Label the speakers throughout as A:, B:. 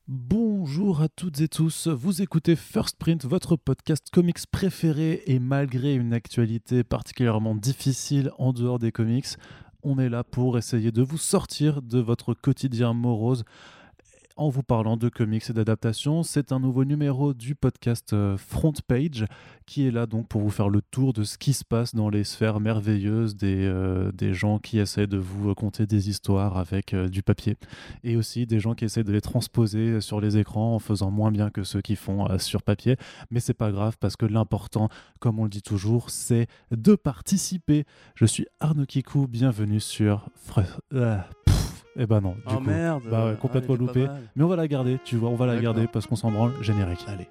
A: Bonjour à toutes et tous, vous écoutez First Print, votre podcast comics préféré, et malgré une actualité particulièrement difficile en dehors des comics, on est là pour essayer de vous sortir de votre quotidien morose en vous parlant de comics et d'adaptations. C'est un nouveau numéro du podcast Front Page qui est là donc pour vous faire le tour de ce qui se passe dans les sphères merveilleuses des gens qui essaient de vous conter des histoires avec du papier, et aussi des gens qui essaient de les transposer sur les écrans en faisant moins bien que ceux qui font sur papier. Mais c'est pas grave parce que l'important, comme on le dit toujours, c'est de participer. Je suis Arnaud Kikou, bienvenue sur... Eh ben non, du coup,
B: merde,
A: complètement loupé. Mais on va la garder, tu vois, on va la garder parce qu'on s'en branle. Générique.
B: Allez.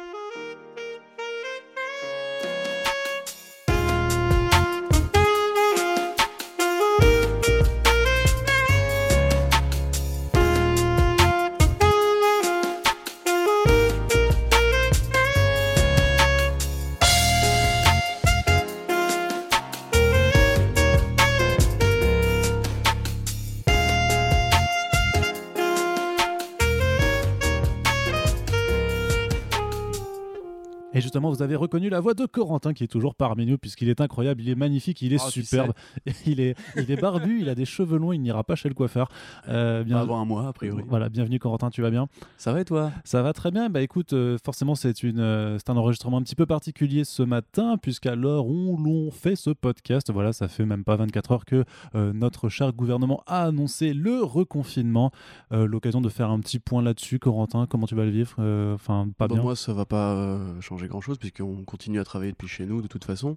A: Et justement, vous avez reconnu la voix de Corentin qui est toujours parmi nous puisqu'il est incroyable, il est magnifique, il est superbe, il est barbu, il a des cheveux longs, il n'ira pas chez le coiffeur.
B: Avant un mois, a priori.
A: Voilà, bienvenue Corentin, tu vas bien ?
B: Ça va et toi ?
A: Ça va très bien. Bah écoute, forcément c'est un enregistrement un petit peu particulier ce matin puisqu'à l'heure où l'on fait ce podcast, voilà, ça fait même pas 24 heures que notre cher gouvernement a annoncé le reconfinement. L'occasion de faire un petit point là-dessus. Corentin, comment tu vas le vivre ? Pas bien.
B: Moi, ça va pas changer grand-chose puisqu'on continue à travailler depuis chez nous de toute façon.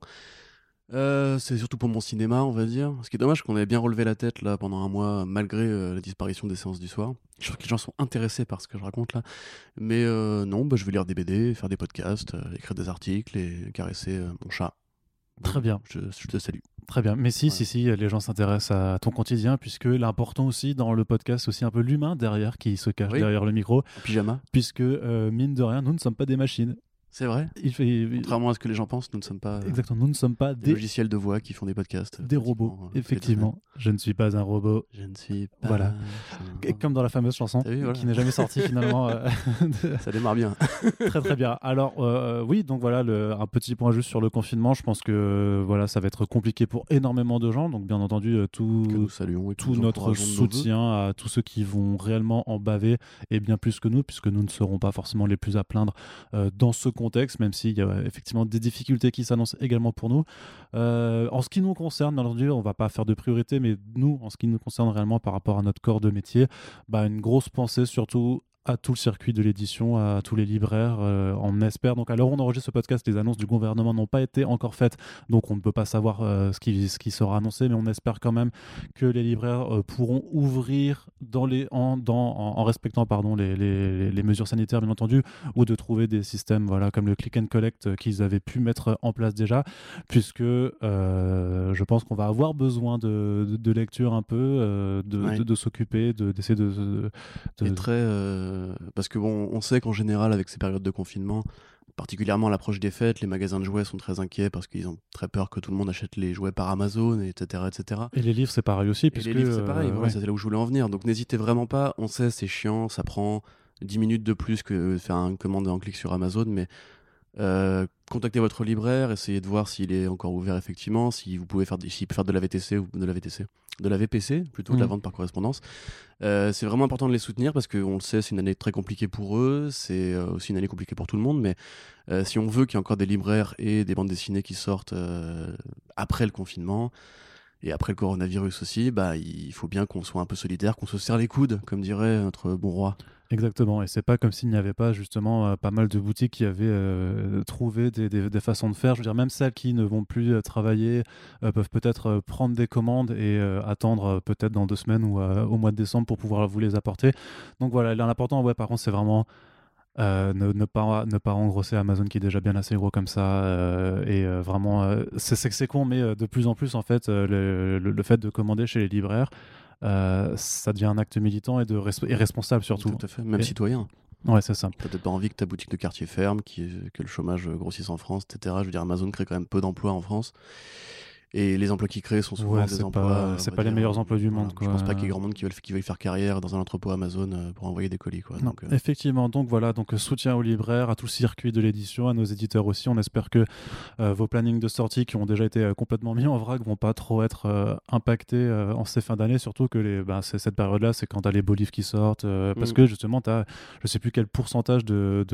B: C'est surtout pour mon cinéma, on va dire. Ce qui est dommage, c'est qu'on avait bien relevé la tête là pendant un mois, malgré la disparition des séances du soir. Je trouve que les gens sont intéressés par ce que je raconte là. Mais non, je vais lire des BD, faire des podcasts, écrire des articles et caresser mon chat.
A: Très bien.
B: Je te salue.
A: Très bien. Mais si, les gens s'intéressent à ton quotidien puisque l'important aussi dans le podcast, c'est aussi un peu l'humain derrière qui se cache derrière le micro.
B: En pyjama.
A: Puisque, mine de rien, nous ne sommes pas des machines.
B: C'est vrai. Contrairement à ce que les gens pensent, nous ne sommes pas.
A: Exactement, nous ne sommes pas
B: des logiciels de voix qui font des podcasts.
A: Des robots, effectivement. Je ne suis pas un robot.
B: Je ne suis pas.
A: Voilà. Comme dans la fameuse chanson qui n'est jamais sortie finalement.
B: Ça démarre bien.
A: Très très bien. Alors oui, donc voilà un petit point juste sur le confinement. Je pense que voilà, ça va être compliqué pour énormément de gens. Donc bien entendu, tout notre soutien à tous ceux qui vont réellement en baver, et bien plus que nous, puisque nous ne serons pas forcément les plus à plaindre dans ce contexte, même s'il y a effectivement des difficultés qui s'annoncent également pour nous. En ce qui nous concerne, bien entendu, on ne va pas faire de priorité, mais nous, en ce qui nous concerne réellement par rapport à notre corps de métier, une grosse pensée surtout à tout le circuit de l'édition, à tous les libraires. On espère, donc à l'heure où on enregistre ce podcast, les annonces du gouvernement n'ont pas été encore faites, donc on ne peut pas savoir ce qui sera annoncé, mais on espère quand même que les libraires pourront ouvrir en respectant les mesures sanitaires, bien entendu, ou de trouver des systèmes comme le click and collect qu'ils avaient pu mettre en place déjà, puisque je pense qu'on va avoir besoin de lecture un peu, de s'occuper, d'essayer de...
B: Et très... parce que on sait qu'en général, avec ces périodes de confinement, particulièrement à l'approche des fêtes, les magasins de jouets sont très inquiets parce qu'ils ont très peur que tout le monde achète les jouets par Amazon, etc.
A: Et les livres, c'est pareil aussi.
B: Les livres, c'est pareil. Voilà, c'est là où je voulais en venir. Donc n'hésitez vraiment pas. On sait, c'est chiant, ça prend 10 minutes de plus que faire une commande en clic sur Amazon, mais contactez votre libraire, essayez de voir s'il est encore ouvert effectivement, s'il peut faire de la VTC ou de la VPC plutôt, de la vente par correspondance. C'est vraiment important de les soutenir parce qu'on le sait, c'est une année très compliquée pour eux, c'est aussi une année compliquée pour tout le monde, mais si on veut qu'il y ait encore des libraires et des bandes dessinées qui sortent après le confinement et après le coronavirus aussi, il faut bien qu'on soit un peu solidaire, qu'on se serre les coudes, comme dirait notre bon roi.
A: Exactement, et c'est pas comme s'il n'y avait pas justement pas mal de boutiques qui avaient trouvé des façons de faire. Je veux dire, même celles qui ne vont plus travailler peuvent peut-être prendre des commandes et attendre peut-être dans 2 semaines ou au mois de décembre pour pouvoir vous les apporter. Donc voilà, l'important, par contre, c'est vraiment ne pas engrosser Amazon qui est déjà bien assez gros comme ça, et vraiment, c'est con, mais de plus en plus, en fait, le fait de commander chez les libraires, ça devient un acte militant et responsable surtout.
B: Tout à fait, même citoyen.
A: Ouais, c'est ça.
B: T'as peut-être pas envie que ta boutique de quartier ferme, que le chômage grossisse en France, etc. Je veux dire, Amazon crée quand même peu d'emplois en France. Et les emplois qu'ils créent sont souvent des emplois.
A: C'est pas les meilleurs emplois du monde.
B: Je pense pas qu'il y ait grand monde qui veuille faire carrière dans un entrepôt Amazon pour envoyer des colis. Quoi.
A: Non, donc, effectivement, donc voilà, donc soutien aux libraires, à tout le circuit de l'édition, à nos éditeurs aussi. On espère que vos plannings de sortie qui ont déjà été complètement mis en vrac vont pas trop être impactés en ces fins d'année, surtout que cette période-là, c'est quand t'as les beaux livres qui sortent, parce que justement, t'as je sais plus quel pourcentage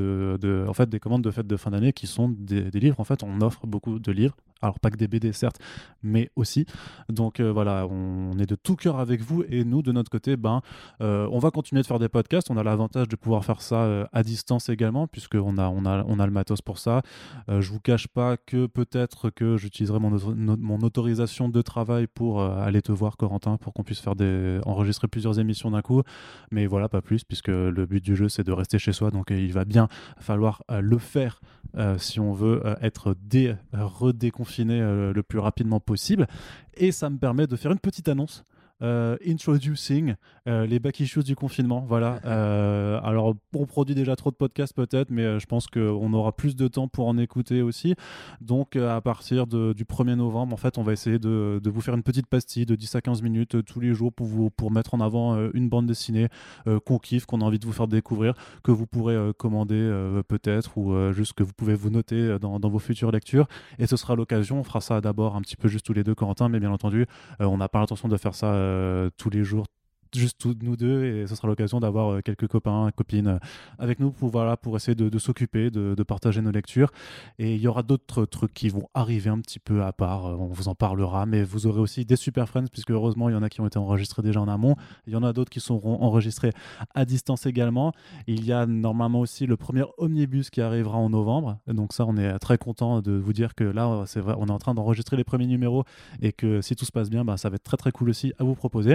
A: en fait, des commandes de fête de fin d'année qui sont des livres. En fait, on offre beaucoup de livres. Alors pas que des BD certes, mais aussi. Donc voilà, on est de tout cœur avec vous et nous de notre côté, on va continuer de faire des podcasts. On a l'avantage de pouvoir faire ça à distance également, puisqu'on a le matos pour ça. Je vous cache pas que peut-être que j'utiliserai mon autorisation de travail pour aller te voir, Corentin, pour qu'on puisse enregistrer plusieurs émissions d'un coup. Mais voilà, pas plus, puisque le but du jeu c'est de rester chez soi. Donc il va bien falloir le faire si on veut être redéconfiné le plus rapidement possible. Et ça me permet de faire une petite annonce. Introducing les back issues du confinement. Voilà. Alors, on produit déjà trop de podcasts peut-être, mais je pense qu'on aura plus de temps pour en écouter aussi. Donc, à partir du 1er novembre, en fait, on va essayer de vous faire une petite pastille de 10 à 15 minutes tous les jours pour mettre en avant une bande dessinée qu'on kiffe, qu'on a envie de vous faire découvrir, que vous pourrez commander peut-être, ou juste que vous pouvez vous noter dans vos futures lectures. Et ce sera l'occasion. On fera ça d'abord un petit peu juste tous les deux, Corentin, mais bien entendu, on n'a pas l'intention de faire ça tous les jours, juste nous deux, et ce sera l'occasion d'avoir quelques copains, copines avec nous pour essayer de s'occuper, de partager nos lectures. Et il y aura d'autres trucs qui vont arriver un petit peu à part, on vous en parlera, mais vous aurez aussi des Super Friends, puisque heureusement il y en a qui ont été enregistrés déjà en amont, il y en a d'autres qui seront enregistrés à distance également. Il y a normalement aussi le premier omnibus qui arrivera en novembre, donc ça on est très content de vous dire que là c'est vrai, on est en train d'enregistrer les premiers numéros, et que si tout se passe bien, ça va être très très cool aussi à vous proposer.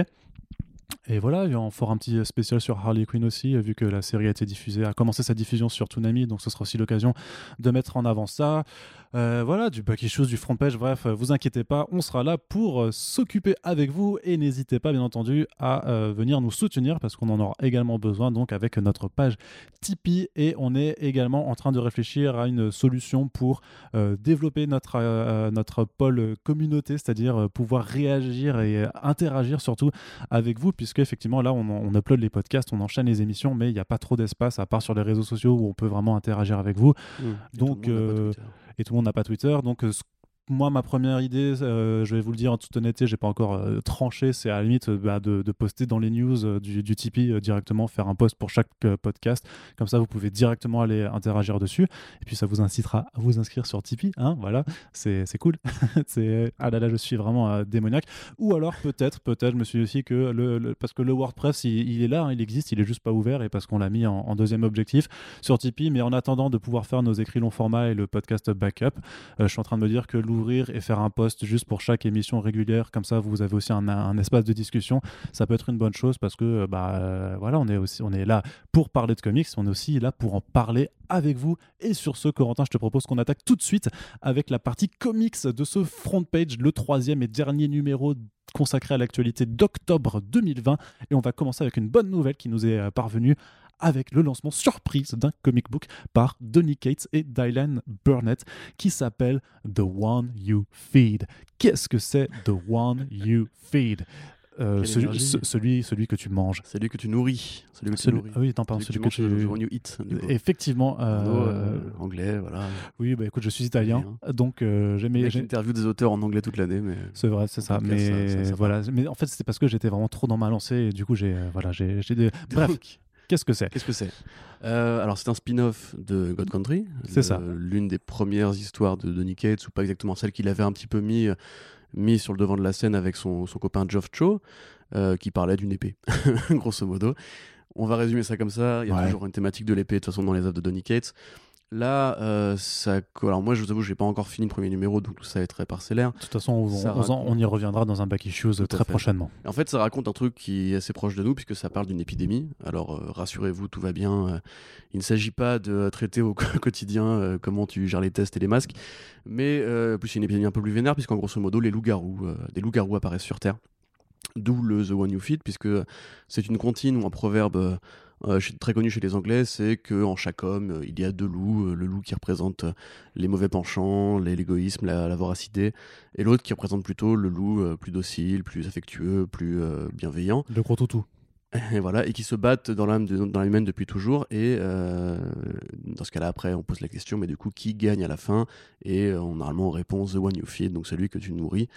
A: Et voilà, on fera un petit spécial sur Harley Quinn aussi, vu que la série a commencé sa diffusion sur Toonami, donc ce sera aussi l'occasion de mettre en avant ça. Voilà, du back issues, du front page, bref, vous inquiétez pas, on sera là pour s'occuper avec vous, et n'hésitez pas bien entendu à venir nous soutenir, parce qu'on en aura également besoin, donc avec notre page Tipeee, et on est également en train de réfléchir à une solution pour développer notre pôle communauté, c'est-à-dire pouvoir réagir et interagir surtout avec vous, puisque effectivement là on upload les podcasts, on enchaîne les émissions, mais il n'y a pas trop d'espace à part sur les réseaux sociaux où on peut vraiment interagir avec vous. Donc et tout le monde n'a pas Twitter, donc moi, ma première idée, je vais vous le dire en toute honnêteté, j'ai pas encore tranché, c'est à la limite de poster dans les news du Tipeee directement, faire un post pour chaque podcast. Comme ça, vous pouvez directement aller interagir dessus. Et puis, ça vous incitera à vous inscrire sur Tipeee. Hein, voilà, c'est cool. Ah là là, je suis vraiment démoniaque. Ou alors, peut-être, je me suis dit aussi que parce que le WordPress, il est là, hein, il existe, il est juste pas ouvert, et parce qu'on l'a mis en deuxième objectif sur Tipeee. Mais en attendant de pouvoir faire nos écrits long format et le podcast backup, je suis en train de me dire que l'ouvrir et faire un post juste pour chaque émission régulière, comme ça vous avez aussi un espace de discussion, ça peut être une bonne chose, parce que voilà, on est là pour parler de comics, on est aussi là pour en parler avec vous. Et sur ce, Corentin, je te propose qu'on attaque tout de suite avec la partie comics de ce front page, le 3e et dernier numéro consacré à l'actualité d'octobre 2020, et on va commencer avec une bonne nouvelle qui nous est parvenue, avec le lancement surprise d'un comic book par Donny Cates et Dylan Burnett qui s'appelle The One You Feed. Qu'est-ce que c'est The One You Feed? Celui que tu manges.
B: Celui que tu nourris.
A: Ah oui, pardon, celui que tu
B: When you eat.
A: Effectivement.
B: Anglais, voilà.
A: Oui, écoute, je suis italien, donc j'ai
B: interview des auteurs en anglais toute l'année, mais
A: c'est vrai, c'est ça. Mais voilà, mais en fait, c'était parce que j'étais vraiment trop dans ma lancée, et du coup, j'ai des. Bref. Qu'est-ce que c'est
B: Alors, c'est un spin-off de God Country.
A: C'est ça.
B: L'une des premières histoires de Donny Cates, ou pas exactement celle qu'il avait un petit peu mis sur le devant de la scène avec son copain Geoff Cho, qui parlait d'une épée, grosso modo. On va résumer ça comme ça. Il y a toujours une thématique de l'épée, de toute façon, dans les œuvres de Donny Cates. Là, alors moi, je vous avoue, je n'ai pas encore fini le premier numéro, donc tout ça est très parcellaire.
A: De toute façon, on y reviendra dans un back issues très prochainement.
B: En fait, ça raconte un truc qui est assez proche de nous, puisque ça parle d'une épidémie. Alors, rassurez-vous, tout va bien. Il ne s'agit pas de traiter au quotidien comment tu gères les tests et les masques, mais plus c'est une épidémie un peu plus vénère, puisqu'en grosso modo, des loups-garous apparaissent sur Terre. D'où le The One You Feed, puisque c'est une comptine ou un proverbe très connu chez les Anglais, c'est qu'en chaque homme, il y a 2 loups. Le loup qui représente les mauvais penchants, l'égoïsme, la voracité, et l'autre qui représente plutôt le loup plus docile, plus affectueux, plus bienveillant.
A: Le gros toutou.
B: Et voilà, et qui se battent dans l'âme humaine depuis toujours. Et dans ce cas-là, après, on pose la question, mais du coup, qui gagne à la fin? Et normalement, on répond The One You Feed, donc celui que tu nourris.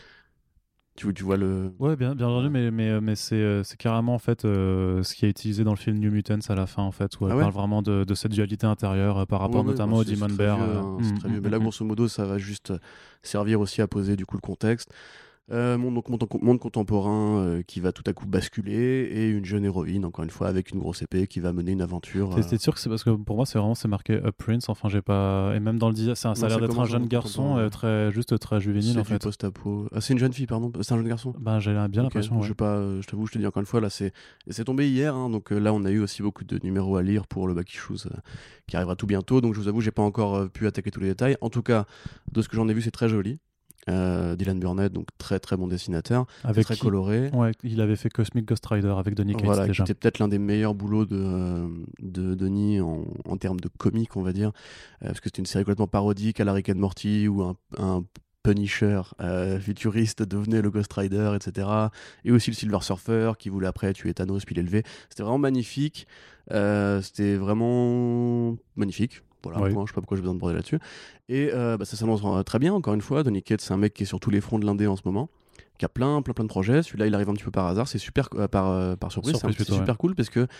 B: Tu vois le...
A: Ouais, bien entendu, mais c'est carrément en fait ce qui est utilisé dans le film New Mutants à la fin, en fait, où elle parle vraiment de cette dualité intérieure par rapport notamment au Demon Bear.
B: C'est très vieux, mais là, grosso modo, ça va juste servir aussi à poser du coup le contexte. Monde contemporain qui va tout à coup basculer, et une jeune héroïne, encore une fois, avec une grosse épée qui va mener une aventure.
A: T'es sûr que c'est parce que pour moi c'est marqué A Prince, enfin j'ai pas, et même dans le design ça a l'air d'être un jeune garçon très juvénile en fait.
B: C'est du post-apo. C'est une jeune fille, pardon. C'est un jeune garçon.
A: Ben j'ai bien l'impression.
B: Je t'avoue, je te dis encore une fois, là c'est tombé hier, hein, donc là on a eu aussi beaucoup de numéros à lire pour le Back Issues qui arrivera tout bientôt, donc je vous avoue j'ai pas encore pu attaquer tous les détails. En tout cas, de ce que j'en ai vu, c'est très joli. Dylan Burnett, donc très très bon dessinateur, très coloré.
A: Ouais, il avait fait Cosmic Ghost Rider avec Donny Cates déjà.
B: Qui était peut-être l'un des meilleurs boulots de Donny en termes de comique, on va dire, parce que c'était une série complètement parodique à la Rick and Morty, où un Punisher futuriste devenait le Ghost Rider, etc. Et aussi le Silver Surfer qui voulait après tuer Thanos puis l'élever. C'était vraiment magnifique. C'était vraiment magnifique. Voilà,
A: oui.
B: Je sais pas pourquoi j'ai besoin de broder là-dessus. Et ça s'annonce très bien, encore une fois. Donny Cates, c'est un mec qui est sur tous les fronts de l'indé en ce moment, qui a plein de projets. Celui-là, il arrive un petit peu par hasard. C'est super, par surprise. C'est super cool parce que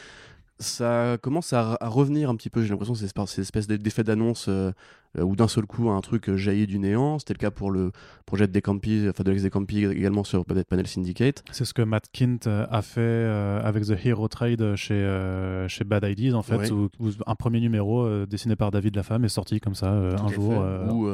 B: ça commence à revenir un petit peu. J'ai l'impression que c'est cette espèce d'effet d'annonce où d'un seul coup un truc jaillit du néant. C'était le cas pour le projet de Decampi, enfin de Alex Decampi également sur Panel Syndicate.
A: C'est ce que Matt Kindt a fait avec The Hero Trade chez Bad Ideas en fait, où un premier numéro dessiné par David Lafemme est sorti comme ça un jour.
B: Où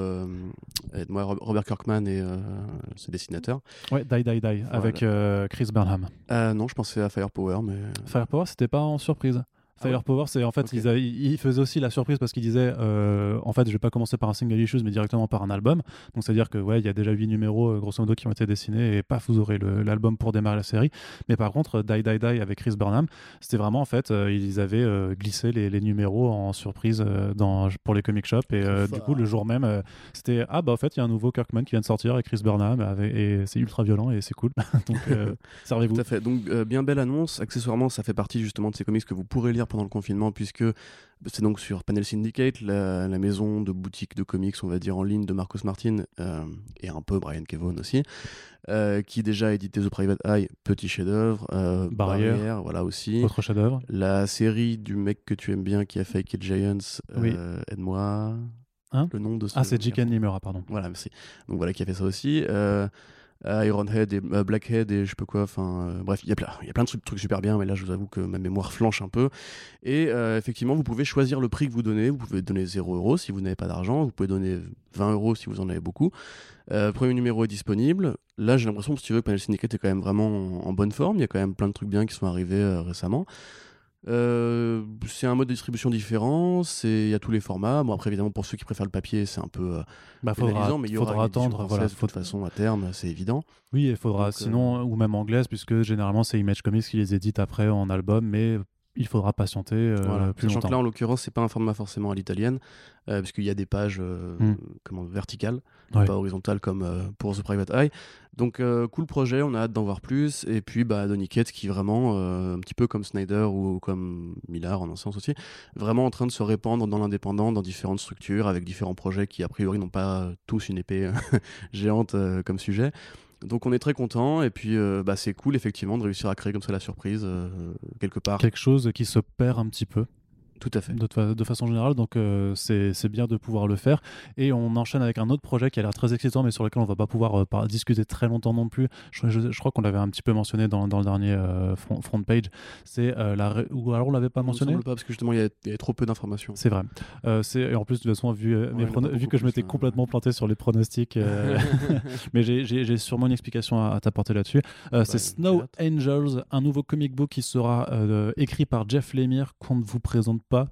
B: moi Robert Kirkman et ses dessinateurs.
A: Ouais, Die voilà. Avec Chris Burnham.
B: Non, je pensais à Firepower, mais
A: Firepower c'était pas en surprise. Firepower, c'est en fait, il faisait aussi la surprise parce qu'il disait en fait, je vais pas commencer par un single issue, mais directement par un album. Donc, c'est-à-dire que, il y a déjà 8 numéros, grosso modo, qui ont été dessinés, et paf, vous aurez l'album pour démarrer la série. Mais par contre, Die avec Chris Burnham, c'était vraiment, en fait, ils avaient glissé les numéros en surprise pour les comic shops, et du coup, le jour même, c'était en fait, il y a un nouveau Kirkman qui vient de sortir avec Chris Burnham, et c'est ultra violent, et c'est cool. Donc, servez-vous.
B: Tout à fait. Donc, bien belle annonce. Accessoirement, ça fait partie justement de ces comics que vous pourrez lire pendant le confinement, puisque c'est donc sur Panel Syndicate, la maison de boutique de comics, on va dire, en ligne de Marcos Martin, et un peu Brian Kevon aussi, qui déjà a édité The Private Eye, petit chef-d'œuvre, Barrière, voilà aussi.
A: Autre chef-d'œuvre.
B: La série du mec que tu aimes bien qui a fait Kid Giants, aide-moi. Le nom de ce
A: c'est J.K. Nimura, pardon.
B: Voilà, merci. Donc voilà, qui a fait ça aussi. Ironhead et Blackhead et je sais pas quoi, bref, il y a plein de trucs super bien, mais là je vous avoue que ma mémoire flanche un peu. Et effectivement, vous pouvez choisir le prix que vous donnez. Vous pouvez donner 0€ si vous n'avez pas d'argent, vous pouvez donner 20€ si vous en avez beaucoup. Premier numéro est disponible. Là, j'ai l'impression, si tu veux, que Panel Syndicate est quand même vraiment en bonne forme. Il y a quand même plein de trucs bien qui sont arrivés récemment. C'est un mode de distribution différent, il y a tous les formats. Bon, après, évidemment, pour ceux qui préfèrent le papier, c'est un peu pénalisant, mais il y aura attendre de toute façon à terme, c'est évident.
A: Oui, il faudra, sinon, ou même anglaise, puisque généralement c'est Image Comics qui les édite après en album, mais il faudra patienter plus
B: Sachant
A: longtemps.
B: que là, en l'occurrence, c'est pas un format forcément à l'italienne, puisqu'il y a des pages verticales, pas horizontales comme pour The Private Eye. Donc, cool projet, on a hâte d'en voir plus. Et puis, Donny Cates qui vraiment, un petit peu comme Snyder ou comme Millar en un sens aussi, vraiment en train de se répandre dans l'indépendant, dans différentes structures, avec différents projets qui, a priori, n'ont pas tous une épée géante comme sujet. Donc on est très content, et puis c'est cool effectivement de réussir à créer comme ça la surprise quelque part.
A: Quelque chose qui se perd un petit peu.
B: Tout à fait.
A: De façon générale, donc c'est bien de pouvoir le faire. Et on enchaîne avec un autre projet qui a l'air très excitant, mais sur lequel on va pas pouvoir discuter très longtemps non plus. Je crois qu'on l'avait un petit peu mentionné dans le dernier front page. C'est ou alors on l'avait pas mentionné.
B: Il me semble pas, parce que justement il y a trop peu d'informations.
A: C'est vrai. Et en plus de toute façon vu que je m'étais complètement planté sur les pronostics, mais j'ai sûrement une explication à t'apporter là-dessus. C'est Snow Angels, un nouveau comic book qui sera écrit par Jeff Lemire qu'on ne vous présente pas.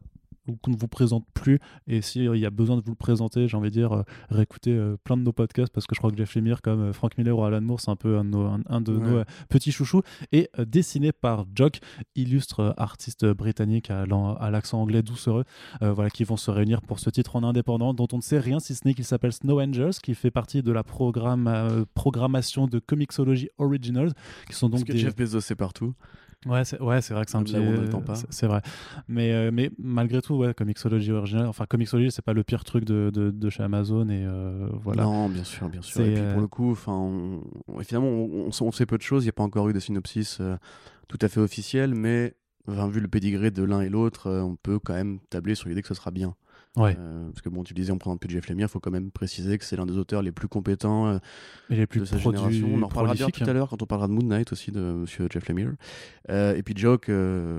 A: qu'on ne vous présente plus. Et s'il y a besoin de vous le présenter, j'ai envie de dire, réécoutez plein de nos podcasts, parce que je crois que Jeff Lemire, comme Frank Miller ou Alan Moore, c'est un peu un de nos petits chouchous. Et dessiné par Jock, illustre artiste britannique à l'accent anglais doucereux, voilà, qui vont se réunir pour ce titre en indépendant dont on ne sait rien, si ce n'est qu'il s'appelle Snow Angels, qui fait partie de la programmation de Comixology Originals, qui sont donc
B: Parce que Jeff Bezos c'est partout.
A: Ouais, c'est vrai que c'est un petit... c'est vrai. Mais malgré tout, Comixology Original... Enfin, Comixology, c'est pas le pire truc de chez Amazon, et voilà.
B: Non, bien sûr. Et puis pour le coup, finalement, on sait peu de choses. Il n'y a pas encore eu de synopsis tout à fait officiel, mais vu le pédigré de l'un et l'autre, on peut quand même tabler sur l'idée que ce sera bien.
A: Ouais.
B: Parce que tu disais, on prend un peu de Jeff Lemire, il faut quand même préciser que c'est l'un des auteurs les plus compétents
A: et les plus
B: de sa génération. On en reparlera bien tout à l'heure quand on parlera de Moon Knight aussi, de monsieur Jeff Lemire. Et puis Jock,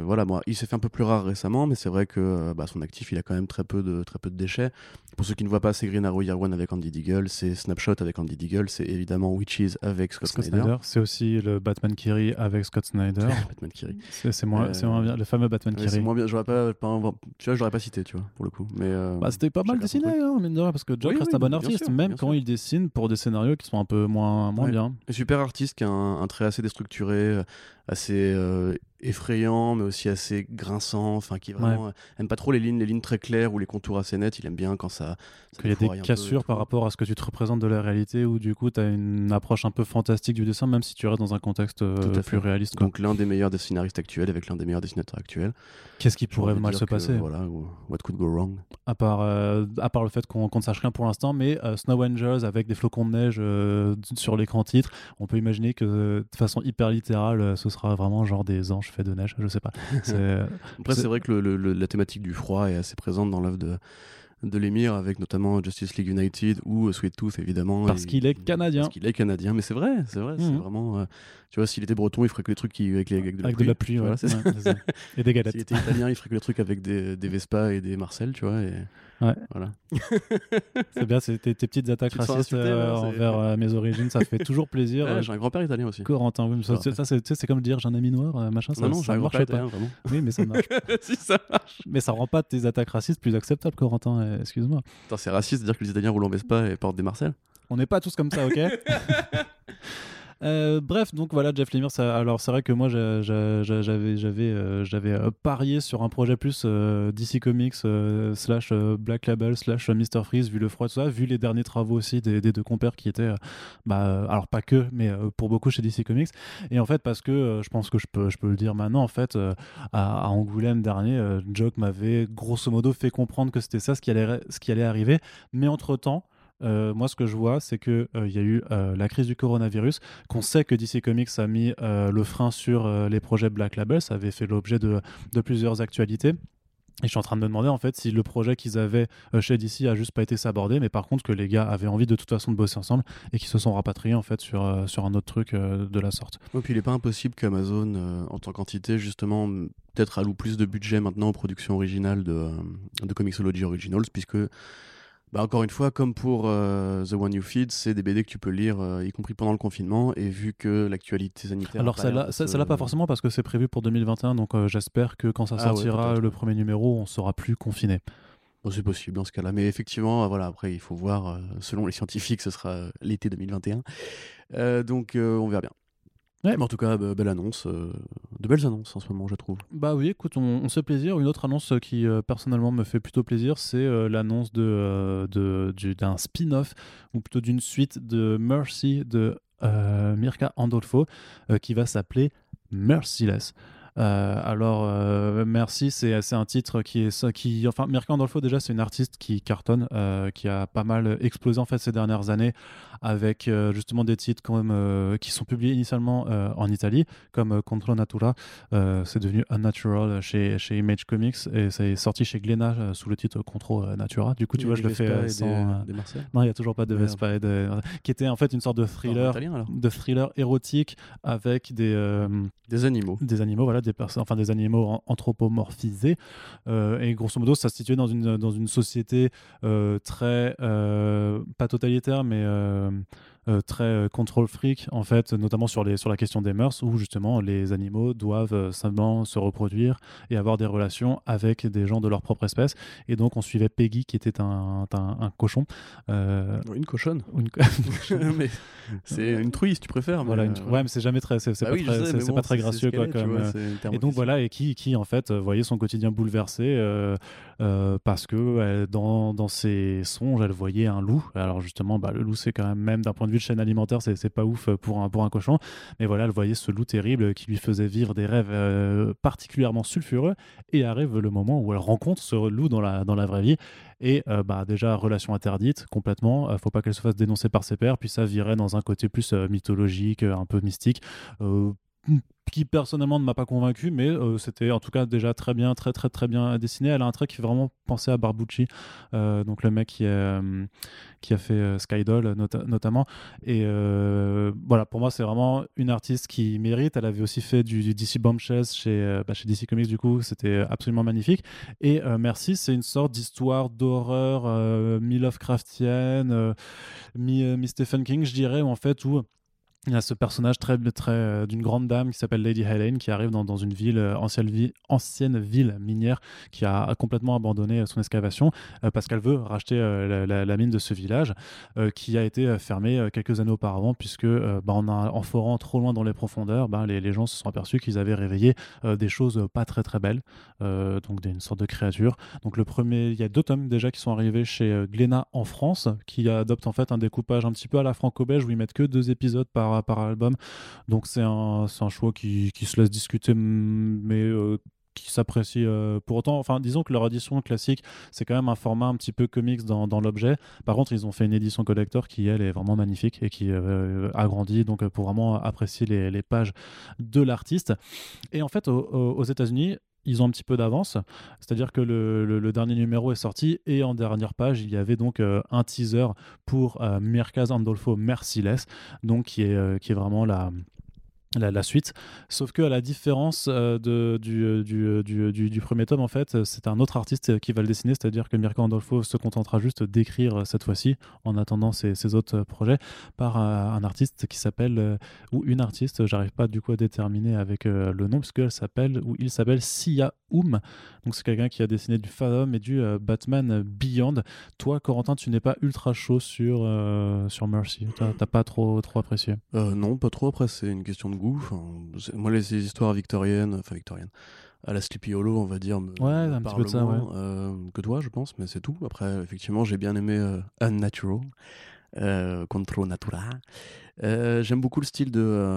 B: il s'est fait un peu plus rare récemment, mais c'est vrai que son actif, il a quand même très peu de déchets. Pour ceux qui ne voient pas, c'est Green Arrow Year One avec Andy Deagle, c'est Snapshot avec Andy Deagle, c'est évidemment Witches avec Scott Snyder.
A: C'est aussi le Batman Kiri avec Scott Snyder.
B: Batman Kiri.
A: C'est moins bien, le fameux Batman Kiri.
B: C'est moins bien, je l'aurais pas cité, tu vois, pour le coup. Mais
A: c'était pas mal dessiné, mine de rien, parce que Jock reste un bon artiste, même quand il dessine pour des scénarios qui sont un peu moins bien.
B: Un super artiste qui a un trait assez déstructuré, assez effrayant, mais aussi assez grinçant, qui vraiment aime pas trop les lignes très claires ou les contours assez nets. Il aime bien quand ça
A: qu'il y a des cassures par rapport à ce que tu te représentes de la réalité, où du coup tu as une approche un peu fantastique du dessin, même si tu restes dans un contexte plus réaliste, quoi.
B: Donc l'un des meilleurs scénaristes actuels avec l'un des meilleurs dessinateurs actuels.
A: Qu'est-ce qui pourrait mal se passer?
B: Voilà, what could go wrong?
A: À part le fait qu'on ne sache rien pour l'instant, mais Snow Angels avec des flocons de neige sur l'écran titre, on peut imaginer que de façon hyper littérale, ce sera vraiment genre des anges faits de neige, je sais pas.
B: Après, c'est vrai que la thématique du froid est assez présente dans l'œuvre de Lemire, avec notamment Justice League United ou Sweet Tooth, évidemment.
A: Parce qu'il est canadien.
B: Mais c'est vrai, c'est vraiment... tu vois, s'il était breton, il ferait que les trucs avec
A: de la pluie.
B: Voilà,
A: et des galettes.
B: S'il était italien, il ferait que les trucs avec des Vespa et des Marcel, tu vois. Voilà.
A: C'est bien, c'est tes petites attaques racistes envers mes origines, ça fait toujours plaisir.
B: Ouais, j'ai un grand-père italien aussi.
A: Corentin, oui, ça c'est comme dire j'ai un ami noir, machin.
B: Non,
A: ça marche pas.
B: Italien, vraiment.
A: Oui, mais ça marche.
B: Si, ça marche.
A: Mais ça rend pas tes attaques racistes plus acceptables, Corentin. Excuse-moi.
B: Attends, c'est raciste de dire que les Italiens roulent en Vespa et portent des Marcel.
A: On n'est pas tous comme ça, ok? Bref, donc voilà, Jeff Lemire. Alors c'est vrai que moi j'avais parié sur un projet plus DC Comics / Black Label / Mr. Freeze, vu le froid, tout ça, vu les derniers travaux aussi des deux compères qui étaient, alors pas que, mais pour beaucoup chez DC Comics. Et en fait, parce que je pense que je peux le dire maintenant, en fait, à Angoulême dernier, Jock m'avait grosso modo fait comprendre que c'était ça ce qui allait arriver, mais entre-temps, moi ce que je vois, c'est qu'il y a eu la crise du coronavirus, qu'on sait que DC Comics a mis le frein sur les projets Black Label. Ça avait fait l'objet de plusieurs actualités. Et je suis en train de me demander en fait si le projet qu'ils avaient chez DC a juste pas été sabordé, mais par contre que les gars avaient envie de toute façon de bosser ensemble et qu'ils se sont rapatriés en fait sur un autre truc de la sorte.
B: Et puis il est pas impossible qu'Amazon en tant qu'entité justement peut-être alloue plus de budget maintenant aux productions originales de Comixology Originals, puisque encore une fois, comme pour The One You Feed, c'est des BD que tu peux lire, y compris pendant le confinement, et vu que l'actualité sanitaire...
A: Alors ça l'a pas forcément, parce que c'est prévu pour 2021, donc j'espère que quand ça sortira, le premier numéro, on sera plus confiné.
B: Bon, c'est possible dans ce cas-là, mais effectivement, voilà, après il faut voir, selon les scientifiques, ce sera l'été 2021, donc on verra bien. Ouais, mais en tout cas, belle annonce, de belles annonces en ce moment, je trouve.
A: Bah oui, écoute, on se fait plaisir. Une autre annonce qui personnellement me fait plutôt plaisir, c'est l'annonce d'un spin-off, ou plutôt d'une suite de Mercy de Mirka Andolfo, qui va s'appeler Merciless. Merci, c'est un titre enfin, Mirka Andolfo, déjà c'est une artiste qui cartonne, qui a pas mal explosé en fait ces dernières années, avec justement des titres qui sont publiés initialement en Italie, comme Contro Natura. C'est devenu Unnatural chez Image Comics, et c'est sorti chez Glénat sous le titre Contro Natura. Du coup, tu vois, je le fais sans...
B: des Marcel.
A: Non, il n'y a toujours pas de Vespa, qui était en fait une sorte de thriller, érotique avec des animaux, voilà, des animaux anthropomorphisés, et grosso modo ça se situait dans une société très pas totalitaire, mais très control freak en fait, notamment sur la question des mœurs, où justement les animaux doivent simplement se reproduire et avoir des relations avec des gens de leur propre espèce. Et donc on suivait Peggy qui était un cochon.
B: Une cochonne.
A: Mais
B: c'est une truie si tu préfères.
A: Voilà, ouais, mais c'est jamais très, c'est pas très gracieux quoi. Et donc voilà, et qui en fait voyait son quotidien bouleversé parce que dans ses songes, elle voyait un loup. Alors justement, le loup, c'est quand même d'un point de vue de chaîne alimentaire, c'est pas ouf pour un cochon. Mais voilà, elle voyait ce loup terrible qui lui faisait vivre des rêves particulièrement sulfureux. Et arrive le moment où elle rencontre ce loup dans la vraie vie. Et déjà, relation interdite complètement. Faut pas qu'elle se fasse dénoncer par ses pairs. Puis ça virait dans un côté plus mythologique, un peu mystique. Qui personnellement ne m'a pas convaincu, mais c'était en tout cas déjà très bien dessiné. Elle a un trait qui fait vraiment penser à Barbucci, donc le mec qui a fait Skydoll notamment. Et voilà, pour moi c'est vraiment une artiste qui mérite. Elle avait aussi fait du DC Bombshells chez DC Comics, du coup c'était absolument magnifique. Et Merci, c'est une sorte d'histoire d'horreur mi-Lovecraftienne, mi-Stephen King, je dirais, en fait, où il y a ce personnage très d'une grande dame qui s'appelle Lady Helene qui arrive dans une ville, ancienne ville minière qui a complètement abandonné son excavation parce qu'elle veut racheter la mine de ce village qui a été fermée quelques années auparavant puisque en forant trop loin dans les profondeurs, les gens se sont aperçus qu'ils avaient réveillé des choses pas très très belles, donc une sorte de créature. Donc il y a 2 tomes déjà qui sont arrivés chez Glénat en France qui adoptent en fait un découpage un petit peu à la franco-belge où ils mettent que 2 épisodes par album, donc c'est un choix qui se laisse discuter, mais qui s'apprécie pour autant. Enfin, disons que leur édition classique, c'est quand même un format un petit peu comics dans l'objet. Par contre, ils ont fait une édition collector qui, elle, est vraiment magnifique et qui agrandit, donc pour vraiment apprécier les pages de l'artiste. Et en fait, aux États-Unis, ils ont un petit peu d'avance, c'est-à-dire que le dernier numéro est sorti et en dernière page, il y avait donc un teaser pour Mirka Andolfo Merciless, donc qui est vraiment la suite, sauf que à la différence du premier tome, en fait, c'est un autre artiste qui va le dessiner, c'est-à-dire que Mirka Andolfo se contentera juste d'écrire cette fois-ci, en attendant ses autres projets, par un artiste qui s'appelle, ou une artiste, j'arrive pas du coup à déterminer avec le nom, parce il s'appelle Sia donc c'est quelqu'un qui a dessiné du Fathom et du Batman Beyond. Toi, Corentin, tu n'es pas ultra chaud sur Mercy, t'as pas trop apprécié?
B: Non, pas trop, après c'est une question de goût. Moi, les histoires victoriennes, à la Sleepy Hollow, on va dire, un
A: petit peu de ça,
B: que toi, je pense, mais c'est tout. Après, effectivement, j'ai bien aimé Unnatural, Contro Natura. J'aime beaucoup le style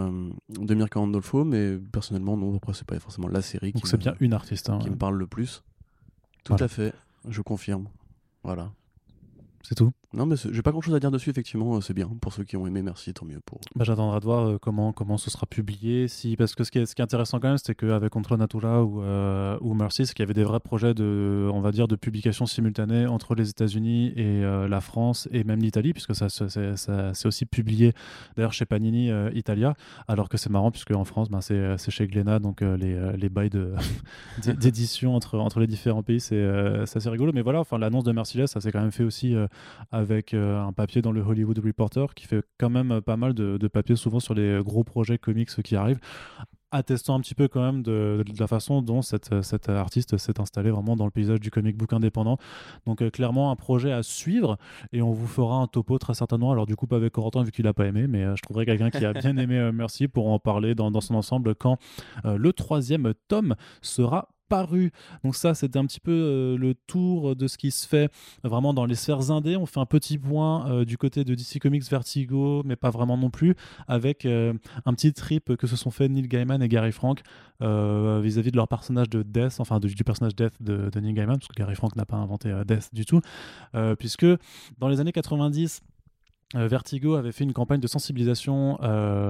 B: de Mirka Andolfo, mais personnellement, non, après, c'est pas forcément la série
A: donc c'est bien une artiste
B: qui me parle le plus. Tout à fait, je confirme. Voilà.
A: C'est tout.
B: Non, mais j'ai pas grand chose à dire dessus, effectivement, c'est bien. Pour ceux qui ont aimé, merci, tant mieux pour.
A: J'attendrai de voir comment ce sera publié. Parce que ce qui est intéressant quand même, c'était qu'avec Contra Natura ou Mercy, c'est qu'il y avait des vrais projets de publication simultanée entre les États-Unis et la France et même l'Italie, puisque ça c'est aussi publié d'ailleurs chez Panini Italia, alors que c'est marrant, puisque en France, c'est chez Glénat, donc les bails d'édition entre les différents pays, c'est assez rigolo. Mais voilà, l'annonce de Merciless, ça s'est quand même fait aussi avec un papier dans le Hollywood Reporter qui fait quand même pas mal de papiers souvent sur les gros projets comics qui arrivent, attestant un petit peu quand même de la façon dont cette artiste s'est installée vraiment dans le paysage du comic book indépendant. Donc clairement un projet à suivre, et on vous fera un topo très certainement, alors du coup pas avec Corentin vu qu'il n'a pas aimé, mais je trouverai quelqu'un qui a bien aimé Mercy pour en parler dans son ensemble quand le 3e tome sera paru. Donc ça, c'était un petit peu le tour de ce qui se fait vraiment dans les sphères indées. On fait un petit point du côté de DC Comics Vertigo, mais pas vraiment non plus, avec un petit trip que se sont fait Neil Gaiman et Gary Frank vis-à-vis de leur personnage de Death, du personnage Death de Neil Gaiman, parce que Gary Frank n'a pas inventé Death du tout, puisque dans les années 90, Vertigo avait fait une campagne de sensibilisation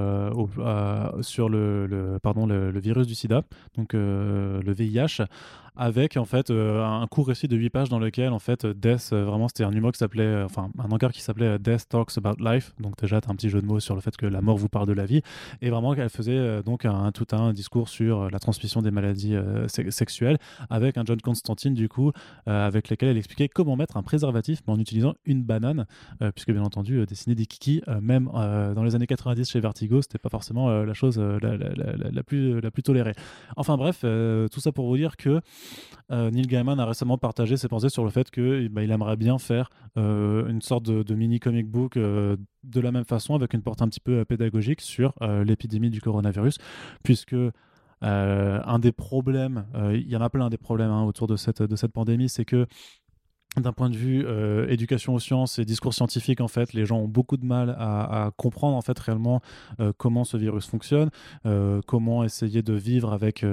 A: sur le virus du sida, donc le VIH, avec en fait un court récit de 8 pages dans lequel en fait Death, vraiment c'était un numéro qui s'appelait, enfin un encart qui s'appelait Death Talks About Life, donc déjà t'as un petit jeu de mots sur le fait que la mort vous parle de la vie, et vraiment elle faisait donc tout un discours sur la transmission des maladies sexuelles, avec un John Constantine du coup, avec lequel elle expliquait comment mettre un préservatif mais en utilisant une banane, puisque bien entendu dessiner des kikis, même dans les années 90 chez Vertigo, c'était pas forcément la chose la plus tolérée. Enfin bref, tout ça pour vous dire que Neil Gaiman a récemment partagé ses pensées sur le fait qu'il aimerait bien faire une sorte de mini comic book de la même façon, avec une portée un petit peu pédagogique sur l'épidémie du coronavirus, puisque un des problèmes, il y en a plein des problèmes autour de cette pandémie, c'est que d'un point de vue éducation aux sciences et discours scientifique, en fait, les gens ont beaucoup de mal à comprendre en fait réellement comment ce virus fonctionne, comment essayer de vivre avec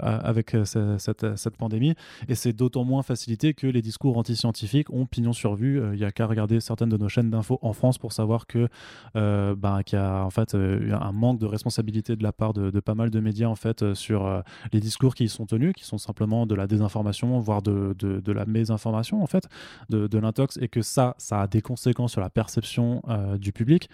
A: cette pandémie. Et c'est d'autant moins facilité que les discours anti-scientifiques ont pignon sur rue. Il n'y a qu'à regarder certaines de nos chaînes d'infos en France pour savoir que qu'il y a en fait un manque de responsabilité de la part de pas mal de médias en fait sur les discours qui y sont tenus, qui sont simplement de la désinformation, voire de la mésinformation en fait, de l'intox, et que ça a des conséquences sur la perception du public,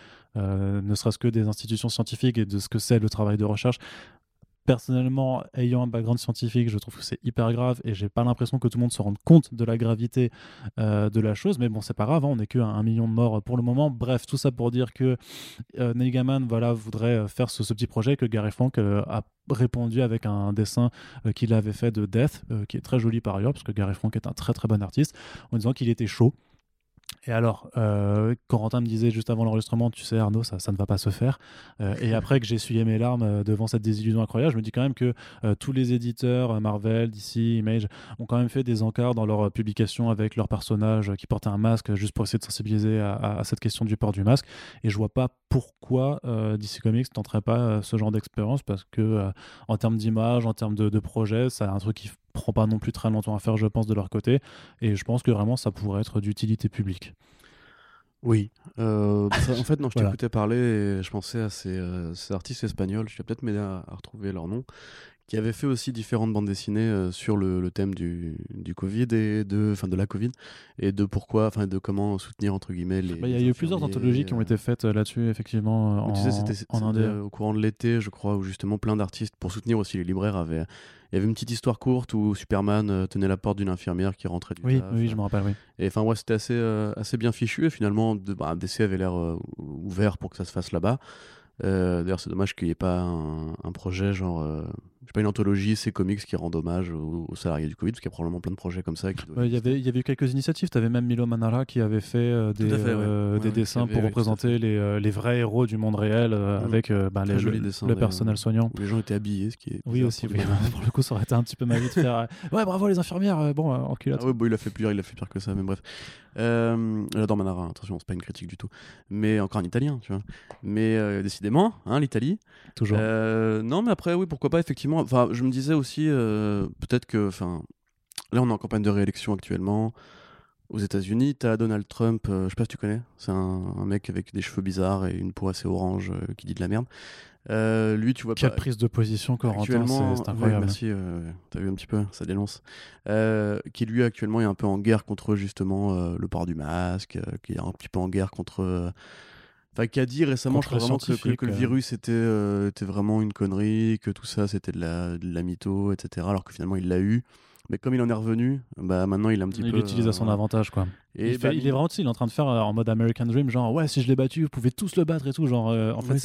A: ne serait-ce que des institutions scientifiques et de ce que c'est le travail de recherche. Personnellement, ayant un background scientifique, je trouve que c'est hyper grave et j'ai pas l'impression que tout le monde se rende compte de la gravité de la chose, mais bon, c'est pas grave, on n'est qu'à 1 million de morts pour le moment. Bref, tout ça pour dire que Neil Gaiman voudrait faire ce petit projet, que Gary Frank a répondu avec un dessin qu'il avait fait de Death, qui est très joli par ailleurs, parce que Gary Frank est un très très bon artiste, en disant qu'il était chaud. Et alors, Corentin me disait juste avant l'enregistrement, tu sais Arnaud, ça ne va pas se faire. Et après que j'ai essuyé mes larmes devant cette désillusion incroyable, je me dis quand même que tous les éditeurs, Marvel, DC, Image, ont quand même fait des encarts dans leurs publications avec leurs personnages qui portaient un masque, juste pour essayer de sensibiliser à cette question du port du masque. Et je vois pas pourquoi DC Comics tenterait pas ce genre d'expérience, parce que en termes d'image, en termes de projet, c'est un truc qui prend pas non plus très longtemps à faire, je pense, de leur côté, et je pense que vraiment ça pourrait être d'utilité publique.
B: Oui, en fait non, je t'écoutais parler et je pensais à ces artistes espagnols, je vais peut-être m'aider à retrouver leur nom, qui avaient fait aussi différentes bandes dessinées sur le thème du Covid et de la Covid, et de pourquoi, enfin de comment soutenir entre guillemets les.
A: Il y a eu plusieurs anthologies qui ont été faites là-dessus, effectivement,
B: tu sais, c'était au courant de l'été, je crois, où justement plein d'artistes, pour soutenir aussi les libraires, il y avait une petite histoire courte où Superman tenait la porte d'une infirmière qui rentrait du taf.
A: Oui, je me rappelle, oui.
B: Et enfin, ouais, c'était assez bien fichu, et finalement, DC avait l'air ouvert pour que ça se fasse là-bas. D'ailleurs, c'est dommage qu'il n'y ait pas un projet genre, je sais pas, une anthologie, ces comics qui rend hommage aux salariés du Covid, parce qu'il y a probablement plein de projets comme ça.
A: Il y avait eu quelques initiatives. Tu avais même Milo Manara qui avait fait des dessins pour représenter les vrais héros du monde réel, avec le personnel soignant.
B: Où les gens étaient habillés, ce qui est.
A: Oui, aussi. Oui. Pour le coup, ça aurait été un petit peu ma vie de faire ouais, bravo les infirmières, en culotte.
B: Ah ouais, il a fait pire que ça, mais bref. J'adore Manara, attention, c'est pas une critique du tout. Mais encore un italien, tu vois. Mais décidément, l'Italie.
A: Toujours.
B: Non, mais après, oui, pourquoi pas, effectivement. Enfin, je me disais aussi, peut-être que. Là, on est en campagne de réélection actuellement. Aux États-Unis, t'as Donald Trump, je sais pas si tu connais. C'est un mec avec des cheveux bizarres et une peau assez orange qui dit de la merde. Lui, tu vois,
A: quelle prise de position, Corentin, c'est incroyable.
B: Ouais, merci, t'as vu un petit peu, ça dénonce. Qui lui actuellement est un peu en guerre contre justement le port du masque, qui est un petit peu en guerre contre. Enfin, qui a dit récemment, je crois vraiment que le virus était vraiment une connerie, que tout ça c'était de la mytho, etc. Alors que finalement il l'a eu. Mais comme il en est revenu, maintenant il a un petit peu.
A: Il l'utilise à son avantage, quoi. Et il est vraiment, il est en train de faire en mode American Dream, genre ouais, si je l'ai battu, vous pouvez tous le battre et tout, genre en fait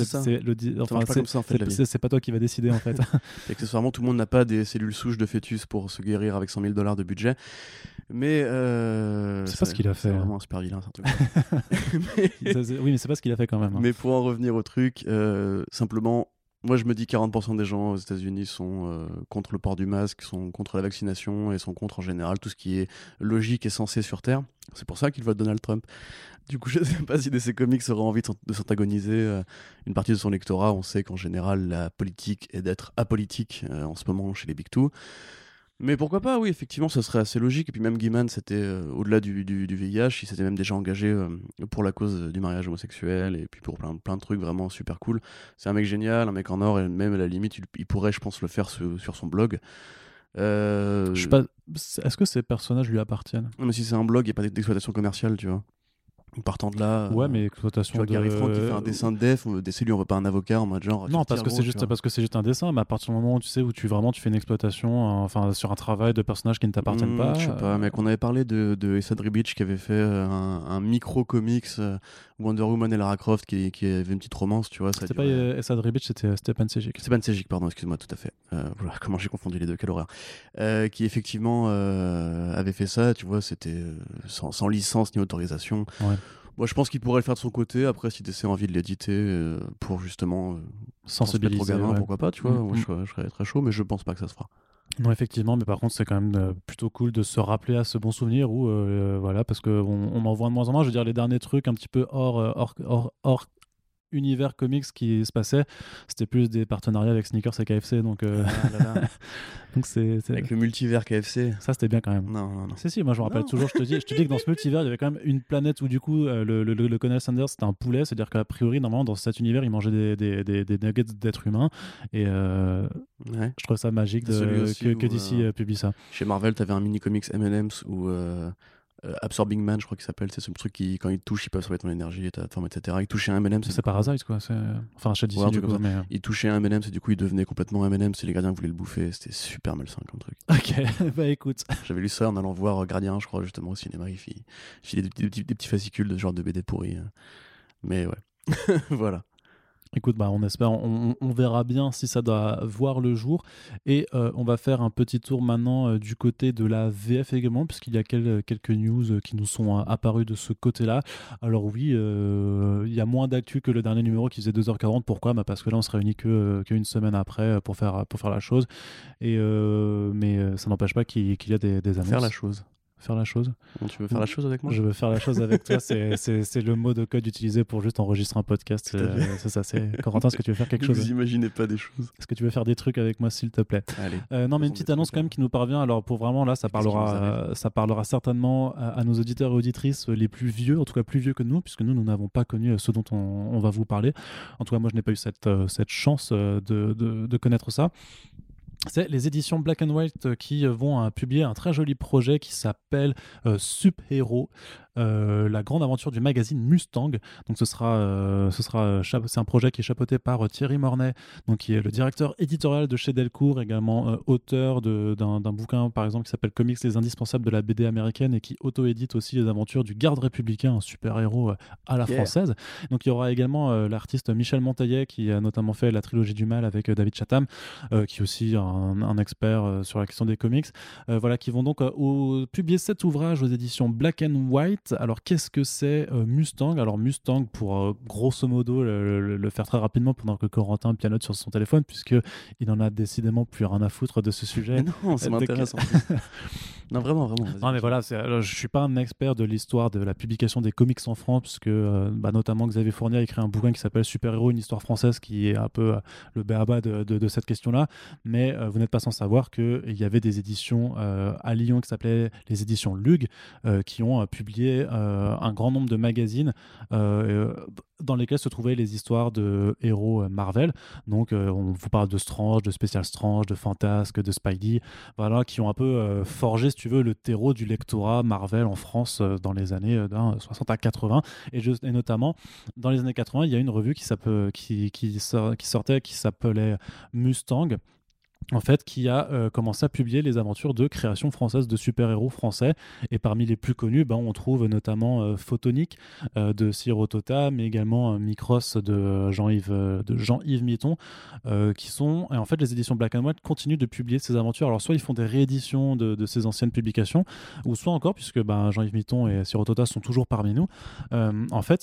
A: c'est pas toi qui va décider en fait.
B: Et accessoirement, tout le monde n'a pas des cellules souches de fœtus pour se guérir avec $100 000 de budget. Mais
A: c'est pas ce qu'il a fait.
B: C'est vraiment un super vilain, c'est un truc.
A: Oui, mais c'est pas ce qu'il a fait quand même.
B: Mais pour en revenir au truc, simplement. Moi, je me dis 40% des gens aux États-Unis sont contre le port du masque, sont contre la vaccination et sont contre en général tout ce qui est logique et sensé sur Terre. C'est pour ça qu'ils votent Donald Trump. Du coup, je ne sais pas si DC Comics aura envie de s'antagoniser une partie de son lectorat. On sait qu'en général, la politique est d'être apolitique en ce moment chez les Big Two. Mais pourquoi pas, oui, effectivement, ça serait assez logique. Et puis même Gaiman, c'était au-delà du VIH, il s'était même déjà engagé pour la cause du mariage homosexuel et puis pour plein de trucs vraiment super cool. C'est un mec génial, un mec en or, et même à la limite, il pourrait, je pense, le faire sur son blog.
A: Je sais pas. Est-ce que ces personnages lui appartiennent?
B: Non, mais si c'est un blog, il n'y a pas d'exploitation commerciale, tu vois. Partant de là,
A: ouais, mais exploitation.
B: Tu vois, Gary Frank qui fait un dessin de def, DC lui on veut pas un avocat en mode genre.
A: Non, parce que c'est juste un dessin, mais à partir du moment où tu sais où tu fais une exploitation, enfin sur un travail de personnages qui ne t'appartiennent pas.
B: Je sais pas, mec, on avait parlé de Esad Ribic qui avait fait un micro comics Wonder Woman et Lara Croft qui avait une petite romance, tu vois.
A: C'était pas Esad Ribic, c'était Stepan Sejic.
B: Stepan Sejic, pardon, excuse-moi, tout à fait. Voilà, comment j'ai confondu les deux, quelle horreur. Qui effectivement avait fait ça, tu vois, c'était sans licence ni autorisation.
A: Ouais.
B: Moi, je pense qu'il pourrait le faire de son côté. Après, si DC a envie de l'éditer pour justement
A: sensibiliser
B: aux gamins, pourquoi pas, tu vois. Moi, je serais très chaud, mais je pense pas que ça se fera.
A: Non, effectivement, mais par contre, c'est quand même plutôt cool de se rappeler à ce bon souvenir où, voilà, parce qu'on en voit de moins en moins. Je veux dire, les derniers trucs un petit peu hors univers comics qui se passait, c'était plus des partenariats avec Sneakers et KFC, donc donc c'est
B: avec le multivers KFC,
A: ça c'était bien quand même.
B: Non.
A: Si, moi je me rappelle toujours, je te dis que dans ce multivers il y avait quand même une planète où du coup le Colonel Sanders c'était un poulet, c'est-à-dire qu'a priori normalement dans cet univers il mangeait des nuggets d'êtres humains et je trouve ça magique que DC publie ça.
B: Chez Marvel t'avais un mini comics M&M's où Absorbing Man, je crois qu'il s'appelle, c'est ce truc qui, quand il touche, il peut absorber ton énergie et ta forme, etc. Il touchait un M&M.
A: C'est Parasite, quoi. Enfin, chez DC, du coup. Mais...
B: Il touchait un M&M, et du coup, il devenait complètement M&M. C'est les gardiens qui voulaient le bouffer. C'était super malsain comme truc.
A: Ok, bah écoute.
B: J'avais lu ça en allant voir Gardien, je crois, justement, au cinéma. Il filait des petits fascicules de ce genre de BD pourri. Mais ouais. Voilà.
A: Écoute, bah, on espère, on verra bien si ça doit voir le jour. Et on va faire un petit tour maintenant du côté de la VF également, puisqu'il y a quelques news qui nous sont apparues de ce côté-là. Alors oui, il y a moins d'actu que le dernier numéro qui faisait 2h40. Pourquoi ? Parce que là, on se réunit qu'une semaine après pour faire la chose. Mais ça n'empêche pas qu'il y a des annonces.
B: Faire la chose.
A: Faire la chose.
B: Tu veux faire la chose avec moi ?
A: Je veux faire la chose avec toi. C'est le mot de code utilisé pour juste enregistrer un podcast. C'est ça. Corentin, est-ce que tu veux faire quelque chose ?
B: Vous imaginez pas des choses.
A: Est-ce que tu veux faire des trucs avec moi, s'il te plaît ?
B: Allez.
A: Non, mais une petite annonce quand même qui nous parvient. Alors pour vraiment là, ça parlera certainement à nos auditeurs et auditrices les plus vieux, en tout cas plus vieux que nous, puisque nous n'avons pas connu ce dont on va vous parler. En tout cas, moi, je n'ai pas eu cette chance de connaître ça. C'est les éditions Black and White qui vont publier un très joli projet qui s'appelle Sup-Hero, la grande aventure du magazine Mustang. Donc c'est un projet qui est chapeauté par Thierry Mornay, donc qui est le directeur éditorial de chez Delcourt, également auteur d'un bouquin par exemple qui s'appelle Comics les indispensables de la BD américaine et qui auto-édite aussi les aventures du garde républicain, un super-héros à la française. Donc il y aura également l'artiste Michel Monteillet qui a notamment fait la trilogie du mal avec David Chatham, qui est aussi un expert sur la question des comics, voilà, qui vont donc publier cet ouvrage aux éditions Black and White. Alors qu'est-ce que c'est Mustang ? Alors Mustang, pour grosso modo le faire très rapidement pendant que Corentin pianote sur son téléphone, puisqu'il en a décidément plus rien à foutre de ce sujet.
B: Mais non, ça m'intéresse. Non, vraiment.
A: Non, mais voilà, je suis pas un expert de l'histoire de la publication des comics en France, puisque notamment Xavier Fournier a écrit un bouquin qui s'appelle Super-héros, une histoire française, qui est un peu le b.a.-ba de cette question-là. Mais vous n'êtes pas sans savoir qu'il y avait des éditions à Lyon qui s'appelaient les éditions Lug, qui ont publié un grand nombre de magazines dans lesquels se trouvaient les histoires de héros Marvel. Donc on vous parle de Strange, de Special Strange, de Fantasque, de Spidey, voilà, qui ont un peu forgé, si tu veux, le terreau du lectorat Marvel en France dans les années 60 à 80. Et notamment, dans les années 80, il y a une revue qui sortait, qui s'appelait Mustang, en fait, qui a commencé à publier les aventures de création française de super-héros français. Et parmi les plus connus, on trouve notamment Photonique de Ciro Tota, mais également Micros de Jean-Yves Mitton, qui sont... Et en fait, les éditions Black and White continuent de publier ces aventures. Alors, soit ils font des rééditions de ces anciennes publications, ou soit encore, puisque Jean-Yves Mitton et Ciro Tota sont toujours parmi nous, en fait,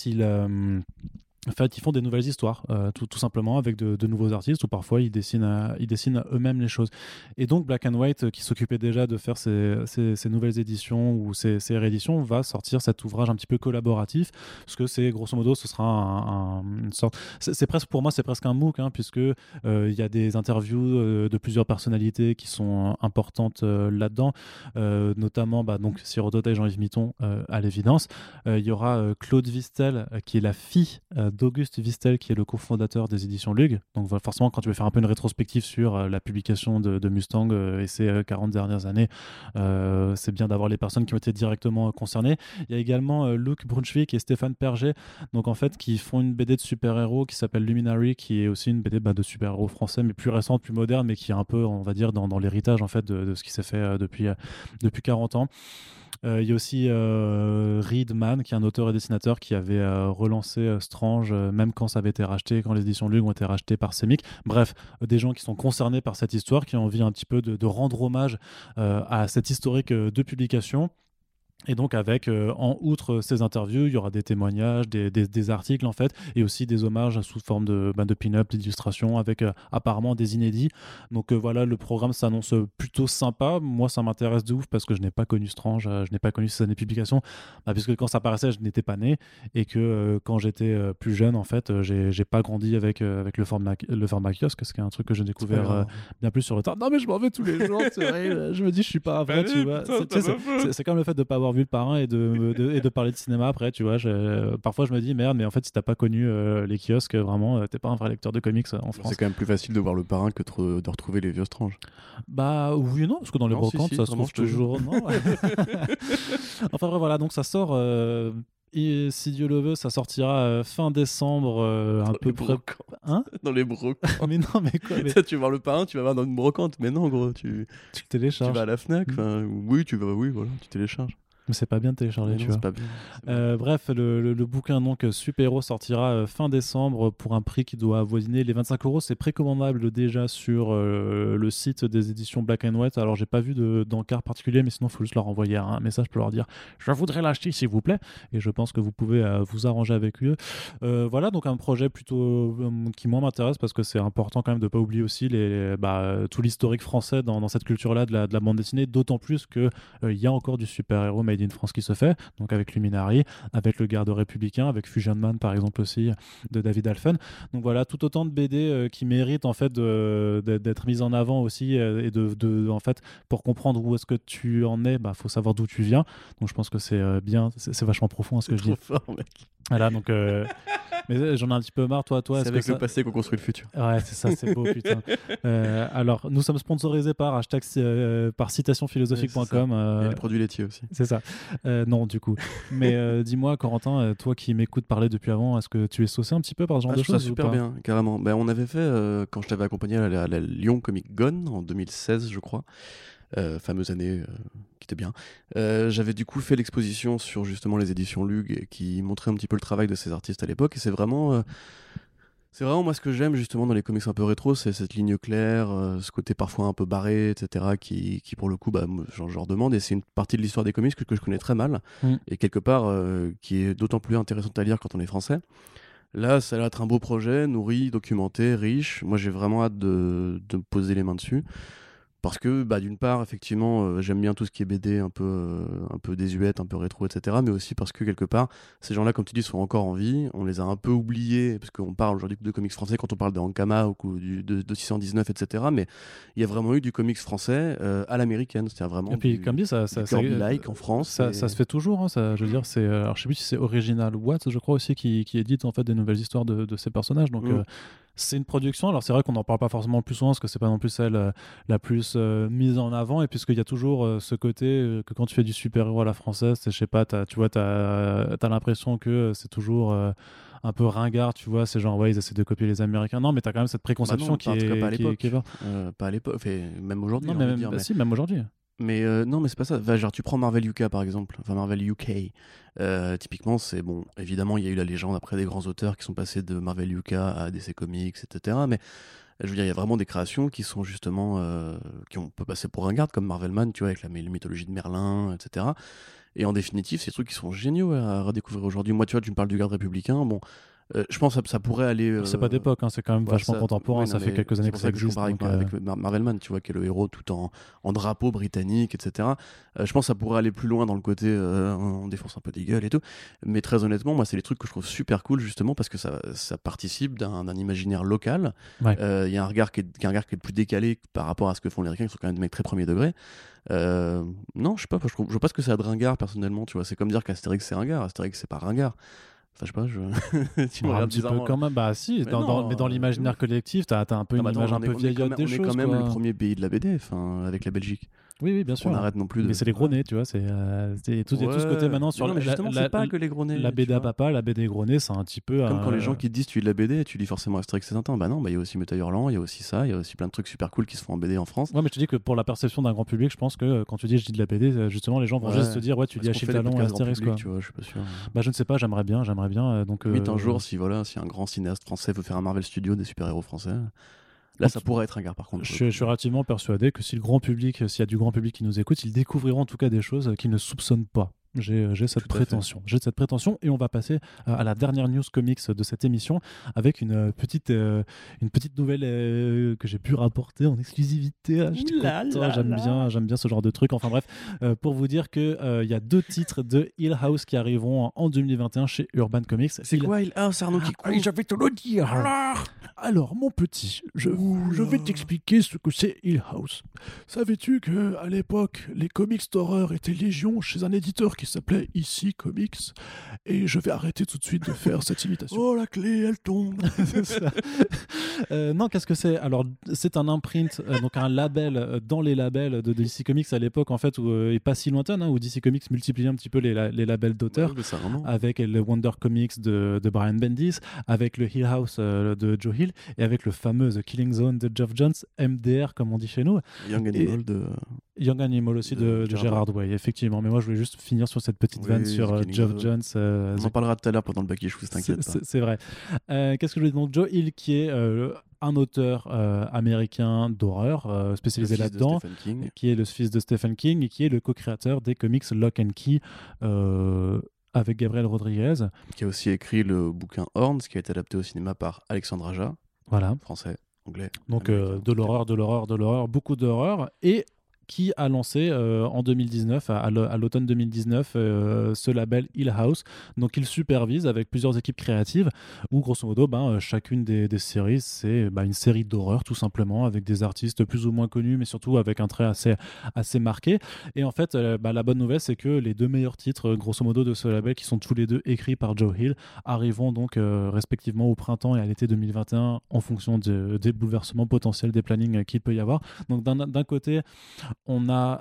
A: ils font des nouvelles histoires, tout simplement, avec de nouveaux artistes, ou parfois ils dessinent eux-mêmes les choses. Et donc Black and White, qui s'occupait déjà de faire ces nouvelles éditions ou ces rééditions, va sortir cet ouvrage un petit peu collaboratif, parce que c'est grosso modo, ce sera une sorte... Pour moi, c'est presque un MOOC, puisque il y a des interviews de plusieurs personnalités qui sont importantes là-dedans, notamment donc Ciro Tota et Jean-Yves Mitton, à l'évidence. Il y aura Claude Vistel, qui est la fille d'Auguste Vistel, qui est le cofondateur des éditions Lug. Donc forcément, quand tu veux faire un peu une rétrospective sur la publication de Mustang et ses 40 dernières années, c'est bien d'avoir les personnes qui ont été directement concernées. Il y a également Luc Brunswick et Stéphane Perger, donc en fait, qui font une BD de super-héros qui s'appelle Luminary, qui est aussi une BD de super-héros français, mais plus récente, plus moderne, mais qui est un peu, on va dire, dans l'héritage en fait de ce qui s'est fait depuis 40 ans. Il y a aussi Reed Mann, qui est un auteur et dessinateur qui avait relancé Strange, même quand ça avait été racheté, quand les éditions Lug ont été rachetées par Semic. Bref, des gens qui sont concernés par cette histoire, qui ont envie un petit peu de rendre hommage à cette historique de publication. Et donc avec, en outre ces interviews, il y aura des témoignages, des articles en fait, et aussi des hommages sous forme de pin-up, d'illustrations, avec apparemment des inédits. Donc voilà, le programme s'annonce plutôt sympa. Moi, ça m'intéresse de ouf parce que je n'ai pas connu Strange, je n'ai pas connu ces années de publication, puisque quand ça paraissait, je n'étais pas né, et que quand j'étais plus jeune, en fait, j'ai pas grandi avec le format kiosque, ce qui est un truc que j'ai découvert bien plus sur le tard. Non mais je m'en vais tous les jours, c'est vrai, je me dis je suis pas un vrai, tu vois. C'est comme le fait de pas avoir vu le parrain et de parler de cinéma après, tu vois. Parfois je me dis merde, mais en fait si t'as pas connu les kiosques, vraiment t'es pas un vrai lecteur de comics en France.
B: C'est quand même plus facile de voir le parrain que de retrouver les vieux Strange.
A: Bah oui et non, parce que dans les brocantes ça se trouve toujours. Non enfin bref, voilà, donc ça sort et si Dieu le veut, ça sortira fin décembre, un peu près.
B: Hein? Dans les brocantes.
A: Mais non, mais quoi mais...
B: Ça, tu vas voir le parrain, tu vas voir dans une brocante. Mais non, gros, tu
A: télécharges.
B: Tu vas à la Fnac. Oui, voilà, tu télécharges.
A: Mais c'est pas bien de télécharger, tu vois.
B: Pas bien.
A: Bref, le bouquin donc Super Héros sortira fin décembre pour un prix qui doit avoisiner les 25 €. C'est précommandable déjà sur le site des éditions Black and White. Alors j'ai pas vu d'encart particulier, mais sinon il faut juste leur envoyer un message pour leur dire je voudrais l'acheter s'il vous plaît. Et je pense que vous pouvez vous arranger avec eux. Voilà, donc un projet plutôt qui moi m'intéresse parce que c'est important quand même de pas oublier aussi tout l'historique français dans cette culture-là de la bande dessinée, d'autant plus que il y a encore du super héros Made in France qui se fait, donc avec Luminary, avec le Garde républicain, avec Fusion Man par exemple aussi de David Alphen. Donc voilà, tout autant de BD qui méritent en fait d'être mises en avant aussi et en fait pour comprendre où est-ce que tu en es, faut savoir d'où tu viens. Donc je pense que c'est bien, c'est vachement profond ce que je dis.
B: Trop fort, mec.
A: Voilà, donc mais j'en ai un petit peu marre, toi.
B: C'est avec le passé qu'on construit le futur.
A: Ouais, c'est ça, c'est beau, putain. Alors, nous sommes sponsorisés par citationphilosophique.com.
B: Et les produits laitiers aussi.
A: C'est ça. Non, du coup. Mais dis-moi, Corentin, toi qui m'écoutes parler depuis avant, est-ce que tu es saucé un petit peu par ce genre de choses?
B: Je trouve ça super bien, carrément. On avait fait, quand je t'avais accompagné à la Lyon Comic Con en 2016, je crois. Fameuse année qui était bien. J'avais du coup fait l'exposition sur justement les éditions Lug qui montrait un petit peu le travail de ces artistes à l'époque, et c'est vraiment moi ce que j'aime justement dans les comics un peu rétro, c'est cette ligne claire, ce côté parfois un peu barré, etc. qui pour le coup j'en demande, et c'est une partie de l'histoire des comics que je connais très mal et quelque part qui est d'autant plus intéressante à lire quand on est français. Là, ça a l'air d'être un beau projet, nourri, documenté, riche. Moi j'ai vraiment hâte de me poser les mains dessus. Parce que, d'une part, effectivement, j'aime bien tout ce qui est BD un peu désuète, un peu rétro, etc. Mais aussi parce que, quelque part, ces gens-là, comme tu dis, sont encore en vie. On les a un peu oubliés, parce qu'on parle aujourd'hui de comics français quand on parle de Ankama ou de 619, etc. Mais il y a vraiment eu du comics français à l'américaine. C'est-à-dire vraiment
A: et puis, comme dit, ça
B: Kirby-like en France.
A: Ça se fait toujours. Hein, ça, je veux dire, alors, je sais plus si c'est Original Watts, je crois aussi, qui édite en fait des nouvelles histoires de ces personnages. Donc, c'est une production. Alors c'est vrai qu'on n'en parle pas forcément le plus souvent parce que c'est pas non plus celle la plus mise en avant, et puisqu'il y a toujours ce côté que quand tu fais du super-héros à la française, je sais pas, t'as l'impression que c'est toujours un peu ringard, tu vois, c'est genre ouais ils essaient de copier les Américains. Non, mais t'as quand même cette préconception qui est
B: pas à l'époque. Pas à l'époque, même aujourd'hui.
A: Non, mais si, même aujourd'hui.
B: Mais non, mais c'est pas ça. Genre, tu prends Marvel UK par exemple, enfin Marvel UK. Typiquement, c'est bon. Évidemment, il y a eu la légende après des grands auteurs qui sont passés de Marvel UK à DC Comics, etc. Mais je veux dire, il y a vraiment des créations qui sont justement on peut passer pour ringard, comme Marvelman, tu vois, avec la mythologie de Merlin, etc. Et en définitive, c'est des trucs qui sont géniaux à redécouvrir aujourd'hui. Moi, tu vois, tu me parles du Garde républicain. Bon. Je pense que ça pourrait aller.
A: C'est pas d'époque, hein, c'est quand même vachement contemporain. Ça fait quelques années que ça existe.
B: C'est pour ça que je compare avec Marvelman, tu vois, qui est le héros tout en drapeau britannique, etc. Je pense que ça pourrait aller plus loin dans le côté on défonce un peu des gueules et tout. Mais très honnêtement, moi, c'est les trucs que je trouve super cool justement parce que ça participe d'un imaginaire local. Il y a un regard qui est plus décalé par rapport à ce que font les Américains, qui sont quand même des mecs très premier degré. Non, je sais pas, je vois pas ce que c'est à de ringard personnellement, tu vois. C'est comme dire qu'Astérix c'est ringard. Astérix c'est pas ringard. Enfin, je sais pas,
A: tu me regardes bizarrement. Un petit peu quand même, bah si, mais dans l'imaginaire collectif, t'as un peu une image un peu vieillotte des choses.
B: On est quand même le premier pays de la BD, avec la Belgique.
A: Oui, bien sûr.
B: On arrête non plus de...
A: Mais c'est les gros nez, tu vois. Il y a tout ce côté maintenant sur
B: c'est pas que les gros nez.
A: La BD à papa, la BD gros nez, c'est un petit peu.
B: Comme quand les gens qui te disent tu lis de la BD, tu lis forcément Astérix et Tintin. Bah non, il y a aussi Métal Hurlant, il y a aussi ça, il y a aussi plein de trucs super cool qui se font en BD en France.
A: Ouais, mais je te dis que pour la perception d'un grand public, je pense que quand tu dis je lis de la BD, justement, les gens vont juste se dire ouais, tu lis Achille Talon et Astérix, quoi.
B: Tu vois, je suis pas sûr.
A: Bah je ne sais pas, j'aimerais bien. Donc.
B: Un jour, si un grand cinéaste français veut faire un Marvel Studio des super-héros français. Là, ça pourrait être un gars, par contre.
A: Je suis relativement persuadé que s'il y a du grand public qui nous écoute, ils découvriront en tout cas des choses qu'ils ne soupçonnent pas. J'ai cette prétention. Et on va passer à la dernière news comics de cette émission avec une petite nouvelle que j'ai pu rapporter en exclusivité. J'aime bien ce genre de truc. Enfin bref, pour vous dire que il y a 2 titres de Hill House qui arriveront en 2021 chez Urban Comics.
B: C'est quoi Hill House, Arnaud qui court?
A: Je vais te le dire. Alors mon petit, je vais t'expliquer ce que c'est Hill House. Savais-tu que à l'époque, les comics d'horreur étaient légion chez un éditeur qui s'appelait ICI Comics, et je vais arrêter tout de suite de faire cette imitation.
B: Oh, la clé, elle tombe.
A: C'est ça. Non, qu'est-ce que c'est? Alors, c'est un imprint, donc un label dans les labels de DC Comics à l'époque, en fait, et pas si lointaine, où DC Comics multipliait un petit peu les labels d'auteurs, avec le Wonder Comics de Brian Bendis, avec le Hill House de Joe Hill, et avec le fameux The Killing Zone de Geoff Johns, MDR, comme on dit chez nous. Young Animal aussi de Gerard Way, effectivement. Mais moi, je voulais juste finir sur cette petite vanne sur Geoff Johns.
B: On en parlera tout à l'heure pendant le Back Issue, t'inquiète pas.
A: C'est vrai. Qu'est-ce que je veux dire? Donc, Joe Hill, qui est un auteur américain d'horreur spécialisé là-dedans, qui est le fils de Stephen King et qui est le co-créateur des comics Lock and Key avec Gabriel Rodriguez.
B: Qui a aussi écrit le bouquin Horns, qui a été adapté au cinéma par Alexandre Aja.
A: Voilà.
B: Français, anglais.
A: Donc de l'horreur, beaucoup d'horreur. Et qui a lancé en 2019, à l'automne 2019, ce label Hill House. Donc il supervise avec plusieurs équipes créatives, où grosso modo, chacune des séries, c'est une série d'horreur tout simplement, avec des artistes plus ou moins connus, mais surtout avec un trait assez marqué. Et en fait, la bonne nouvelle, c'est que les 2 meilleurs titres, grosso modo, de ce label, qui sont tous les 2 écrits par Joe Hill, arriveront donc respectivement au printemps et à l'été 2021, en fonction des bouleversements potentiels des plannings qu'il peut y avoir. Donc d'un côté, on a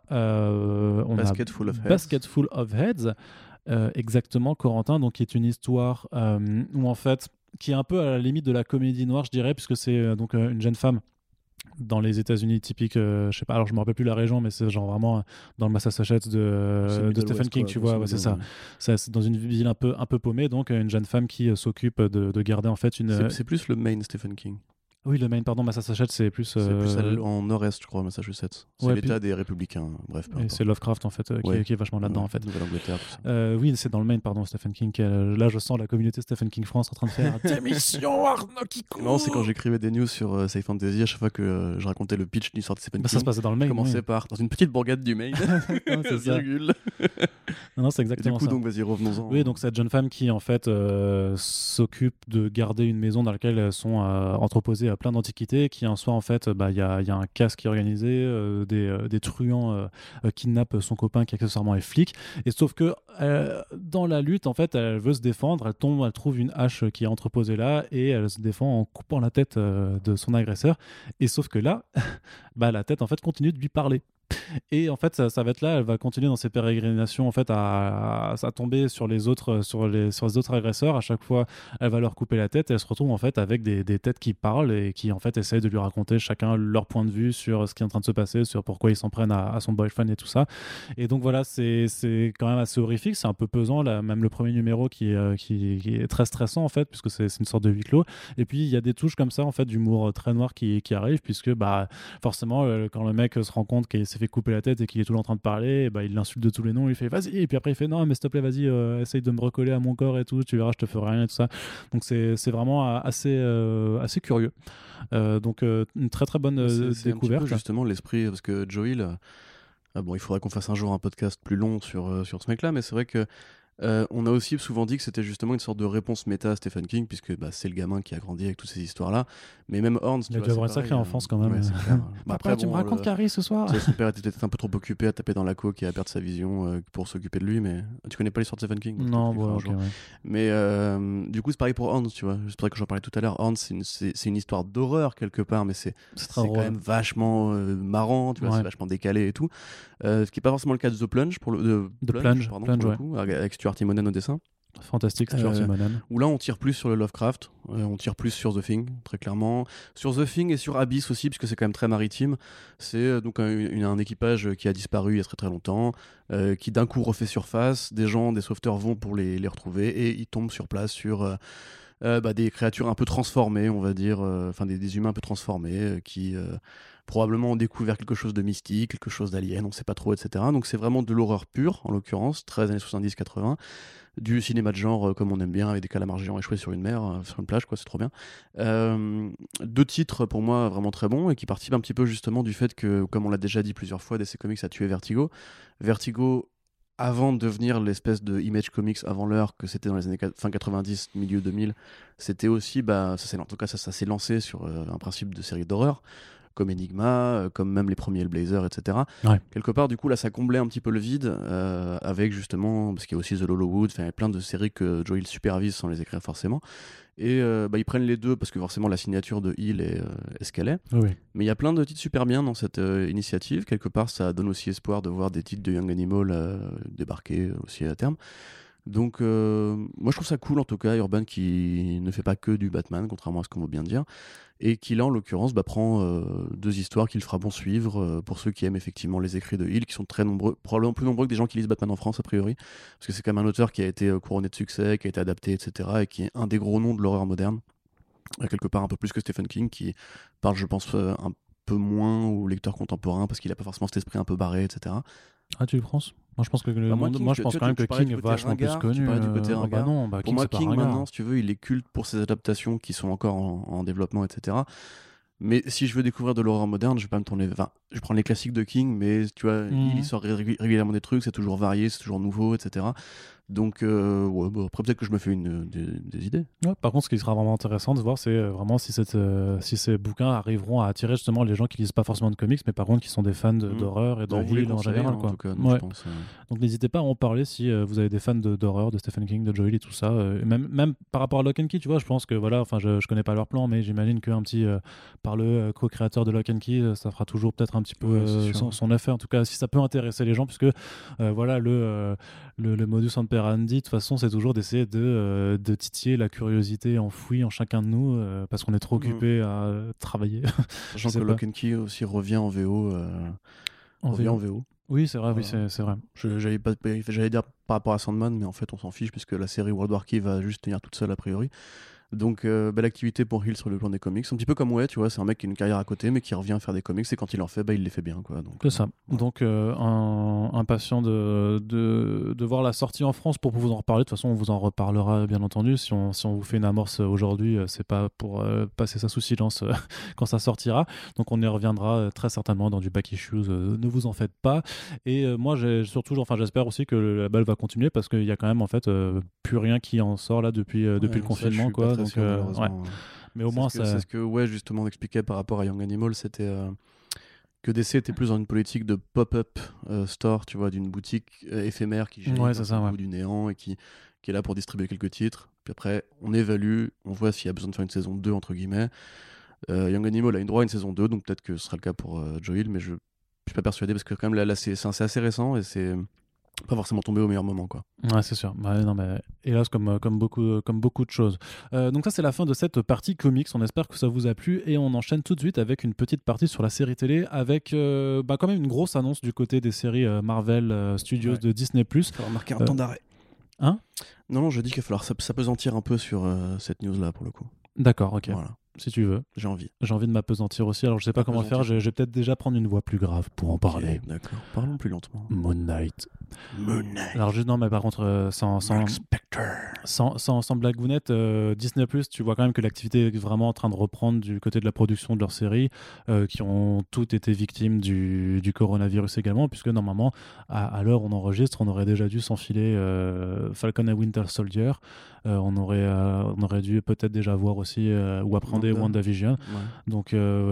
A: Basketful of Heads, exactement, Corentin, donc qui est une histoire où en fait, qui est un peu à la limite de la comédie noire, je dirais, puisque c'est donc une jeune femme dans les États-Unis typiques, je sais pas, alors je me rappelle plus la région, mais c'est genre vraiment dans le Massachusetts de Stephen King, tu vois, c'est ça. C'est dans une ville un peu paumée, donc une jeune femme qui s'occupe de garder en fait une.
B: C'est plus le Maine Stephen King.
A: Oui, le Maine, pardon, Massachusetts, c'est plus...
B: C'est plus en nord-est, je crois, Massachusetts. C'est l'État des républicains, bref.
A: Et c'est Lovecraft, en fait, qui est vachement là-dedans, en fait.
B: Nouvelle-Angleterre, tout ça.
A: Oui, c'est dans le Maine, pardon, Stephen King. Là, je sens la communauté Stephen King France en train de faire démission, Arnaud qui court.
B: Non, c'est quand j'écrivais des news sur Safe Fantasy, à chaque fois que je racontais le pitch de l'histoire de Stephen King.
A: Ça se passait dans le Maine.
B: Je commençais par dans une petite bourgade du Maine.
A: C'est ça. Non, c'est exactement ça.
B: Du coup, donc, vas-y, revenons-en.
A: Oui, donc cette jeune femme qui, en fait, s'occupe de garder une maison dans laquelle sont entreposées plein d'antiquités, qui un soir en fait y a un casse qui est organisé, des truands kidnappent son copain qui accessoirement est flic, et sauf que dans la lutte en fait elle veut se défendre, elle trouve une hache qui est entreposée là et elle se défend en coupant la tête de son agresseur, et sauf que là la tête en fait continue de lui parler. Et en fait ça va être là, elle va continuer dans ses pérégrinations en fait à tomber sur les autres agresseurs. À chaque fois elle va leur couper la tête et elle se retrouve en fait avec des têtes qui parlent et qui en fait essayent de lui raconter chacun leur point de vue sur ce qui est en train de se passer, sur pourquoi ils s'en prennent à son boyfriend et tout ça. Et donc voilà, c'est quand même assez horrifique, c'est un peu pesant là, même le premier numéro qui est très stressant en fait, puisque c'est une sorte de huis clos. Et puis il y a des touches comme ça en fait d'humour très noir qui arrivent, puisque forcément quand le mec se rend compte qu'il s'est fait couper la tête et qu'il est tout le temps en train de parler, il l'insulte de tous les noms, il fait vas-y, et puis après il fait non mais s'il te plaît vas-y, essaye de me recoller à mon corps et tout, tu verras je te ferai rien et tout ça. Donc c'est vraiment assez curieux. Donc une très très bonne découverte.
B: C'est un petit peu justement l'esprit, parce que Joe Hill, il faudrait qu'on fasse un jour un podcast plus long sur ce mec là, mais c'est vrai que On a aussi souvent dit que c'était justement une sorte de réponse méta à Stephen King, puisque c'est le gamin qui a grandi avec toutes ces histoires-là. Mais même Horns,
A: il a dû avoir une sacrée enfance quand même.
B: Ouais, c'est clair.
A: Après, tu me racontes Carrie ce soir.
B: Son père était peut-être un peu trop occupé à taper dans la coke et à perdre sa vision pour s'occuper de lui, mais tu connais pas l'histoire de Stephen King?
A: Non, ouais.
B: Mais du coup, c'est pareil pour Horns, tu vois. C'est pour ça que j'en parlais tout à l'heure. Horns, c'est une histoire d'horreur quelque part, mais c'est quand même vachement marrant, tu vois, c'est vachement décalé et tout. Ce qui est pas forcément le cas de The Plunge, pour le Plunge, pour le coup, avec Stuart Immonen au dessin.
A: Fantastique, Stuart Immonen.
B: Où là, on tire plus sur le Lovecraft, on tire plus sur The Thing, très clairement. Sur The Thing et sur Abyss aussi, puisque c'est quand même très maritime. C'est donc un équipage qui a disparu il y a très très longtemps, qui d'un coup refait surface. Des sauveteurs vont pour les retrouver et ils tombent sur place sur des créatures un peu transformées, on va dire, des humains un peu transformés qui probablement ont découvert quelque chose de mystique, quelque chose d'alien, on sait pas trop, etc. Donc c'est vraiment de l'horreur pure, en l'occurrence, 13 années 70-80. Du cinéma de genre comme on aime bien, avec des calamars géants échoués sur une mer, sur une plage, quoi, c'est trop bien. 2 titres pour moi vraiment très bons et qui participent un petit peu justement du fait que, comme on l'a déjà dit plusieurs fois, DC Comics a tué Vertigo. Vertigo, avant de devenir l'espèce de Image Comics avant l'heure que c'était dans les années fin 90, milieu 2000, c'était aussi, en tout cas ça s'est lancé sur un principe de série d'horreur, comme Enigma, comme même les premiers Hellblazer, etc.
A: Ouais.
B: Quelque part, du coup, là, ça comblait un petit peu le vide, avec justement, parce qu'il y a aussi The Hollowwood, plein de séries que Joe Hill supervise sans les écrire forcément. Et ils prennent les deux, parce que forcément, la signature de Hill est ce qu'elle est.
A: Oui.
B: Mais il y a plein de titres super bien dans cette initiative. Quelque part, ça donne aussi espoir de voir des titres de Young Animal débarquer aussi à terme. Donc, moi, je trouve ça cool, en tout cas, Urban qui ne fait pas que du Batman, contrairement à ce qu'on veut bien dire. Et qui là en l'occurrence prend 2 histoires qu'il fera bon suivre pour ceux qui aiment effectivement les écrits de Hill, qui sont très nombreux, probablement plus nombreux que des gens qui lisent Batman en France a priori, parce que c'est quand même un auteur qui a été couronné de succès, qui a été adapté, etc., et qui est un des gros noms de l'horreur moderne, quelque part un peu plus que Stephen King, qui parle je pense un peu moins aux lecteurs contemporains parce qu'il n'a pas forcément cet esprit un peu barré, etc.
A: Ah, tu le penses? Moi, je pense que je pense quand même que King est vachement plus connu.
B: Tu parlais du côté ringard.
A: Non,
B: pour
A: King,
B: moi, King maintenant,
A: si
B: tu veux, il est culte pour ses adaptations qui sont encore en développement, etc. Mais si je veux découvrir de l'horreur moderne, je vais pas me tourner. Je prends les classiques de King, mais tu vois, il sort régulièrement des trucs, c'est toujours varié, c'est toujours nouveau, etc. Donc, après, peut-être que je me fais des idées.
A: Ouais, par contre, ce qui sera vraiment intéressant de voir, c'est vraiment si ces bouquins arriveront à attirer justement les gens qui lisent pas forcément de comics, mais par contre qui sont des fans d'horreur et de Hill en général. Quoi.
B: En tout cas,
A: ouais.
B: je pense,
A: Donc, n'hésitez pas à en parler si vous avez des fans d'horreur, de Stephen King, de Joe Hill et tout ça. Même par rapport à Lock and Key, tu vois, je pense que voilà, je connais pas leur plan, mais j'imagine qu'un petit par le co-créateur de Lock and Key, ça fera toujours peut-être un petit peu son effet. En tout cas, si ça peut intéresser les gens, puisque voilà, le modus operandi, de toute façon, c'est toujours d'essayer de titiller la curiosité enfouie en chacun de nous, parce qu'on est trop occupé à travailler.
B: Sachant que Lock and Key aussi revient en VO. En VO.
A: Oui, c'est vrai, oui, c'est vrai.
B: J'allais dire par rapport à Sandman, mais en fait, on s'en fiche, puisque la série World War Key va juste tenir toute seule, a priori. Donc, belle activité pour Hill sur le plan des comics. Un petit peu comme tu vois, c'est un mec qui a une carrière à côté, mais qui revient faire des comics, et quand il en fait, il les fait bien, quoi.
A: C'est ça. Ouais. Donc, impatient de voir la sortie en France pour vous en reparler. De toute façon, on vous en reparlera, bien entendu. Si on vous fait une amorce aujourd'hui, c'est pas pour passer ça sous silence quand ça sortira. Donc, on y reviendra très certainement dans du back issues. Ne vous en faites pas. Et moi, j'espère aussi que la balle va continuer, parce qu'il y a quand même, en fait, plus rien qui en sort là depuis le confinement, quoi. Donc, mais au moins
B: c'est ce que justement on expliquait par rapport à Young Animal, c'était que DC était plus dans une politique de pop-up store, tu vois, d'une boutique éphémère qui gère au bout du néant et qui est là pour distribuer quelques titres. Puis après on évalue, on voit s'il y a besoin de faire une saison 2 entre guillemets. Young Animal a une droit à une saison 2, donc peut-être que ce sera le cas pour Joe Hill, mais je suis pas persuadé, parce que quand même là c'est assez récent et c'est pas forcément tombé au meilleur moment, quoi.
A: Ouais, c'est sûr. Non, mais hélas, comme beaucoup de choses. Donc ça, c'est la fin de cette partie comics. On espère que ça vous a plu et on enchaîne tout de suite avec une petite partie sur la série télé, avec quand même une grosse annonce du côté des séries Marvel Studios de Disney+.
B: Il va falloir marquer un temps d'arrêt.
A: Hein ?
B: Non, je dis qu'il va falloir s'apesantir un peu sur cette news-là, pour le coup.
A: D'accord, ok.
B: Voilà.
A: Si tu veux.
B: J'ai envie
A: de m'apesantir aussi. Alors, je sais pas comment faire. Je vais peut-être déjà prendre une voix plus grave pour en parler.
B: D'accord. Parlons plus lentement.
A: Moon Knight. Alors, juste non, mais par contre, sans Sans blagounette, Disney+, tu vois quand même que l'activité est vraiment en train de reprendre du côté de la production de leurs séries, qui ont toutes été victimes du coronavirus également, puisque normalement, à l'heure où on enregistre, on aurait déjà dû s'enfiler Falcon et Winter Soldier. On aurait dû peut-être déjà voir aussi ou appréhender WandaVision.
B: Ouais.
A: Donc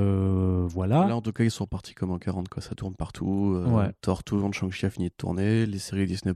A: voilà.
B: Là, en tout cas, ils sont partis comme en 40, quoi. Ça tourne partout. Thor, tout le monde, Shang-Chi a fini de tourner. Les séries Disney+.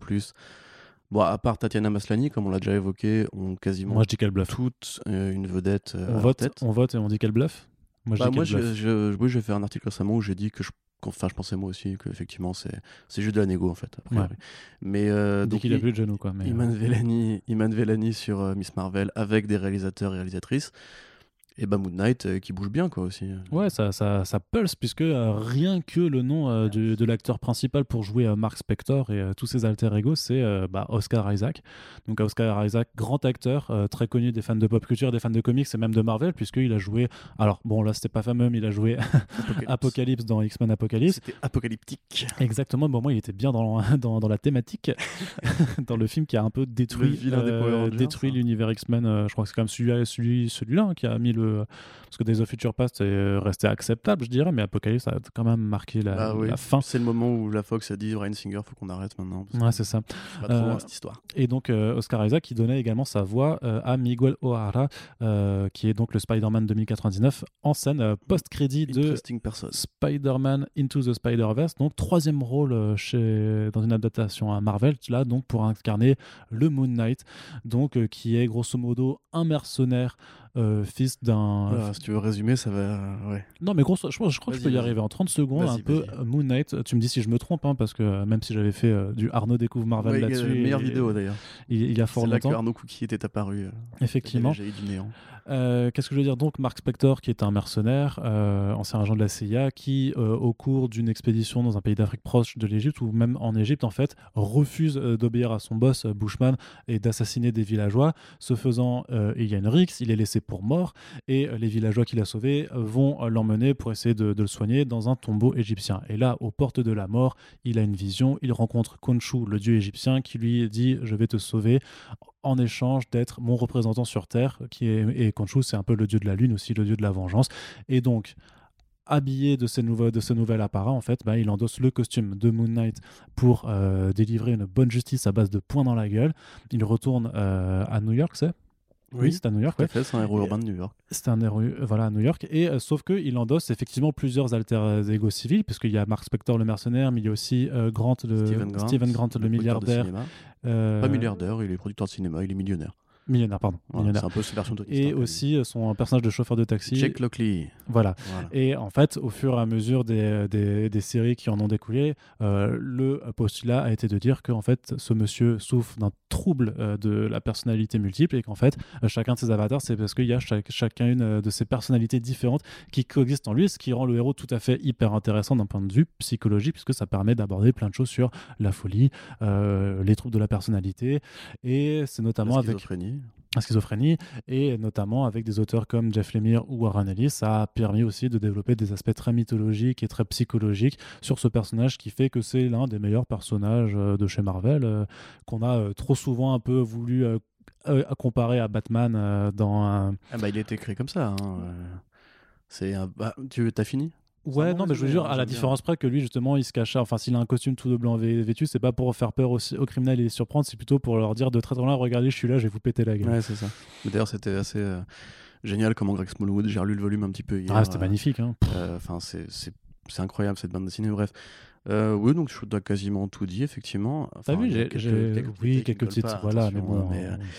B: Bon, à part Tatiana Maslany, comme on l'a déjà évoqué, ont quasiment
A: Moi, je dis qu'elle bluffe.
B: toutes une vedette
A: on vote et on dit qu'elle bluffe.
B: Moi, je vais faire un article récemment où j'ai dit que je pensais moi aussi qu'effectivement c'est juste de la négo en fait. Après,
A: ouais.
B: Mais
A: donc qu'il a plus de genoux quoi. Mais
B: Iman Vellani sur Miss Marvel avec des réalisateurs et réalisatrices. Et Moon Knight qui bouge bien quoi aussi.
A: Ouais, ça pulse puisque rien que le nom de l'acteur principal pour jouer Mark Spector et tous ses alter ego, c'est Oscar Isaac. Donc Oscar Isaac, grand acteur, très connu des fans de pop culture, des fans de comics et même de Marvel, puisqu'il a joué, alors bon là c'était pas fameux, mais il a joué Apocalypse dans X-Men Apocalypse.
B: C'était apocalyptique.
A: Exactement, bon moi il était bien dans la thématique, dans le film qui a un peu détruit l'univers X-Men. Je crois que c'est quand même celui-là hein, qui a mis parce que Days of Future Past est resté acceptable, je dirais, mais Apocalypse a quand même marqué la fin.
B: C'est le moment où la Fox a dit Bryan Singer, faut qu'on arrête maintenant.
A: Ouais, c'est ça.
B: Pas trop loin, cette histoire.
A: Et donc, Oscar Isaac, qui donnait également sa voix à Miguel O'Hara, qui est donc le Spider-Man 2099, en scène post-crédit de Spider-Man Into the Spider-Verse, donc troisième rôle dans une adaptation à Marvel, là, donc pour incarner le Moon Knight, donc qui est grosso modo un mercenaire. Fils d'un.
B: Voilà, si tu veux résumer, ça va. Ouais.
A: Non, mais je crois que je peux y arriver en 30 secondes. Moon Knight, tu me dis si je me trompe, hein, parce que même si j'avais fait du Arnaud découvre Marvel là-dessus.
B: Meilleure vidéo d'ailleurs.
A: Il y a fort longtemps.
B: C'est là que Arnaud Cookie était apparu.
A: Effectivement.
B: J'ai eu du néant.
A: Qu'est-ce que je veux dire donc Mark Spector, qui est un mercenaire, ancien agent de la CIA, qui, au cours d'une expédition dans un pays d'Afrique proche de l'Égypte, ou même en Égypte, en fait, refuse d'obéir à son boss, Bushman, et d'assassiner des villageois. Ce faisant, il y a une rixe, il est laissé pour mort, et les villageois qu'il a sauvés vont l'emmener pour essayer de le soigner dans un tombeau égyptien. Et là, aux portes de la mort, il a une vision, il rencontre Khonshu, le dieu égyptien, qui lui dit « Je vais te sauver » en échange d'être mon représentant sur Terre, et Khonshu, c'est un peu le dieu de la lune aussi, le dieu de la vengeance. Et donc, habillé de ce nouvel apparat, en fait, il endosse le costume de Moon Knight pour délivrer une bonne justice à base de poings dans la gueule. Il retourne à New York, c'est Oui, c'est à New York.
B: C'est un héros urbain de New York.
A: C'est un héros à New York. Et sauf qu'il endosse effectivement plusieurs alter ego civils, puisqu'il y a Mark Spector le mercenaire, mais il y a aussi Steven Grant le milliardaire.
B: Pas milliardaire, il est producteur de cinéma, il est millionnaire.
A: Millionnaire, pardon.
B: C'est un peu sa version de
A: Et aussi son personnage de chauffeur de taxi.
B: Jake Lockley.
A: Voilà. Et en fait, au fur et à mesure des séries qui en ont découlé, le postulat a été de dire qu'en fait, ce monsieur souffre d'un trouble de la personnalité multiple et qu'en fait, chacun de ses avatars, c'est parce qu'il y a chacune de ces personnalités différentes qui coexistent en lui, ce qui rend le héros tout à fait hyper intéressant d'un point de vue psychologique, puisque ça permet d'aborder plein de choses sur la folie, les troubles de la personnalité, et c'est notamment la schizophrénie, et notamment avec des auteurs comme Jeff Lemire ou Warren Ellis, ça a permis aussi de développer des aspects très mythologiques et très psychologiques sur ce personnage, qui fait que c'est l'un des meilleurs personnages de chez Marvel, qu'on a trop souvent un peu voulu comparer à Batman
B: il a été créé comme ça. Tu as fini ?
A: Ouais, non, mais je veux dire, à la différence près que lui, justement, il se cache. Enfin, s'il a un costume tout de blanc vêtu, c'est pas pour faire peur aux criminels et les surprendre, c'est plutôt pour leur dire de très loin, regardez, je suis là, je vais vous péter la gueule.
B: Ouais, c'est ça. D'ailleurs, c'était assez génial comment Greg Smallwood, j'ai relu le volume un petit peu hier.
A: Ah, c'était magnifique.
B: Enfin, c'est incroyable cette bande dessinée, bref. Oui, donc je dois quasiment tout dit, effectivement.
A: T'as vu, quelques petites, voilà, mais bon.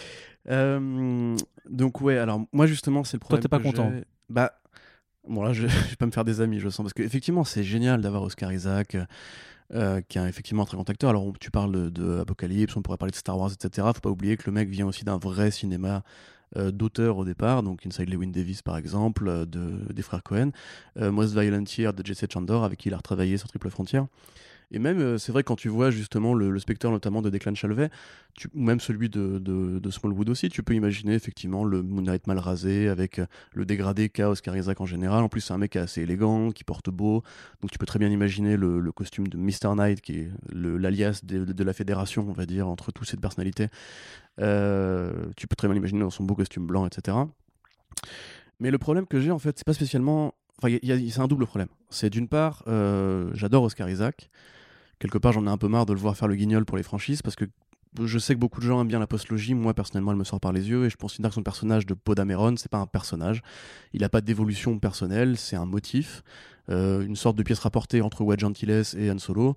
B: Donc, ouais, alors, moi, justement, c'est le problème.
A: Toi, t'es pas content ?
B: Bon, là, je vais pas me faire des amis, je sens, parce qu'effectivement, c'est génial d'avoir Oscar Isaac, qui est effectivement un très grand acteur. Alors, tu parles de Apocalypse, on pourrait parler de Star Wars, etc. Faut pas oublier que le mec vient aussi d'un vrai cinéma d'auteur au départ, donc Inside Llewyn Davis, par exemple, des frères Cohen, Most Violent Year de Jesse Chandor, avec qui il a retravaillé sur Triple Frontier. Et même, c'est vrai, quand tu vois justement le Spectre notamment de Declan Shalvey, ou même celui de Smallwood aussi, tu peux imaginer effectivement le Moon Knight mal rasé, avec le dégradé qu'a Oscar Isaac en général. En plus, c'est un mec assez élégant, qui porte beau, donc tu peux très bien imaginer le costume de Mr. Knight, qui est l'alias de la fédération, on va dire, entre toutes ces personnalités. Tu peux très bien l'imaginer dans son beau costume blanc, etc. Mais le problème que j'ai, en fait, c'est pas spécialement... Enfin, c'est un double problème. C'est d'une part, j'adore Oscar Isaac. Quelque part, j'en ai un peu marre de le voir faire le guignol pour les franchises, parce que je sais que beaucoup de gens aiment bien la post-logie. Moi, personnellement, elle me sort par les yeux, et je considère que son personnage de Poe Dameron, c'est pas un personnage. Il a pas d'évolution personnelle, c'est un motif, une sorte de pièce rapportée entre Wedge Antilles et Han Solo.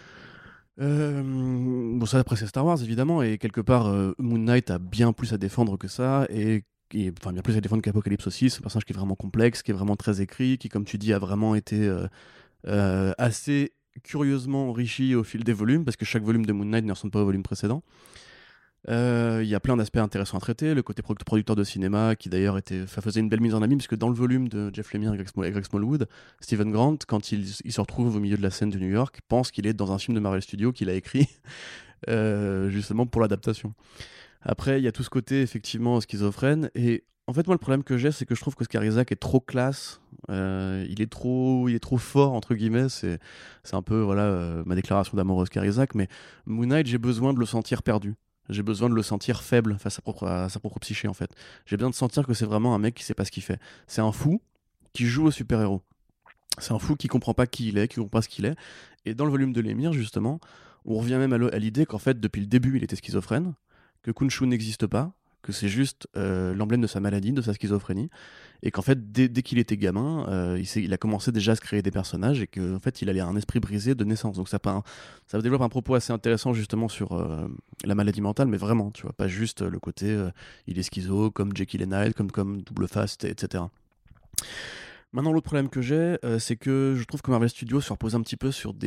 B: Bon, ça, après, c'est Star Wars, évidemment, et quelque part, Moon Knight a bien plus à défendre que ça, et enfin, bien plus à défendre qu'Apocalypse aussi. C'est un personnage qui est vraiment complexe, qui est vraiment très écrit, qui, comme tu dis, a vraiment été assez curieusement enrichi au fil des volumes, parce que chaque volume de Moon Knight ne ressemble pas au volume précédent. Il y a plein d'aspects intéressants à traiter. Le côté producteur de cinéma, qui d'ailleurs faisait une belle mise en abîme, parce que dans le volume de Jeff Lemire et Greg Smallwood, Stephen Grant, quand il se retrouve au milieu de la scène de New York, pense qu'il est dans un film de Marvel Studios qu'il a écrit justement pour l'adaptation. Après, il y a tout ce côté effectivement schizophrène, et en fait, moi, le problème que j'ai, c'est que je trouve qu'Oscar Isaac est trop classe. Il est trop fort, entre guillemets. C'est un peu ma déclaration d'amour à Oscar Isaac. Mais Moon Knight, j'ai besoin de le sentir perdu. J'ai besoin de le sentir faible face à sa propre psyché, en fait. J'ai besoin de sentir que c'est vraiment un mec qui sait pas ce qu'il fait. C'est un fou qui joue au super-héros. C'est un fou qui comprend pas qui il est, qui comprend pas ce qu'il est. Et dans le volume de Lemire, justement, on revient même à l'idée qu'en fait, depuis le début, il était schizophrène, que Khonshu n'existe pas, que c'est juste l'emblème de sa maladie, de sa schizophrénie, et qu'en fait, dès qu'il était gamin, il a commencé déjà à se créer des personnages, et qu'en fait, il avait un esprit brisé de naissance. Donc ça développe un propos assez intéressant justement sur la maladie mentale, mais vraiment, tu vois, pas juste le côté il est schizo, comme Jekyll et Hyde, comme Double Face, etc. Maintenant, l'autre problème que j'ai, c'est que je trouve que Marvel Studios se repose un petit peu sur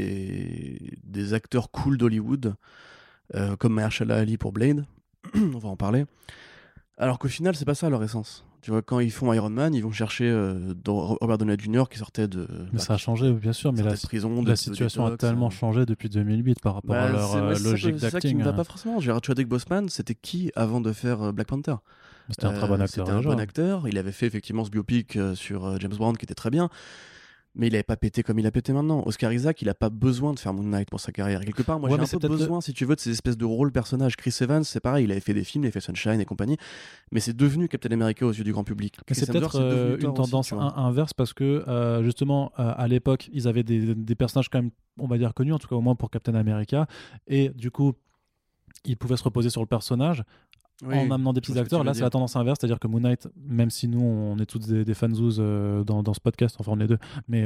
B: des acteurs cool d'Hollywood, comme Mahershala Ali pour Blade. On va en parler. Alors qu'au final, c'est pas ça leur essence. Tu vois, quand ils font Iron Man, ils vont chercher Robert Downey Jr. qui sortait de...
A: Mais ça a changé, bien sûr, mais la situation a tellement changé depuis 2008 par rapport à leur logique d'acting. C'est ça qui ne
B: va pas forcément. Chadwick Boseman, c'était qui avant de faire Black Panther ?
A: C'était un très bon acteur.
B: C'était un bon acteur. Il avait fait effectivement ce biopic sur James Bond qui était très bien. Mais il avait pas pété comme il a pété maintenant. Oscar Isaac, il a pas besoin de faire Moon Knight pour sa carrière. Quelque part, moi j'ai un peu besoin, si tu veux, de ces espèces de rôles personnages. Chris Evans, c'est pareil, il avait fait des films, il avait fait Sunshine et compagnie, mais c'est devenu Captain America aux yeux du grand public.
A: Mais c'est peut-être une tendance inverse, parce que justement, à l'époque, ils avaient des personnages quand même, on va dire, connus, en tout cas au moins pour Captain America, et du coup, ils pouvaient se reposer sur le personnage. Oui, en amenant des petits acteurs. Là, c'est la tendance inverse, c'est-à-dire que Moon Knight, même si nous, on est tous des fanzouz dans ce podcast, enfin on est deux, mais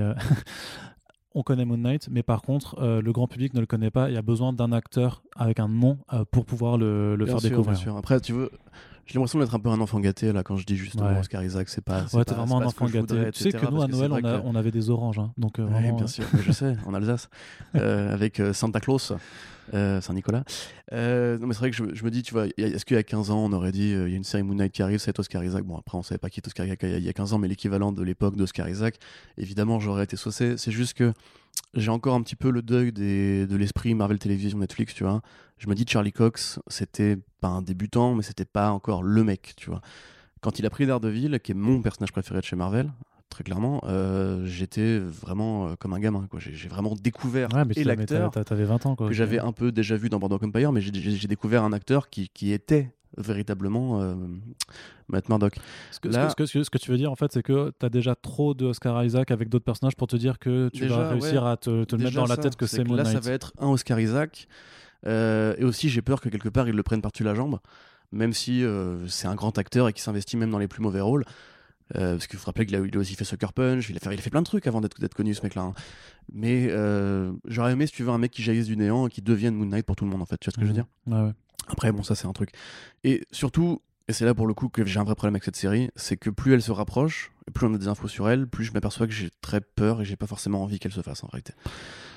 A: on connaît Moon Knight, mais par contre, le grand public ne le connaît pas. Il y a besoin d'un acteur avec un nom pour pouvoir le faire découvrir.
B: Bien sûr. Après, tu veux... J'ai l'impression d'être un peu un enfant gâté là quand je dis justement Oscar Isaac, c'est pas.
A: Ouais, t'es vraiment un enfant gâté. Tu sais que nous à Noël on avait des oranges, hein, donc vraiment.
B: Bien sûr, je sais, en Alsace, avec Santa Claus, Saint-Nicolas. Non mais c'est vrai que je me dis, tu vois, est-ce qu'il y a 15 ans on aurait dit il y a une série Moon Knight qui arrive, c'est Oscar Isaac. Bon après on savait pas qui était Oscar Isaac il y a 15 ans, mais l'équivalent de l'époque d'Oscar Isaac, évidemment j'aurais été saucé. C'est juste que j'ai encore un petit peu le deuil de l'esprit Marvel Television Netflix, tu vois. Je me dis Charlie Cox, c'était pas un débutant, mais c'était pas encore le mec, tu vois. Quand il a pris Daredevil, qui est mon personnage préféré de chez Marvel, très clairement, j'étais vraiment comme un gamin, quoi. J'ai vraiment découvert l'acteur
A: t'avais 20 ans, quoi,
B: que j'avais un peu déjà vu dans Boardwalk Empire, mais j'ai découvert un acteur qui était véritablement Matt Murdock.
A: Ce que tu veux dire en fait, c'est que tu as déjà trop de Oscar Isaac avec d'autres personnages pour te dire que tu vas réussir à te le mettre dans la tête que c'est Moon Knight.
B: Là, ça va être un Oscar Isaac, et aussi j'ai peur que quelque part ils le prennent par-dessus la jambe, même si c'est un grand acteur et qu'il s'investit même dans les plus mauvais rôles. Parce qu'il faut rappeler qu'il a aussi fait Sucker Punch, il a fait plein de trucs avant d'être connu, ce mec-là. Hein. Mais j'aurais aimé, si tu veux, un mec qui jaillisse du néant et qui devienne Moon Knight pour tout le monde, en fait. Tu vois ce que je veux dire ?
A: Ouais.
B: Après, bon, ça c'est un truc. Et surtout, et c'est là pour le coup que j'ai un vrai problème avec cette série, c'est que plus elle se rapproche, et plus on a des infos sur elle, plus je m'aperçois que j'ai très peur et j'ai pas forcément envie qu'elle se fasse en réalité.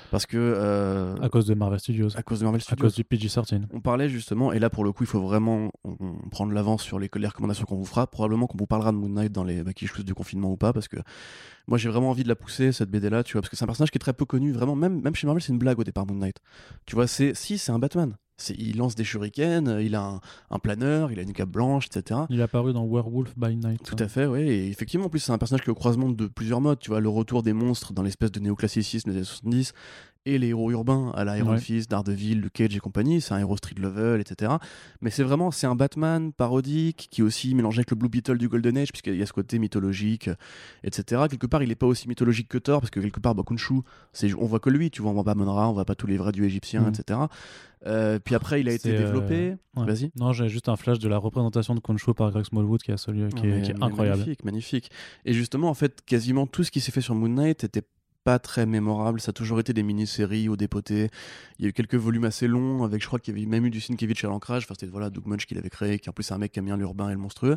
B: Parce que
A: à cause de Marvel Studios.
B: À cause de Marvel Studios.
A: À cause du PG-13.
B: On parlait justement, et là pour le coup, il faut vraiment prendre l'avance sur les recommandations qu'on vous fera. Probablement qu'on vous parlera de Moon Knight dans les Bakish du confinement ou pas, parce que moi j'ai vraiment envie de la pousser, cette BD là, tu vois, parce que c'est un personnage qui est très peu connu, vraiment, même chez Marvel, c'est une blague au départ, Moon Knight. Tu vois, c'est un Batman. Il lance des shurikens, il a un planeur, il a une cape blanche, etc.
A: Il est apparu dans Werewolf by Night.
B: Tout à fait, oui. Et effectivement, en plus, c'est un personnage qui est au croisement de plusieurs modes. Tu vois, le retour des monstres dans l'espèce de néoclassicisme des années 70 et les héros urbains à la Iron Fist, Daredevil, Luke Cage et compagnie. C'est un héros street level, etc. Mais c'est un Batman parodique qui est aussi mélangé avec le Blue Beetle du Golden Age, puisqu'il y a ce côté mythologique, etc. Quelque part, il n'est pas aussi mythologique que Thor, parce que quelque part, Khonshu, on voit que lui, tu vois, on voit pas Mon-Ra, on voit pas tous les vrais dieux égyptiens, etc. Puis après, il a été développé. Vas-y.
A: Non, j'ai juste un flash de la représentation de Khonshu par Greg Smallwood qui est incroyable.
B: Magnifique. Et justement, en fait, quasiment tout ce qui s'est fait sur Moon Knight était pas très mémorable. Ça a toujours été des mini-séries au dépoté. Il y a eu quelques volumes assez longs, avec, je crois qu'il y avait même eu du Sienkiewicz à l'ancrage. Enfin, c'était Doug Munch qui l'avait créé, qui en plus c'est un mec qui aime bien l'urbain et le monstrueux.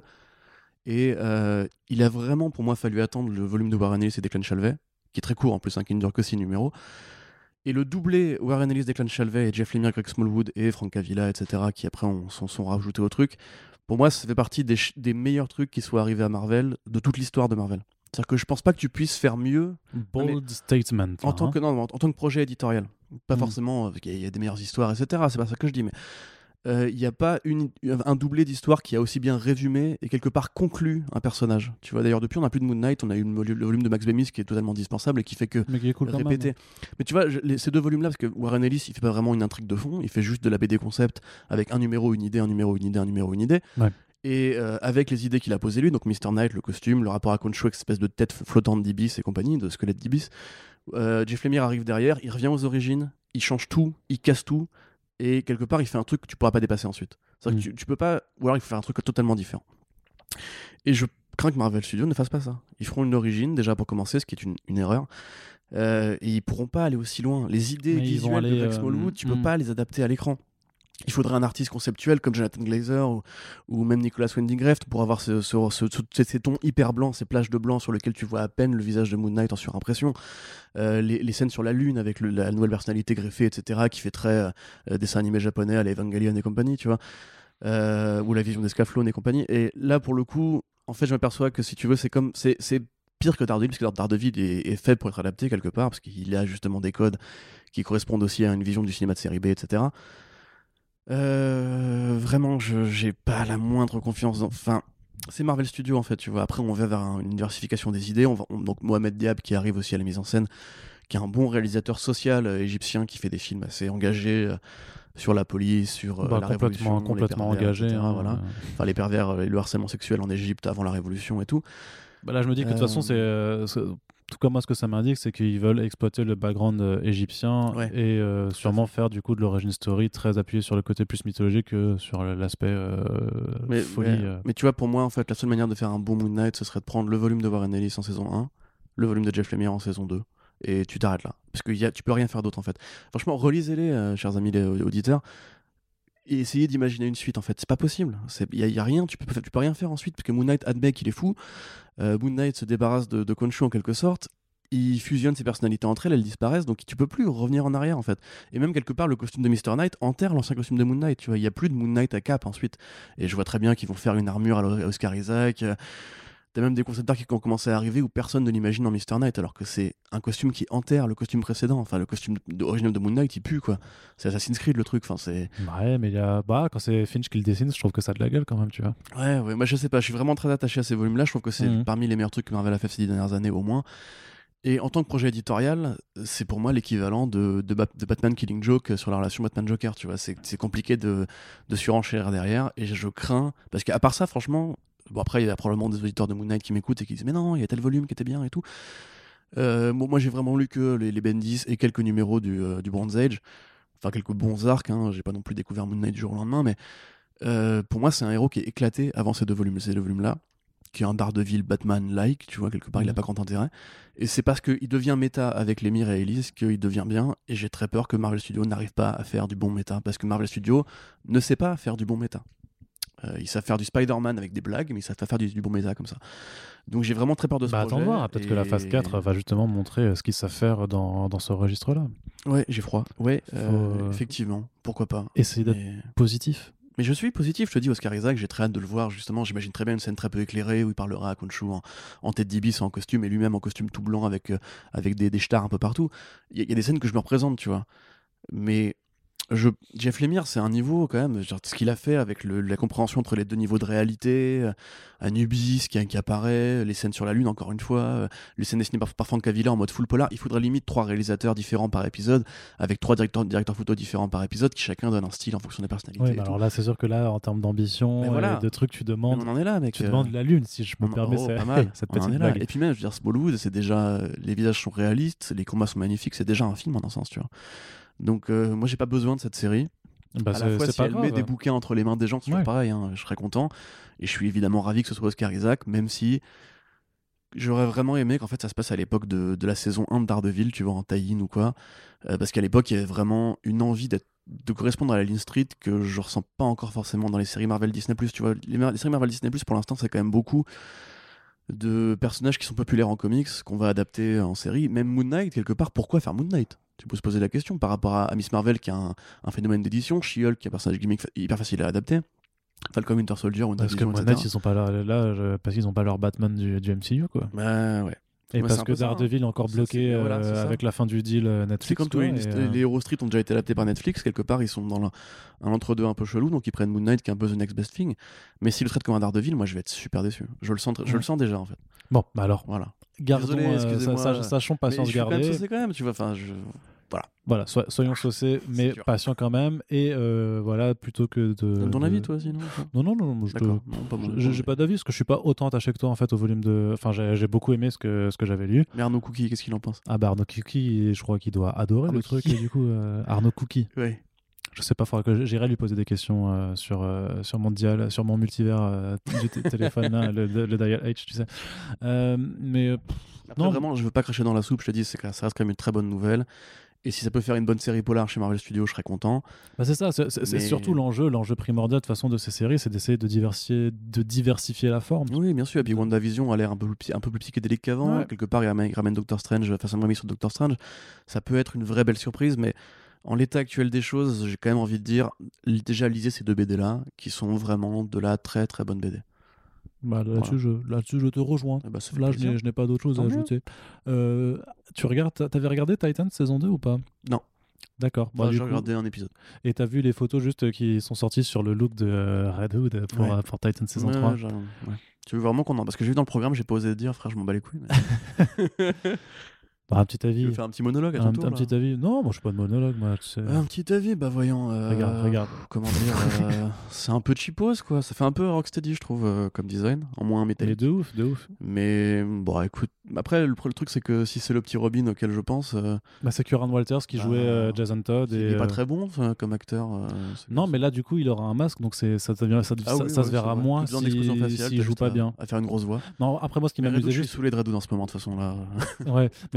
B: Et il a vraiment, pour moi, fallu attendre le volume de Warren Ellis et Declan Shalvey, qui est très court en plus, qui ne dure que 6 numéros. Et le doublé Warren Ellis, Declan Shalvey et Jeff Lemire, Greg Smallwood et Frank Avila, etc., qui après sont rajoutés au truc, pour moi, ça fait partie des meilleurs trucs qui soient arrivés à Marvel, de toute l'histoire de Marvel. C'est-à-dire que je pense pas que tu puisses faire mieux.
A: Bold statement.
B: En tant que projet éditorial. Pas forcément, il y a des meilleures histoires, etc. C'est pas ça que je dis, mais il n'y a pas un doublé d'histoire qui a aussi bien résumé et quelque part conclu un personnage. Tu vois, d'ailleurs, depuis, on n'a plus de Moon Knight, on a eu le volume de Max Bemis qui est totalement dispensable et qui fait que répéter. Mais tu vois, ces deux volumes-là, parce que Warren Ellis, il fait pas vraiment une intrigue de fond, il fait juste de la BD concept avec un numéro, une idée, un numéro, une idée, un numéro, une idée.
A: Ouais.
B: Et avec les idées qu'il a posées lui, donc Mr. Knight, le costume, le rapport à Khonshu avec cette espèce de tête flottante d'Ibis et compagnie, de squelette d'Ibis, Jeff Lemire arrive derrière, il revient aux origines, il change tout, il casse tout, et quelque part il fait un truc que tu pourras pas dépasser ensuite. C'est-à-dire que tu peux pas, ou alors il faut faire un truc totalement différent. Et je crains que Marvel Studios ne fasse pas ça. Ils feront une origine déjà pour commencer, ce qui est une erreur. Et ils pourront pas aller aussi loin. Les idées visuelles de Greg Smallwood, tu peux pas les adapter à l'écran. Il faudrait un artiste conceptuel comme Jonathan Glazer ou même Nicolas Winding Refn pour avoir ces tons hyper blancs, ces plages de blanc sur lesquelles tu vois à peine le visage de Moon Knight en surimpression. Les scènes sur la lune avec la nouvelle personnalité greffée, etc., qui fait très dessin animé japonais à l'Evangelion et compagnie, tu vois. Ou la vision d'Escaflowne et compagnie. Et là, pour le coup, en fait, je m'aperçois que si tu veux, c'est pire que Daredevil, parce que Daredevil est fait pour être adapté quelque part, parce qu'il a justement des codes qui correspondent aussi à une vision du cinéma de série B, etc. Vraiment, j'ai pas la moindre confiance enfin, c'est Marvel Studios en fait, tu vois. Après, on va vers une diversification des idées. Donc Mohamed Diab qui arrive aussi à la mise en scène, qui est un bon réalisateur social égyptien qui fait des films assez engagés sur la police, sur la révolution,
A: complètement
B: les pervers,
A: engagé.
B: etc., voilà. Enfin, les pervers et le harcèlement sexuel en Égypte avant la révolution et tout.
A: Bah là, je me dis que de toute façon, tout comme moi, ce que ça m'indique, c'est qu'ils veulent exploiter le background égyptien et sûrement faire du coup de l'origin story très appuyé sur le côté plus mythologique que sur l'aspect folie.
B: Mais tu vois, pour moi, en fait, la seule manière de faire un bon Moon Knight, ce serait de prendre le volume de Warren Ellis en saison 1, le volume de Jeff Lemire en saison 2, et tu t'arrêtes là. Parce que tu peux rien faire d'autre, en fait. Franchement, relisez-les, chers amis les auditeurs, et essayez d'imaginer une suite, en fait. C'est pas possible. Il y a rien, tu peux rien faire ensuite, parce que Moon Knight admet qu'il est fou. Moon Knight se débarrasse de Khonshu en quelque sorte, il fusionne ses personnalités entre elles disparaissent, donc tu peux plus revenir en arrière en fait. Et même quelque part le costume de Mr. Knight enterre l'ancien costume de Moon Knight, tu vois, il y a plus de Moon Knight à Cap ensuite. Et je vois très bien qu'ils vont faire une armure à Oscar Isaac. T'as même des concept art qui ont commencé à arriver où personne ne l'imagine en Mr. Knight, alors que c'est un costume qui enterre le costume précédent. Enfin, le costume original de Moon Knight, il pue, quoi. C'est Assassin's Creed, le truc. Enfin, c'est...
A: Ouais, mais quand c'est Finch qui le dessine, je trouve que ça a de la gueule, quand même, tu vois.
B: Ouais, moi, je sais pas. Je suis vraiment très attaché à ces volumes-là. Je trouve que c'est parmi les meilleurs trucs que Marvel a fait ces 10 dernières années, au moins. Et en tant que projet éditorial, c'est pour moi l'équivalent de Batman Killing Joke sur la relation Batman-Joker, tu vois. C'est compliqué de surenchérir derrière. Et je crains... Parce qu'à part ça, franchement... Bon, après, il y a probablement des auditeurs de Moon Knight qui m'écoutent et qui disent mais non, il y a tel volume qui était bien et tout. Moi, j'ai vraiment lu que les Bendis et quelques numéros du Bronze Age. Enfin, quelques bons arcs. J'ai pas non plus découvert Moon Knight du jour au lendemain, mais pour moi, c'est un héros qui est éclaté avant ces deux volumes-là, qui est un Daredevil Batman-like, tu vois, quelque part, il a pas grand intérêt. Et c'est parce qu'il devient méta avec Lemire et Ellis qu'il devient bien, et j'ai très peur que Marvel Studios n'arrive pas à faire du bon méta, parce que Marvel Studios ne sait pas faire du bon méta. Ils savent faire du Spider-Man avec des blagues, mais ils savent pas faire du bon méta comme ça. Donc j'ai vraiment très peur de ce projet.
A: Attends voir, peut-être que la phase 4 va justement montrer ce qu'ils savent faire dans ce registre-là.
B: Ouais, j'ai froid. Ouais, effectivement, pourquoi pas.
A: Essayer d'être positif.
B: Mais je suis positif, je te dis, Oscar Isaac, j'ai très hâte de le voir, justement. J'imagine très bien une scène très peu éclairée où il parlera à Khonshu en tête d'ibis, en costume, et lui-même en costume tout blanc avec des stars un peu partout. Il y a des scènes que je me représente, tu vois. Mais Jeff Lemire, c'est un niveau quand même, genre, ce qu'il a fait avec la compréhension entre les deux niveaux de réalité, Anubis qui apparaît, les scènes sur la Lune encore une fois, les scènes dessinées par Frank Cavilla en mode full polar. Il faudrait limite 3 réalisateurs différents par épisode, avec 3 directeurs photo différents par épisode, qui chacun donne un style en fonction des personnalités.
A: Oui, alors là, c'est sûr que là, en termes d'ambition, de trucs, tu demandes.
B: Mais on en est là, mec.
A: Tu demandes la Lune, si je me permets.
B: C'est pas mal.
A: Cette petite blague.
B: Et puis même, je veux dire, Smallwood, c'est déjà, les visages sont réalistes, les combats sont magnifiques, c'est déjà un film en un sens, tu vois. Donc moi, j'ai pas besoin de cette série. À la fois, si elle met des bouquins entre les mains des gens, c'est toujours pareil, hein, je serais content. Et je suis évidemment ravi que ce soit Oscar Isaac, même si j'aurais vraiment aimé qu'en fait ça se passe à l'époque de la saison 1 de Daredevil, tu vois, en tie-in ou quoi. Parce qu'à l'époque, il y avait vraiment une envie de correspondre à la ligne street que je ressens pas encore forcément dans les séries Marvel Disney+. Tu vois, les séries Marvel Disney+, pour l'instant, c'est quand même beaucoup de personnages qui sont populaires en comics, qu'on va adapter en série. Même Moon Knight, quelque part, pourquoi faire Moon Knight ? Tu peux se poser la question par rapport à Miss Marvel qui a un phénomène d'édition, She-Hulk qui est un personnage gimmick hyper facile à adapter, Falcon Winter Soldier,
A: parce que Moon Knight, ils sont pas là parce qu'ils ont pas leur Batman du MCU, quoi.
B: Bah ouais.
A: Et parce que Daredevil est encore bloqué avec la fin du deal Netflix.
B: C'est comme toi, les Hero Street ont déjà été adaptés par Netflix, quelque part ils sont dans un entre-deux un peu chelou, donc ils prennent Moon Knight qui est un peu the next best thing. Mais s'ils le traitent comme un Daredevil, moi je vais être super déçu. Je le sens déjà en fait.
A: Bon, bah alors,
B: voilà.
A: Gardons, sachons patience garder.
B: Je suis quand même, tu vois, enfin,
A: Voilà, soyons saucés, mais patients quand même. Et voilà, plutôt que de.
B: Donne ton avis, toi aussi, non?
A: Non, j'ai pas d'avis, parce que je suis pas autant attaché que toi, en fait, au volume de. Enfin, j'ai beaucoup aimé ce que j'avais lu.
B: Mais Arnaud Cookie, qu'est-ce qu'il en pense?
A: Ah, bah, Arnaud Cookie, je crois qu'il doit adorer le truc, et du coup, Arnaud Cookie.
B: Oui.
A: Je sais pas, faudra que j'irai lui poser des questions sur mon multivers du téléphone, là, le Dial H, tu sais. Mais.
B: Après, vraiment, je veux pas cracher dans la soupe, je te dis, ça reste quand même une très bonne nouvelle. Et si ça peut faire une bonne série polar chez Marvel Studios, je serais content.
A: Bah c'est ça, c'est surtout l'enjeu primordial de toute façon de ces séries, c'est d'essayer de diversifier la forme.
B: Oui, bien sûr. Et puis WandaVision a l'air un peu plus psychédélique qu'avant. Ouais. Quelque part, il ramène Doctor Strange, façon de sur Doctor Strange. Ça peut être une vraie belle surprise, mais en l'état actuel des choses, j'ai quand même envie de dire, déjà lisez ces 2 BD-là, qui sont vraiment de la très très bonne BD.
A: Bah, là-dessus, je te rejoins.
B: Bah,
A: là, je n'ai pas d'autre chose à ajouter. T'avais regardé Titan saison 2 ou pas?
B: Non.
A: D'accord.
B: Bah, j'ai regardé un épisode.
A: Et t'as vu les photos juste qui sont sorties sur le look de Red Hood pour Titan saison 3?
B: Ouais. Tu veux vraiment qu'on en... Parce que j'ai vu dans le programme, j'ai pas osé dire, frère, je m'en bats les couilles. Mais...
A: Un petit avis.
B: Tu veux faire un petit monologue à ton tour,
A: un petit avis. Non, moi je suis pas de monologue, moi. Tu sais.
B: Un petit avis, bah voyons.
A: Regarde.
B: Comment dire c'est un peu cheapos, quoi. Ça fait un peu Rocksteady, je trouve, comme design, en moins métallique.
A: Mais de ouf.
B: Mais bon, écoute. Après, le truc, c'est que si c'est le petit Robin auquel je pense.
A: Bah, c'est Curran Walters qui jouait Jason Todd.
B: Il est pas très bon comme acteur.
A: Non, mais là, du coup, il aura un masque, donc ça se verra moins s'il joue pas bien.
B: À faire une grosse voix.
A: Non, après, moi, ce qui m'amusait
B: juste. Je suis saoulé de Redwood en ce moment, de toute façon, là.
A: Ouais, mais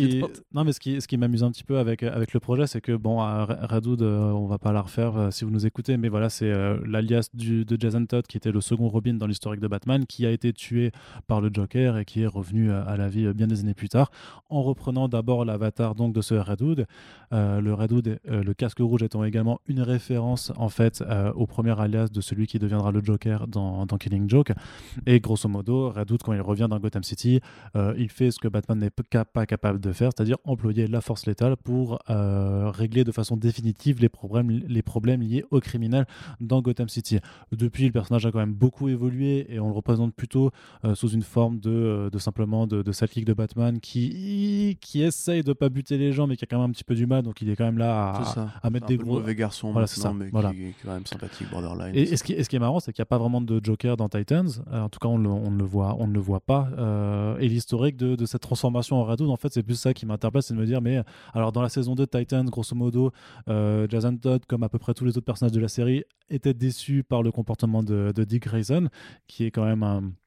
A: ce qui m'amuse un petit peu avec le projet, c'est que bon, Redwood, on va pas la refaire si vous nous écoutez, mais voilà, c'est l'alias de Jason Todd qui était le second Robin dans l'historique de Batman, qui a été tué par le Joker et qui est revenu à la vie bien des années plus tard, en reprenant d'abord l'avatar donc de ce Redwood. Le Redwood, le casque rouge étant également une référence en fait au premier alias de celui qui deviendra le Joker dans Killing Joke. Et grosso modo, Redwood, quand il revient dans Gotham City, il fait ce que Batman n'est pas capable de faire, c'est-à-dire employer la force létale pour régler de façon définitive les problèmes liés aux criminels dans Gotham City. Depuis, le personnage a quand même beaucoup évolué et on le représente plutôt sous une forme de simplement de sidekick de Batman qui essaye de pas buter les gens mais qui a quand même un petit peu du mal, donc il est quand même là à mettre des gros
B: mauvais garçons,
A: voilà, c'est ça.
B: Mais
A: voilà.
B: qui est quand même sympathique, borderline.
A: Et ce qui est marrant, c'est qu'il n'y a pas vraiment de Joker dans Titans. En tout cas, on ne le voit pas. Et l'historique de cette transformation en Redwood, en fait, c'est plus ça qui m'interpelle, c'est de me dire, mais alors dans la saison 2 de Titans, grosso modo, Jason Todd, comme à peu près tous les autres personnages de la série, était déçu par le comportement de Dick Grayson, qui est quand même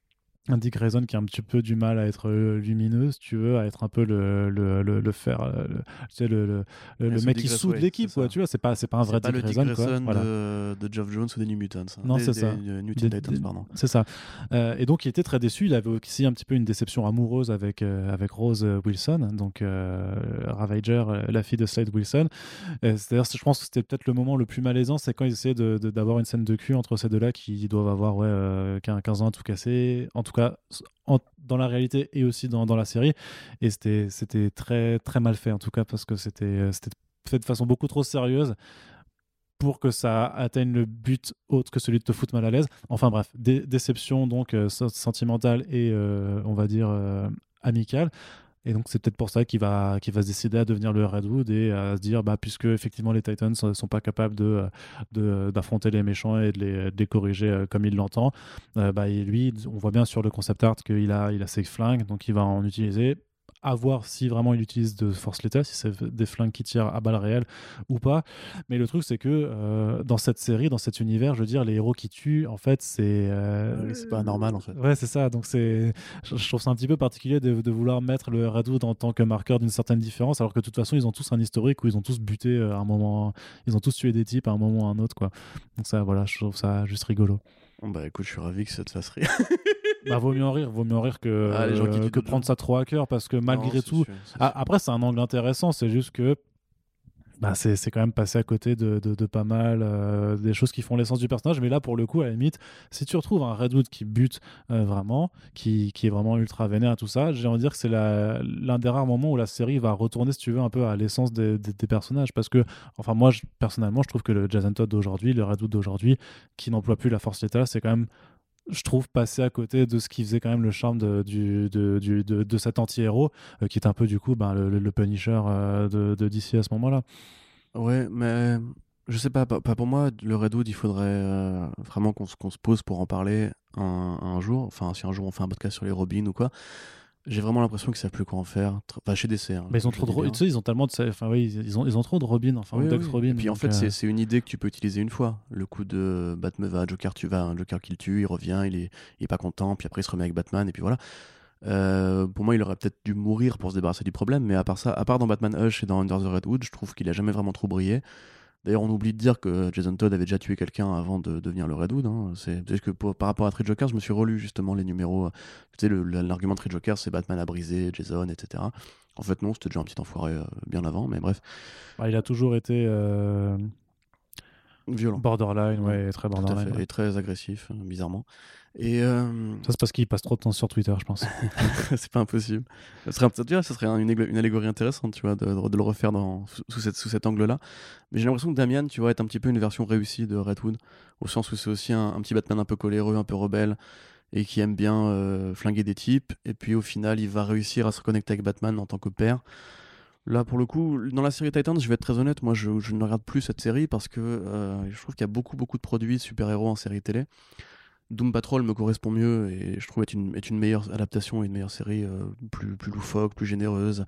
A: un Dick Grayson qui a un petit peu du mal à être lumineux, si tu veux, à être un peu le fer, tu sais, le mec qui soude l'équipe, quoi. Tu vois, c'est pas un vrai Dick Grayson.
B: C'est pas le Dick Grayson
A: voilà.
B: de Geoff Jones ou des New Mutants.
A: Non, c'est ça.
B: New Titans, pardon.
A: C'est ça. Et donc, il était très déçu. Il avait aussi un petit peu une déception amoureuse avec Rose Wilson, donc Ravager, la fille de Slade Wilson. C'est-à-dire, je pense que c'était peut-être le moment le plus malaisant, c'est quand ils essayaient d'avoir une scène de cul entre ces deux-là qui doivent avoir 15 ans à tout casser. En tout cas, dans la réalité et aussi dans la série. Et c'était très, très mal fait, en tout cas, parce que c'était fait de façon beaucoup trop sérieuse pour que ça atteigne le but autre que celui de te foutre mal à l'aise. Enfin bref, déception donc sentimentale et on va dire amicale. Et donc c'est peut-être pour ça qu'il va se décider à devenir le Redwood et à se dire puisque effectivement les Titans sont pas capables d'affronter les méchants et de les corriger comme il l'entend, et lui on voit bien sur le concept art qu'il a ses flingues, donc il va en utiliser. À voir si vraiment il utilise de force létale, si c'est des flingues qui tirent à balles réelles ou pas. Mais le truc, c'est que dans cette série, dans cet univers, je veux dire, les héros qui tuent, en fait, c'est
B: pas normal, en fait.
A: Ouais, c'est ça. Donc je trouve ça un petit peu particulier de vouloir mettre le Redwood en tant que marqueur d'une certaine différence, alors que de toute façon, ils ont tous un historique où ils ont tous buté à un moment, ils ont tous tué des types à un moment ou à un autre, quoi. Donc ça, voilà, je trouve ça juste rigolo.
B: Écoute, je suis ravi que ça te fasse rire.
A: Vaut mieux en rire que prendre ça trop à cœur, parce que malgré tout, après c'est un angle intéressant, c'est juste que c'est quand même passé à côté de pas mal des choses qui font l'essence du personnage. Mais là, pour le coup, à la limite, si tu retrouves un Redwood qui bute vraiment, qui est vraiment ultra vénère à tout ça, j'ai envie de dire que c'est l'un des rares moments où la série va retourner, si tu veux, un peu à l'essence des personnages. Parce que, enfin, moi, personnellement, je trouve que le Jason Todd d'aujourd'hui, le Redwood d'aujourd'hui, qui n'emploie plus la force létale, c'est quand même, je trouve, passer à côté de ce qui faisait quand même le charme de cet anti-héros qui est un peu du coup le Punisher de DC à ce moment-là.
B: Ouais, mais je sais pas pour moi, le Redwood, il faudrait vraiment qu'on se pose pour en parler un jour. Enfin, si un jour on fait un podcast sur les Robins ou quoi. J'ai vraiment l'impression qu'ils savent plus quoi en faire. Enfin, chez DC.
A: Mais ils ont trop de, tu sais, ils ont tellement de, enfin oui, ils ont trop de Robin, enfin d'ex-Robin.
B: Et puis en fait, c'est une idée que tu peux utiliser une fois. Le coup de Batman, Joker qui le tue, il revient, il est pas content, puis après il se remet avec Batman, et puis voilà. Pour moi, il aurait peut-être dû mourir pour se débarrasser du problème, mais à part dans Batman Hush et dans Under the Red Hood, je trouve qu'il a jamais vraiment trop brillé. D'ailleurs, on oublie de dire que Jason Todd avait déjà tué quelqu'un avant de devenir le Redwood. Hein. C'est parce que par rapport à Three Jokers, je me suis relu justement les numéros. Tu sais, l'argument de Three Jokers, c'est Batman a brisé Jason, etc. En fait, non, c'était déjà un petit enfoiré bien avant, mais bref.
A: Il a toujours été
B: violent.
A: Borderline, ouais, très borderline.
B: Tout à fait, et très agressif, bizarrement. Et
A: ça, c'est parce qu'il passe trop de temps sur Twitter, je pense.
B: C'est pas impossible. Ça serait une allégorie intéressante, tu vois, de le refaire sous cet angle-là. Mais j'ai l'impression que Damian, tu vois, est un petit peu une version réussie de Redwood, au sens où c'est aussi un petit Batman un peu coléreux, un peu rebelle, et qui aime bien flinguer des types. Et puis au final, il va réussir à se reconnecter avec Batman en tant que père. Là, pour le coup, dans la série Titans, je vais être très honnête, moi je ne regarde plus cette série parce que je trouve qu'il y a beaucoup de produits super-héros en série télé. Doom Patrol me correspond mieux et je trouve est une meilleure adaptation et une meilleure série plus loufoque, plus généreuse.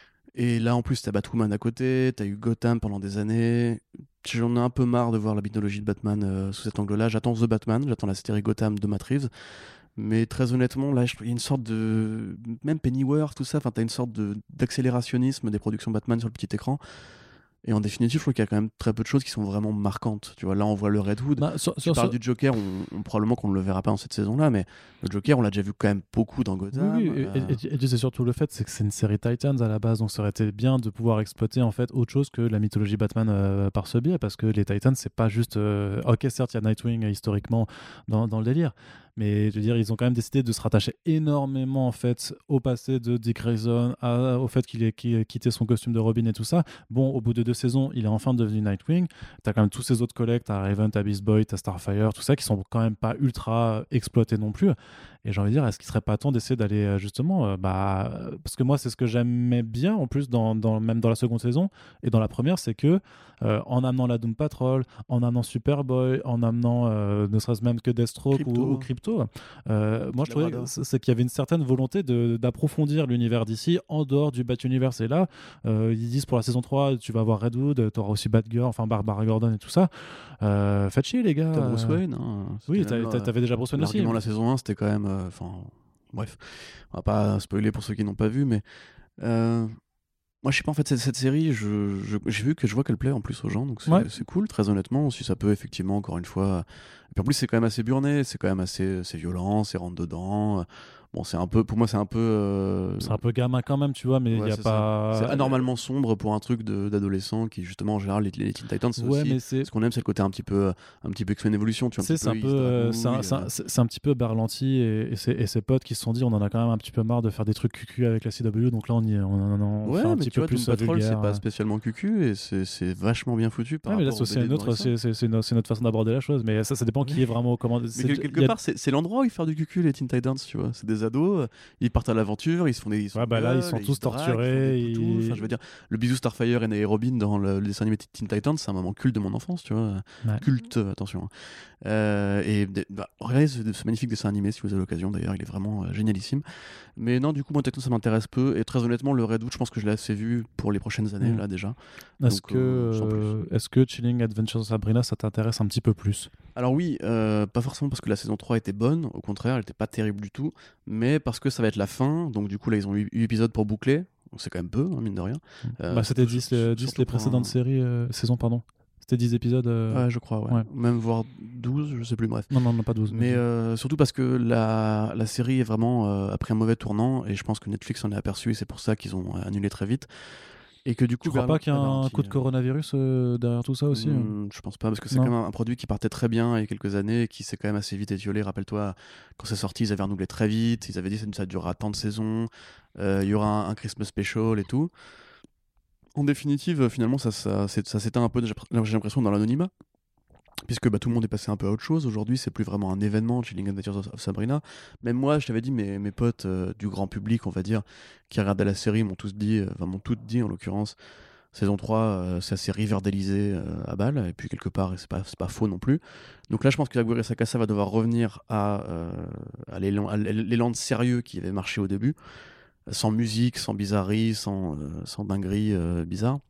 B: Et là en plus t'as Batwoman à côté, t'as eu Gotham pendant des années. J'en ai un peu marre de voir la mythologie de Batman sous cet angle-là. J'attends The Batman, j'attends la série Gotham de Matt Reeves. Mais très honnêtement, là, il y a une sorte de... Même Pennyworth, tout ça, t'as une sorte d'accélérationnisme des productions Batman sur le petit écran. Et en définitive, je trouve qu'il y a quand même très peu de choses qui sont vraiment marquantes. Tu vois, là, on voit le Redwood. Tu parles du Joker, probablement qu'on ne le verra pas dans cette saison-là, mais le Joker, on l'a déjà vu quand même beaucoup dans Gotham.
A: Oui, et c'est surtout le fait, c'est que c'est une série Titans à la base, donc ça aurait été bien de pouvoir exploiter en fait autre chose que la mythologie Batman par ce biais, parce que les Titans, c'est pas juste... Ok, certes, il y a Nightwing historiquement dans le délire, mais je veux dire, ils ont quand même décidé de se rattacher énormément en fait au passé de Dick Grayson, au fait qu'il ait quitté son costume de Robin et tout ça. Bon, au bout de 2 saisons, il est enfin devenu Nightwing. T'as quand même tous ses autres collègues, t'as Raven, t'as Beast Boy, t'as Starfire, tout ça, qui sont quand même pas ultra exploités non plus. Et j'ai envie de dire, est-ce qu'il serait pas temps d'essayer d'aller justement, parce que moi c'est ce que j'aimais bien en plus même dans la seconde saison et dans la première, c'est que en amenant la Doom Patrol, en amenant Superboy, en amenant ne serait-ce même que Deathstroke ou Crypto, moi je trouvais c'est qu'il y avait une certaine volonté d'approfondir l'univers d'ici en dehors du Bat-Universe. Et là, ils disent pour la saison 3, tu vas avoir Redwood, tu auras aussi Batgirl, enfin Barbara Gordon et tout ça. Faites chier les gars.
B: T'as Bruce Wayne. Hein,
A: oui, t'avais déjà Bruce Wayne aussi.
B: L'argument de la saison 1, c'était quand même Enfin, bref, on va pas spoiler pour ceux qui n'ont pas vu, mais moi je sais pas, en fait cette série, j'ai vu que je vois qu'elle plaît en plus aux gens, donc c'est cool, très honnêtement, si ça peut effectivement encore une fois. Et puis en plus c'est quand même assez burné, c'est quand même assez violent, c'est rentre dedans. Bon, c'est un peu, pour moi, c'est un peu
A: gamin quand même, tu vois, mais il y a pas.
B: C'est anormalement sombre pour un truc d'adolescent qui, justement, en général, les Teen Titans, c'est aussi. Mais ce qu'on aime, c'est le côté un petit peu X-Men Evolution, tu vois.
A: C'est un petit peu Berlanti et ses potes qui se sont dit, on en a quand même un petit peu marre de faire des trucs cucu avec la CW, donc là, on fait un petit peu plus
B: vulgaire. C'est pas spécialement cucu et c'est vachement bien foutu.
A: Mais là, c'est notre façon d'aborder la chose, mais ça dépend qui est vraiment comment.
B: Mais quelque part, c'est l'endroit où ils font du cucu, les Teen Titans, tu vois. C'est des ados, ils partent à l'aventure, ils se font des.
A: Là, ils sont tous torturés.
B: Enfin, je veux dire, le bisou Starfire et Robin dans le dessin animé Teen Titans, c'est un moment culte de mon enfance, tu vois. Culte, attention. Regardez ce magnifique dessin animé si vous avez l'occasion, d'ailleurs, il est vraiment génialissime. Mais non, du coup, moi, Titans, ça m'intéresse peu. Et très honnêtement, le Redwood, je pense que je l'ai assez vu pour les prochaines années, là, déjà.
A: Est-ce que Chilling Adventures of Sabrina, ça t'intéresse un petit peu plus?
B: Alors oui, pas forcément parce que la saison 3 était bonne, au contraire, elle était pas terrible du tout, mais parce que ça va être la fin, donc du coup là ils ont eu 8 épisodes pour boucler, donc c'est quand même peu, hein, mine de rien.
A: C'était 10 les précédentes saisons, pardon. C'était 10 épisodes.
B: Ouais, je crois, ouais. Même voire 12, je sais plus, bref.
A: Non, pas 12.
B: Mais surtout parce que la série est vraiment a pris un mauvais tournant, et je pense que Netflix en est aperçu, et c'est pour ça qu'ils ont annulé très vite. Et que du coup,
A: tu crois pas qu'il y a un coup de coronavirus derrière tout ça aussi
B: Je pense pas, parce que c'est quand même un produit qui partait très bien il y a quelques années et qui s'est quand même assez vite étiolé. Rappelle-toi, quand c'est sorti, ils avaient renouvelé très vite, ils avaient dit que ça durera tant de saisons, il y aura un Christmas special et tout. En définitive, finalement, ça s'éteint un peu, j'ai l'impression, dans l'anonymat. Puisque tout le monde est passé un peu à autre chose. Aujourd'hui, c'est plus vraiment un événement, Chilling Adventures of Sabrina. Même moi, je t'avais dit, mes potes du grand public, on va dire, qui regardaient la série, m'ont toutes dit, en l'occurrence, saison 3, c'est assez riverdalisé à balle, et puis quelque part, c'est pas faux non plus. Donc là, je pense que Aguirre Sacasa va devoir revenir à l'élan de sérieux qui avait marché au début, sans musique, sans bizarrerie, sans dinguerie bizarre.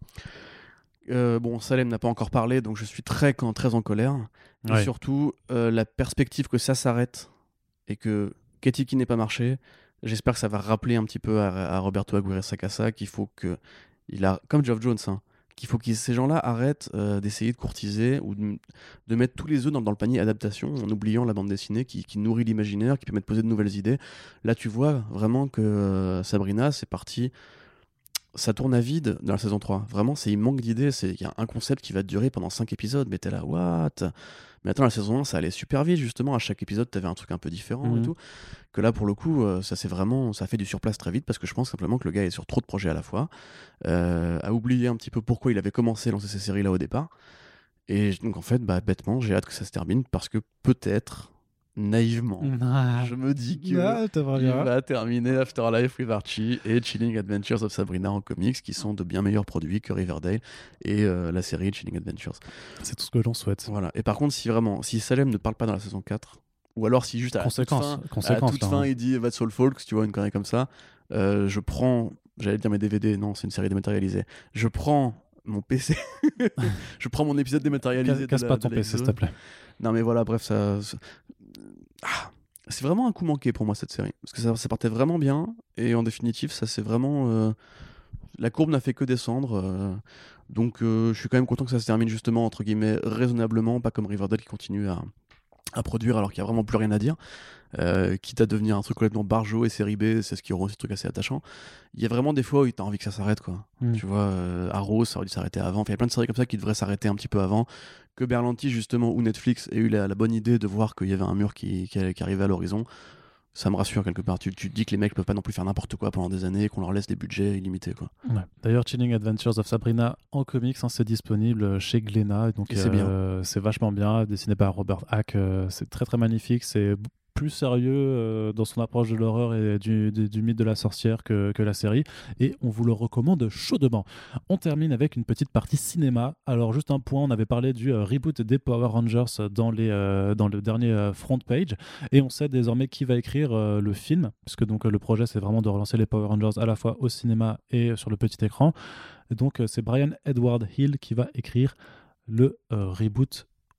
B: Salem n'a pas encore parlé, donc je suis très en colère. Et surtout, la perspective que ça s'arrête et que Katie n'ait pas marché, j'espère que ça va rappeler un petit peu à Roberto Aguirre Sacasa qu'il faut comme Geoff Jones, qu'il faut que ces gens-là arrêtent d'essayer de courtiser ou de mettre tous les œufs dans le panier adaptation en oubliant la bande dessinée qui nourrit l'imaginaire, qui permet de poser de nouvelles idées. Là, tu vois vraiment que Sabrina, c'est parti. Ça tourne à vide dans la saison 3. Vraiment, il manque d'idées. Il y a un concept qui va durer pendant 5 épisodes, mais t'es là, what? Mais attends, la saison 1, ça allait super vite, justement. À chaque épisode, t'avais un truc un peu différent et tout. Que là, pour le coup, ça fait du surplace très vite parce que je pense simplement que le gars est sur trop de projets à la fois. A oublié un petit peu pourquoi il avait commencé à lancer ces séries-là au départ. Et donc, en fait, bêtement, j'ai hâte que ça se termine parce que peut-être, naïvement, je me dis qu'il va terminer Afterlife with Archie et Chilling Adventures of Sabrina en comics, qui sont de bien meilleurs produits que Riverdale et la série Chilling Adventures.
A: C'est tout ce que l'on souhaite.
B: Voilà. Et par contre, si Salem ne parle pas dans la saison 4, ou alors si juste à toute fin il dit That's All Folks, tu vois, une connerie comme ça, je prends, j'allais dire mes DVD, non, c'est une série dématérialisée, je prends mon PC, je prends mon épisode dématérialisé.
A: Casse pas ton PC, s'il te plaît.
B: Non mais voilà, bref, c'est vraiment un coup manqué pour moi cette série, parce que ça partait vraiment bien, et en définitive ça c'est vraiment la courbe n'a fait que descendre, donc je suis quand même content que ça se termine justement entre guillemets raisonnablement, pas comme Riverdale qui continue à produire alors qu'il n'y a vraiment plus rien à dire, quitte à devenir un truc complètement barjot et série B, c'est ce qui rend aussi ce truc assez attachant. Il y a vraiment des fois où tu as envie que ça s'arrête, quoi. Tu vois, Arrow, ça aurait dû s'arrêter avant. Il y a plein de séries comme ça qui devraient s'arrêter un petit peu avant, que Berlanti justement ou Netflix ait eu la bonne idée de voir qu'il y avait un mur qui arrivait à l'horizon. Ça me rassure quelque part. Tu te dis que les mecs peuvent pas non plus faire n'importe quoi pendant des années et qu'on leur laisse des budgets illimités, quoi.
A: Ouais. D'ailleurs, Chilling Adventures of Sabrina en comics, c'est disponible chez Glénat, donc
B: c'est bien.
A: C'est vachement bien, dessiné par Robert Hack. C'est très très magnifique. C'est plus sérieux dans son approche de l'horreur et du mythe de la sorcière que la série, et on vous le recommande chaudement. On termine avec une petite partie cinéma. Alors juste un point, on avait parlé du reboot des Power Rangers dans le dernier front page, et on sait désormais qui va écrire le film, puisque donc le projet c'est vraiment de relancer les Power Rangers à la fois au cinéma et sur le petit écran. Et donc c'est Brian Edward Hill qui va écrire le reboot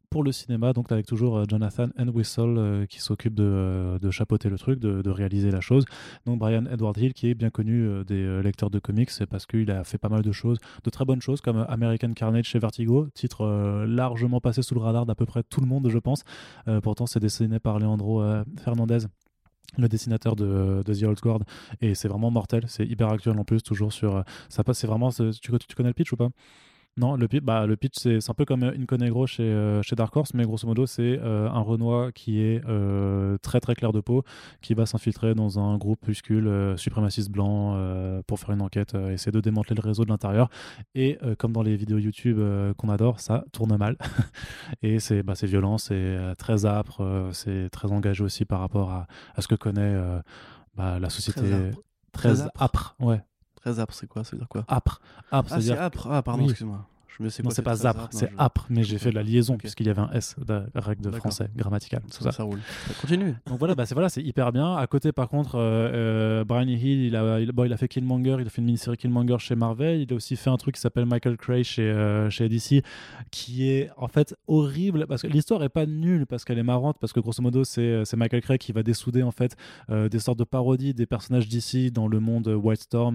A: pour le cinéma, donc avec toujours Jonathan Entwistle qui s'occupe de chapeauter le truc, de réaliser la chose. Donc Brian Edward Hill, qui est bien connu des lecteurs de comics, c'est parce qu'il a fait pas mal de choses, de très bonnes choses, comme American Carnage chez Vertigo, titre largement passé sous le radar d'à peu près tout le monde, je pense. Pourtant, c'est dessiné par Leandro Fernandez, le dessinateur de The Old Guard, et c'est vraiment mortel, c'est hyper actuel en plus, toujours sur ça passe, c'est vraiment, tu connais le pitch ou pas? Non, le pitch, c'est un peu comme Inconegro chez Dark Horse, mais grosso modo, c'est un Renoir qui est très très clair de peau, qui va s'infiltrer dans un groupuscule suprémaciste blanc pour faire une enquête, essayer de démanteler le réseau de l'intérieur. Et comme dans les vidéos YouTube qu'on adore, ça tourne mal. Et c'est violent, c'est très âpre, c'est très engagé aussi par rapport à ce que connaît la société. Très âpre, ouais.
B: Très âpre, c'est quoi? Ça veut dire quoi?
A: Âpre.
B: C'est âpre. Ah, pardon, excuse-moi.
A: Non, c'est pas âpre, c'est âpre, mais j'ai fait la liaison puisqu'il y avait un S de règle de français, grammatical.
B: Ça roule. Continue.
A: Donc voilà, c'est hyper bien. À côté, par contre, Brian Hill, il a fait Killmonger, il a fait une mini-série Killmonger chez Marvel. Il a aussi fait un truc qui s'appelle Michael Cray chez DC, qui est en fait horrible parce que l'histoire est pas nulle, parce qu'elle est marrante, parce que grosso modo, c'est Michael Cray qui va dessouder en fait des sortes de parodies des personnages DC dans le monde Wildstorm,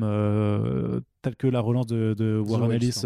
A: tel que la relance de Warren Ellis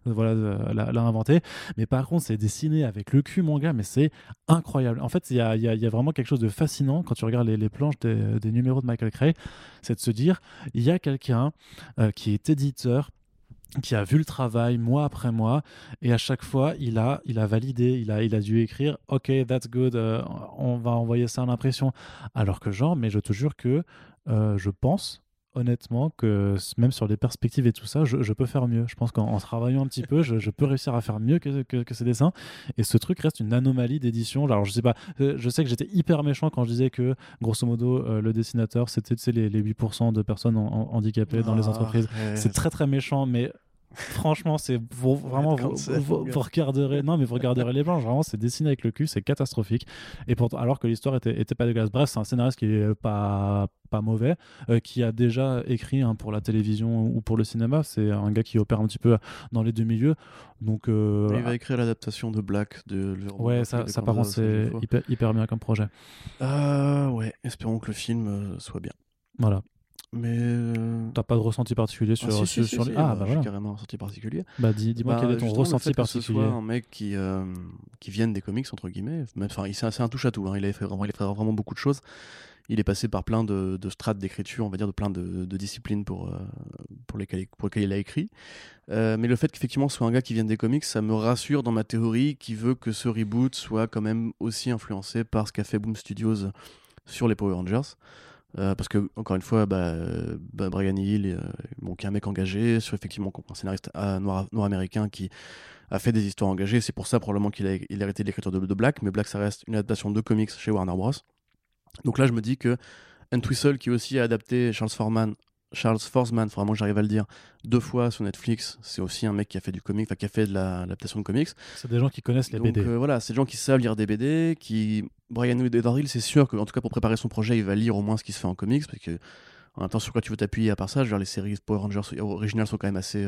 A: l'a inventé. Mais par contre, c'est dessiné avec le cul, mon gars, mais c'est incroyable. En fait, il y a vraiment quelque chose de fascinant quand tu regardes les planches des numéros de Michael Cray, c'est de se dire, il y a quelqu'un qui est éditeur, qui a vu le travail mois après mois, et à chaque fois il a validé, il a dû écrire OK, that's good, on va envoyer ça à l'impression, alors que mais je te jure que je pense honnêtement que même sur les perspectives et tout ça, je peux faire mieux. Je pense qu'en travaillant un petit peu, je peux réussir à faire mieux que ces dessins. Et ce truc reste une anomalie d'édition. Alors je sais pas, je sais que j'étais hyper méchant quand je disais que grosso modo le dessinateur c'était les 8% de personnes handicapées dans les entreprises. C'est très très méchant, mais franchement, vous regarderez. Non, mais vous regarderez les planches. Vraiment, c'est dessiné avec le cul, c'est catastrophique. Et pourtant, alors que l'histoire était pas dégueulasse. Bref, c'est un scénariste qui est pas mauvais, qui a déjà écrit pour la télévision ou pour le cinéma. C'est un gars qui opère un petit peu dans les deux milieux. Donc,
B: il va écrire l'adaptation de Black
A: ouais, ça par contre, c'est hyper bien comme projet.
B: Ouais, espérons que le film soit bien.
A: Voilà.
B: Mais
A: t'as pas de ressenti particulier sur
B: si,
A: bah
B: voilà. J'ai carrément un ressenti particulier.
A: Bah dis-moi quel est ton ressenti particulier.
B: Que ce soit un mec qui vienne des comics entre guillemets, c'est un touche à tout, hein. Il a fait vraiment beaucoup de choses. Il est passé par plein de strates d'écriture, on va dire, de plein de disciplines pour lesquelles il a écrit. Mais le fait qu'effectivement ce soit un gars qui vienne des comics, ça me rassure dans ma théorie qui veut que ce reboot soit quand même aussi influencé par ce qu'a fait Boom Studios sur les Power Rangers. Parce que encore une fois, Brian Hill, qui est un mec engagé, sur effectivement un scénariste noir-américain qui a fait des histoires engagées. C'est pour ça probablement qu'il a arrêté l'écriture de Black, mais Black ça reste une adaptation de comics chez Warner Bros. Donc là je me dis que Entwistle, qui aussi a adapté Charles Forsman, vraiment j'arrive à le dire, 2 fois sur Netflix, c'est aussi un mec qui a fait du comic, qui a fait de l'adaptation de comics.
A: C'est des gens qui connaissent les BD.
B: Donc voilà, c'est des gens qui savent lire des BD, Brian Edward Hill, c'est sûr qu'en tout cas pour préparer son projet, il va lire au moins ce qui se fait en comics, parce que en même temps, sur quoi tu veux t'appuyer à part ça, les séries Power Rangers originales sont quand même assez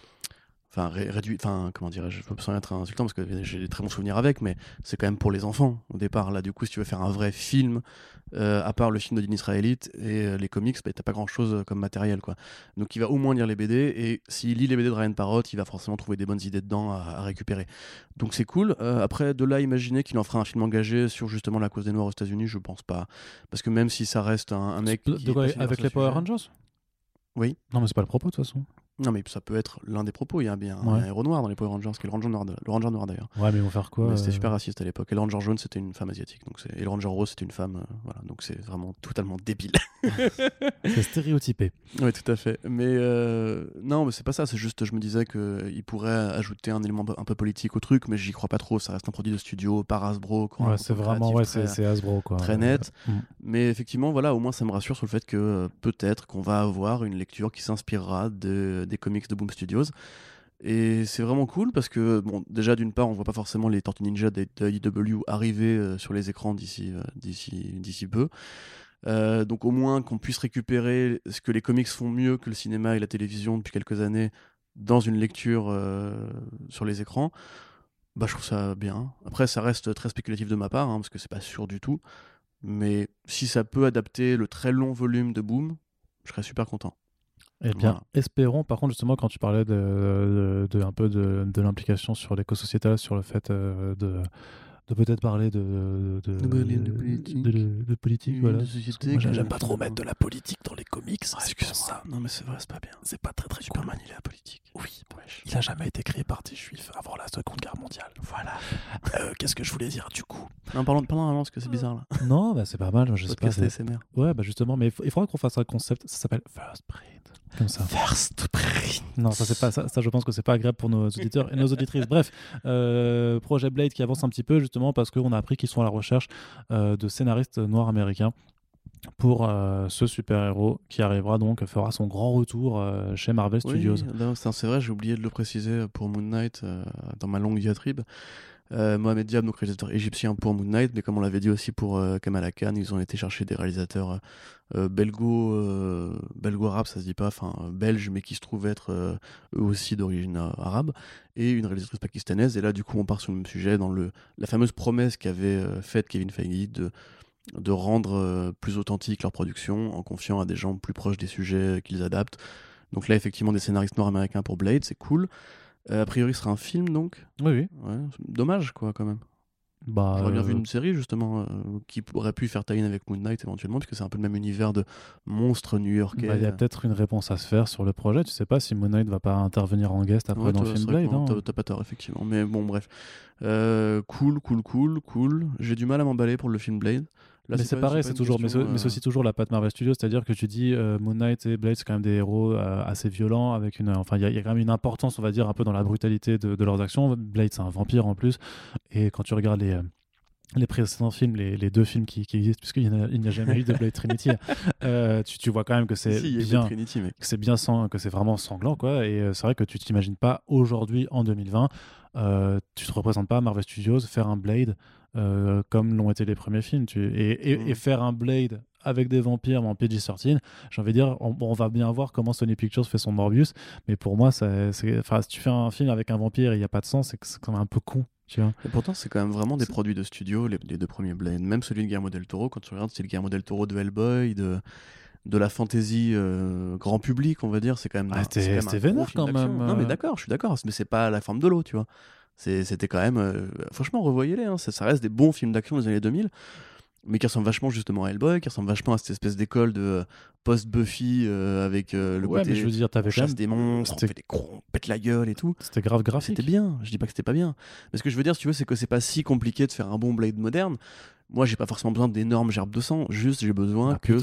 B: réduit, comment dirais-je, je peux sans être insultant parce que j'ai des très bons souvenirs avec, mais c'est quand même pour les enfants au départ. Là, du coup, si tu veux faire un vrai film, à part le film de Dean Israelite et les comics, t'as pas grand-chose comme matériel, quoi. Donc il va au moins lire les BD, et s'il lit les BD de Ryan Parrott, il va forcément trouver des bonnes idées dedans à récupérer. Donc c'est cool. Après, de là, imaginer qu'il en fera un film engagé sur justement la cause des Noirs aux États-Unis, je pense pas, parce que même si ça reste un mec qui
A: avec les Power Rangers.
B: Oui.
A: Non, mais c'est pas le propos de toute façon.
B: Non, mais ça peut être l'un des propos. Il y a bien un héros noir dans les Power Rangers, qui est le Ranger noir d'ailleurs.
A: Ouais, mais ils vont faire quoi?
B: Mais c'était super raciste à l'époque. Et le Ranger jaune, c'était une femme asiatique. Et le Ranger rose, c'était une femme. Voilà, donc c'est vraiment totalement débile.
A: C'est stéréotypé.
B: Oui, tout à fait. Mais non, mais c'est pas ça. C'est juste, je me disais qu'il pourrait ajouter un élément un peu politique au truc, mais j'y crois pas trop. Ça reste un produit de studio par Hasbro.
A: Ouais, c'est vraiment, c'est Hasbro, quoi.
B: Très net. Mais effectivement, voilà, au moins ça me rassure sur le fait que peut-être qu'on va avoir une lecture qui s'inspirera des comics de Boom Studios. Et c'est vraiment cool parce que, bon, déjà d'une part, on voit pas forcément les Tortues Ninja de IDW arriver sur les écrans d'ici peu. Donc au moins qu'on puisse récupérer ce que les comics font mieux que le cinéma et la télévision depuis quelques années dans une lecture sur les écrans. Bah, je trouve ça bien. Après, ça reste très spéculatif de ma part, parce que c'est pas sûr du tout. Mais si ça peut adapter le très long volume de Boom, je serais super content.
A: Eh bien, espérons. Par contre, justement, quand tu parlais un peu de l'implication sur l'éco-sociétal, sur le fait de peut-être parler de politique, voilà.
B: De société.
A: Moi, j'aime pas trop mettre de la politique dans les comics.
B: Excuse-moi. Non, mais c'est vrai, c'est pas bien.
A: C'est pas très
B: Superman, il est apolitique.
A: Oui, il a jamais été créé par des juifs avant la Seconde Guerre mondiale.
B: Voilà.
A: Qu'est-ce que je voulais dire du coup?
B: Non, parlons avant parce que c'est bizarre là.
A: Non, bah c'est pas mal. Je sais pas.
B: C'est ASMR.
A: Ouais, bah justement, mais il faudra qu'on fasse un concept. Ça s'appelle First Print. Comme ça.
B: First Print.
A: Non, ça c'est pas ça. Je pense que c'est pas agréable pour nos auditeurs et nos auditrices. Bref, projet Blade qui avance un petit peu justement parce qu'on a appris qu'ils sont à la recherche de scénaristes noirs américains pour ce super-héros qui arrivera donc, fera son grand retour chez Marvel Studios.
B: Oui, c'est vrai, j'ai oublié de le préciser pour Moon Knight dans ma longue diatribe. Mohamed Diab, donc réalisateur égyptien pour Moon Knight, mais comme on l'avait dit aussi pour Kamala Khan, ils ont été chercher des réalisateurs belgo-arabes, ça se dit pas, enfin belges, mais qui se trouvent être eux aussi d'origine arabe, et une réalisatrice pakistanaise. Et là, du coup, on part sur le même sujet dans la fameuse promesse qu'avait faite Kevin Feige de rendre plus authentique leur production en confiant à des gens plus proches des sujets qu'ils adaptent. Donc là, effectivement, des scénaristes nord-américains pour Blade, c'est cool. A priori, ce sera un film, donc.
A: Oui.
B: Ouais, dommage, quoi, quand même.
A: Bah,
B: j'aurais bien vu une série, justement, qui aurait pu faire tie-in avec Moon Knight, éventuellement, puisque c'est un peu le même univers de monstres new-yorkais.
A: Il y a peut-être une réponse à se faire sur le projet. Tu sais pas si Moon Knight va pas intervenir en guest après dans le film Blade.
B: T'as pas tort, effectivement. Mais bon, bref. Cool. J'ai du mal à m'emballer pour le film Blade. Là,
A: mais c'est pareil, c'est toujours, mais c'est aussi toujours la patte Marvel Studios, c'est-à-dire que tu dis Moon Knight et Blade, c'est quand même des héros assez violents, avec enfin, il y a quand même une importance, on va dire, un peu dans la brutalité de leurs actions. Blade, c'est un vampire en plus, et quand tu regardes les précédents films, les deux films qui existent, puisqu'il n'y a jamais eu de Blade Trinity, tu vois quand même que c'est que c'est vraiment sanglant, quoi. Et c'est vrai que tu t'imagines pas aujourd'hui, en 2020, tu te représentes pas à Marvel Studios faire un Blade comme l'ont été les premiers films. Et faire un Blade avec des vampires en PG-13, j'ai envie de dire, on va bien voir comment Sony Pictures fait son Morbius, mais pour moi, si tu fais un film avec un vampire et il n'y a pas de sang, c'est quand même un peu con. Tu vois.
B: Et pourtant, c'est quand même vraiment des produits de studio, les deux premiers Blade. Même celui de Guillermo del Toro, quand tu regardes, c'est le Guillermo del Toro de Hellboy, de la fantasy grand public, on va dire. C'est quand même.
A: C'était vénère quand même.
B: Non, mais d'accord, je suis d'accord. Mais c'est pas la forme de l'eau, tu vois. C'était quand même. Franchement, revoyez-les. Ça reste des bons films d'action des années 2000. Mais qui ressemble vachement justement à Hellboy, qui ressemble vachement à cette espèce d'école de post-Buffy avec le côté
A: mais je veux dire,
B: on chasse des monstres, on fait des cons, on pète la gueule et tout.
A: C'était grave graphique.
B: C'était bien, je dis pas que c'était pas bien. Mais ce que je veux dire, si tu veux, c'est que c'est pas si compliqué de faire un bon Blade moderne. Moi, j'ai pas forcément besoin d'énormes gerbes de sang, juste j'ai besoin que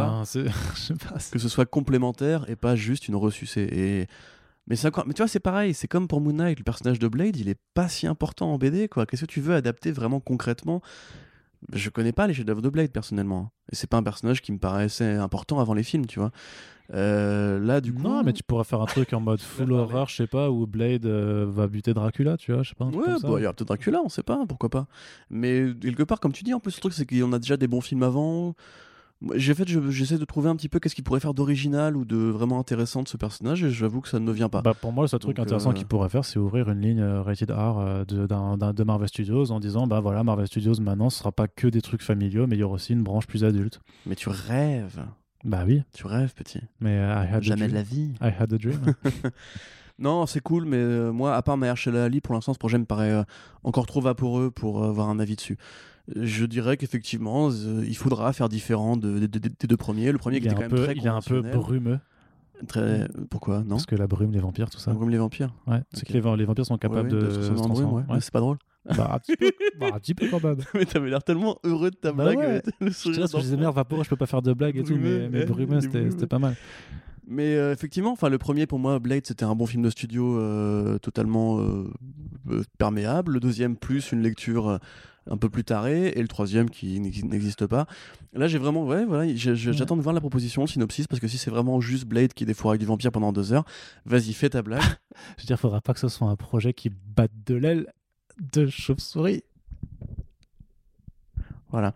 B: ce soit complémentaire et pas juste une ressucée. Mais tu vois, c'est pareil, c'est comme pour Moon Knight, le personnage de Blade, il est pas si important en BD, quoi. Qu'est-ce que tu veux adapter vraiment concrètement ? Je connais pas les chefs-d'œuvre de Blade personnellement, et c'est pas un personnage qui me paraissait important avant les films, tu vois. Là, du coup.
A: Non, mais tu pourrais faire un truc en mode full horror, je sais pas, où Blade va buter Dracula, tu vois, je sais pas.
B: Ouais, il y aura peut-être Dracula, on sait pas, pourquoi pas. Mais quelque part, comme tu dis, en plus, le truc, c'est qu'on a déjà des bons films avant. J'essaie de trouver un petit peu qu'est-ce qu'il pourrait faire d'original ou de vraiment intéressant de ce personnage, et j'avoue que ça ne me vient pas.
A: Bah pour moi, le seul truc intéressant qu'il pourrait faire, c'est ouvrir une ligne rated R de Marvel Studios en disant bah voilà, Marvel Studios maintenant, ce sera pas que des trucs familiaux, mais il y aura aussi une branche plus adulte.
B: Mais tu rêves.
A: Bah oui.
B: Tu rêves, petit.
A: Mais
B: jamais de la vie.
A: I had a dream.
B: Non, c'est cool, mais moi, à part Mahershala Ali, pour l'instant, ce projet me paraît encore trop vaporeux pour avoir un avis dessus. Je dirais qu'effectivement, il faudra faire différent des deux premiers. Le premier qui était quand même très
A: il est un peu brumeux.
B: Pourquoi non?
A: Parce que la brume, les vampires, tout ça.
B: La brume, les vampires.
A: Ouais, c'est que les vampires sont capables de se transformer.
B: Ouais. C'est pas drôle.
A: Bah, un petit peu quand même.
B: Mais t'avais l'air tellement heureux de ta blague.
A: Ouais. Je disais merde, vaporeux, je peux pas faire de blague et tout, mais brumeux, c'était pas mal.
B: Mais effectivement, le premier pour moi, Blade, c'était un bon film de studio totalement perméable. Le deuxième, plus une lecture un peu plus tarée, et le troisième qui n'existe pas. Là, j'ai vraiment, j'attends de voir la proposition, le synopsis, parce que si c'est vraiment juste Blade qui défouraille du vampire pendant 2 heures, vas-y, fais ta blague.
A: Je veux dire, faudra pas que ce soit un projet qui batte de l'aile de chauve-souris.
B: Voilà.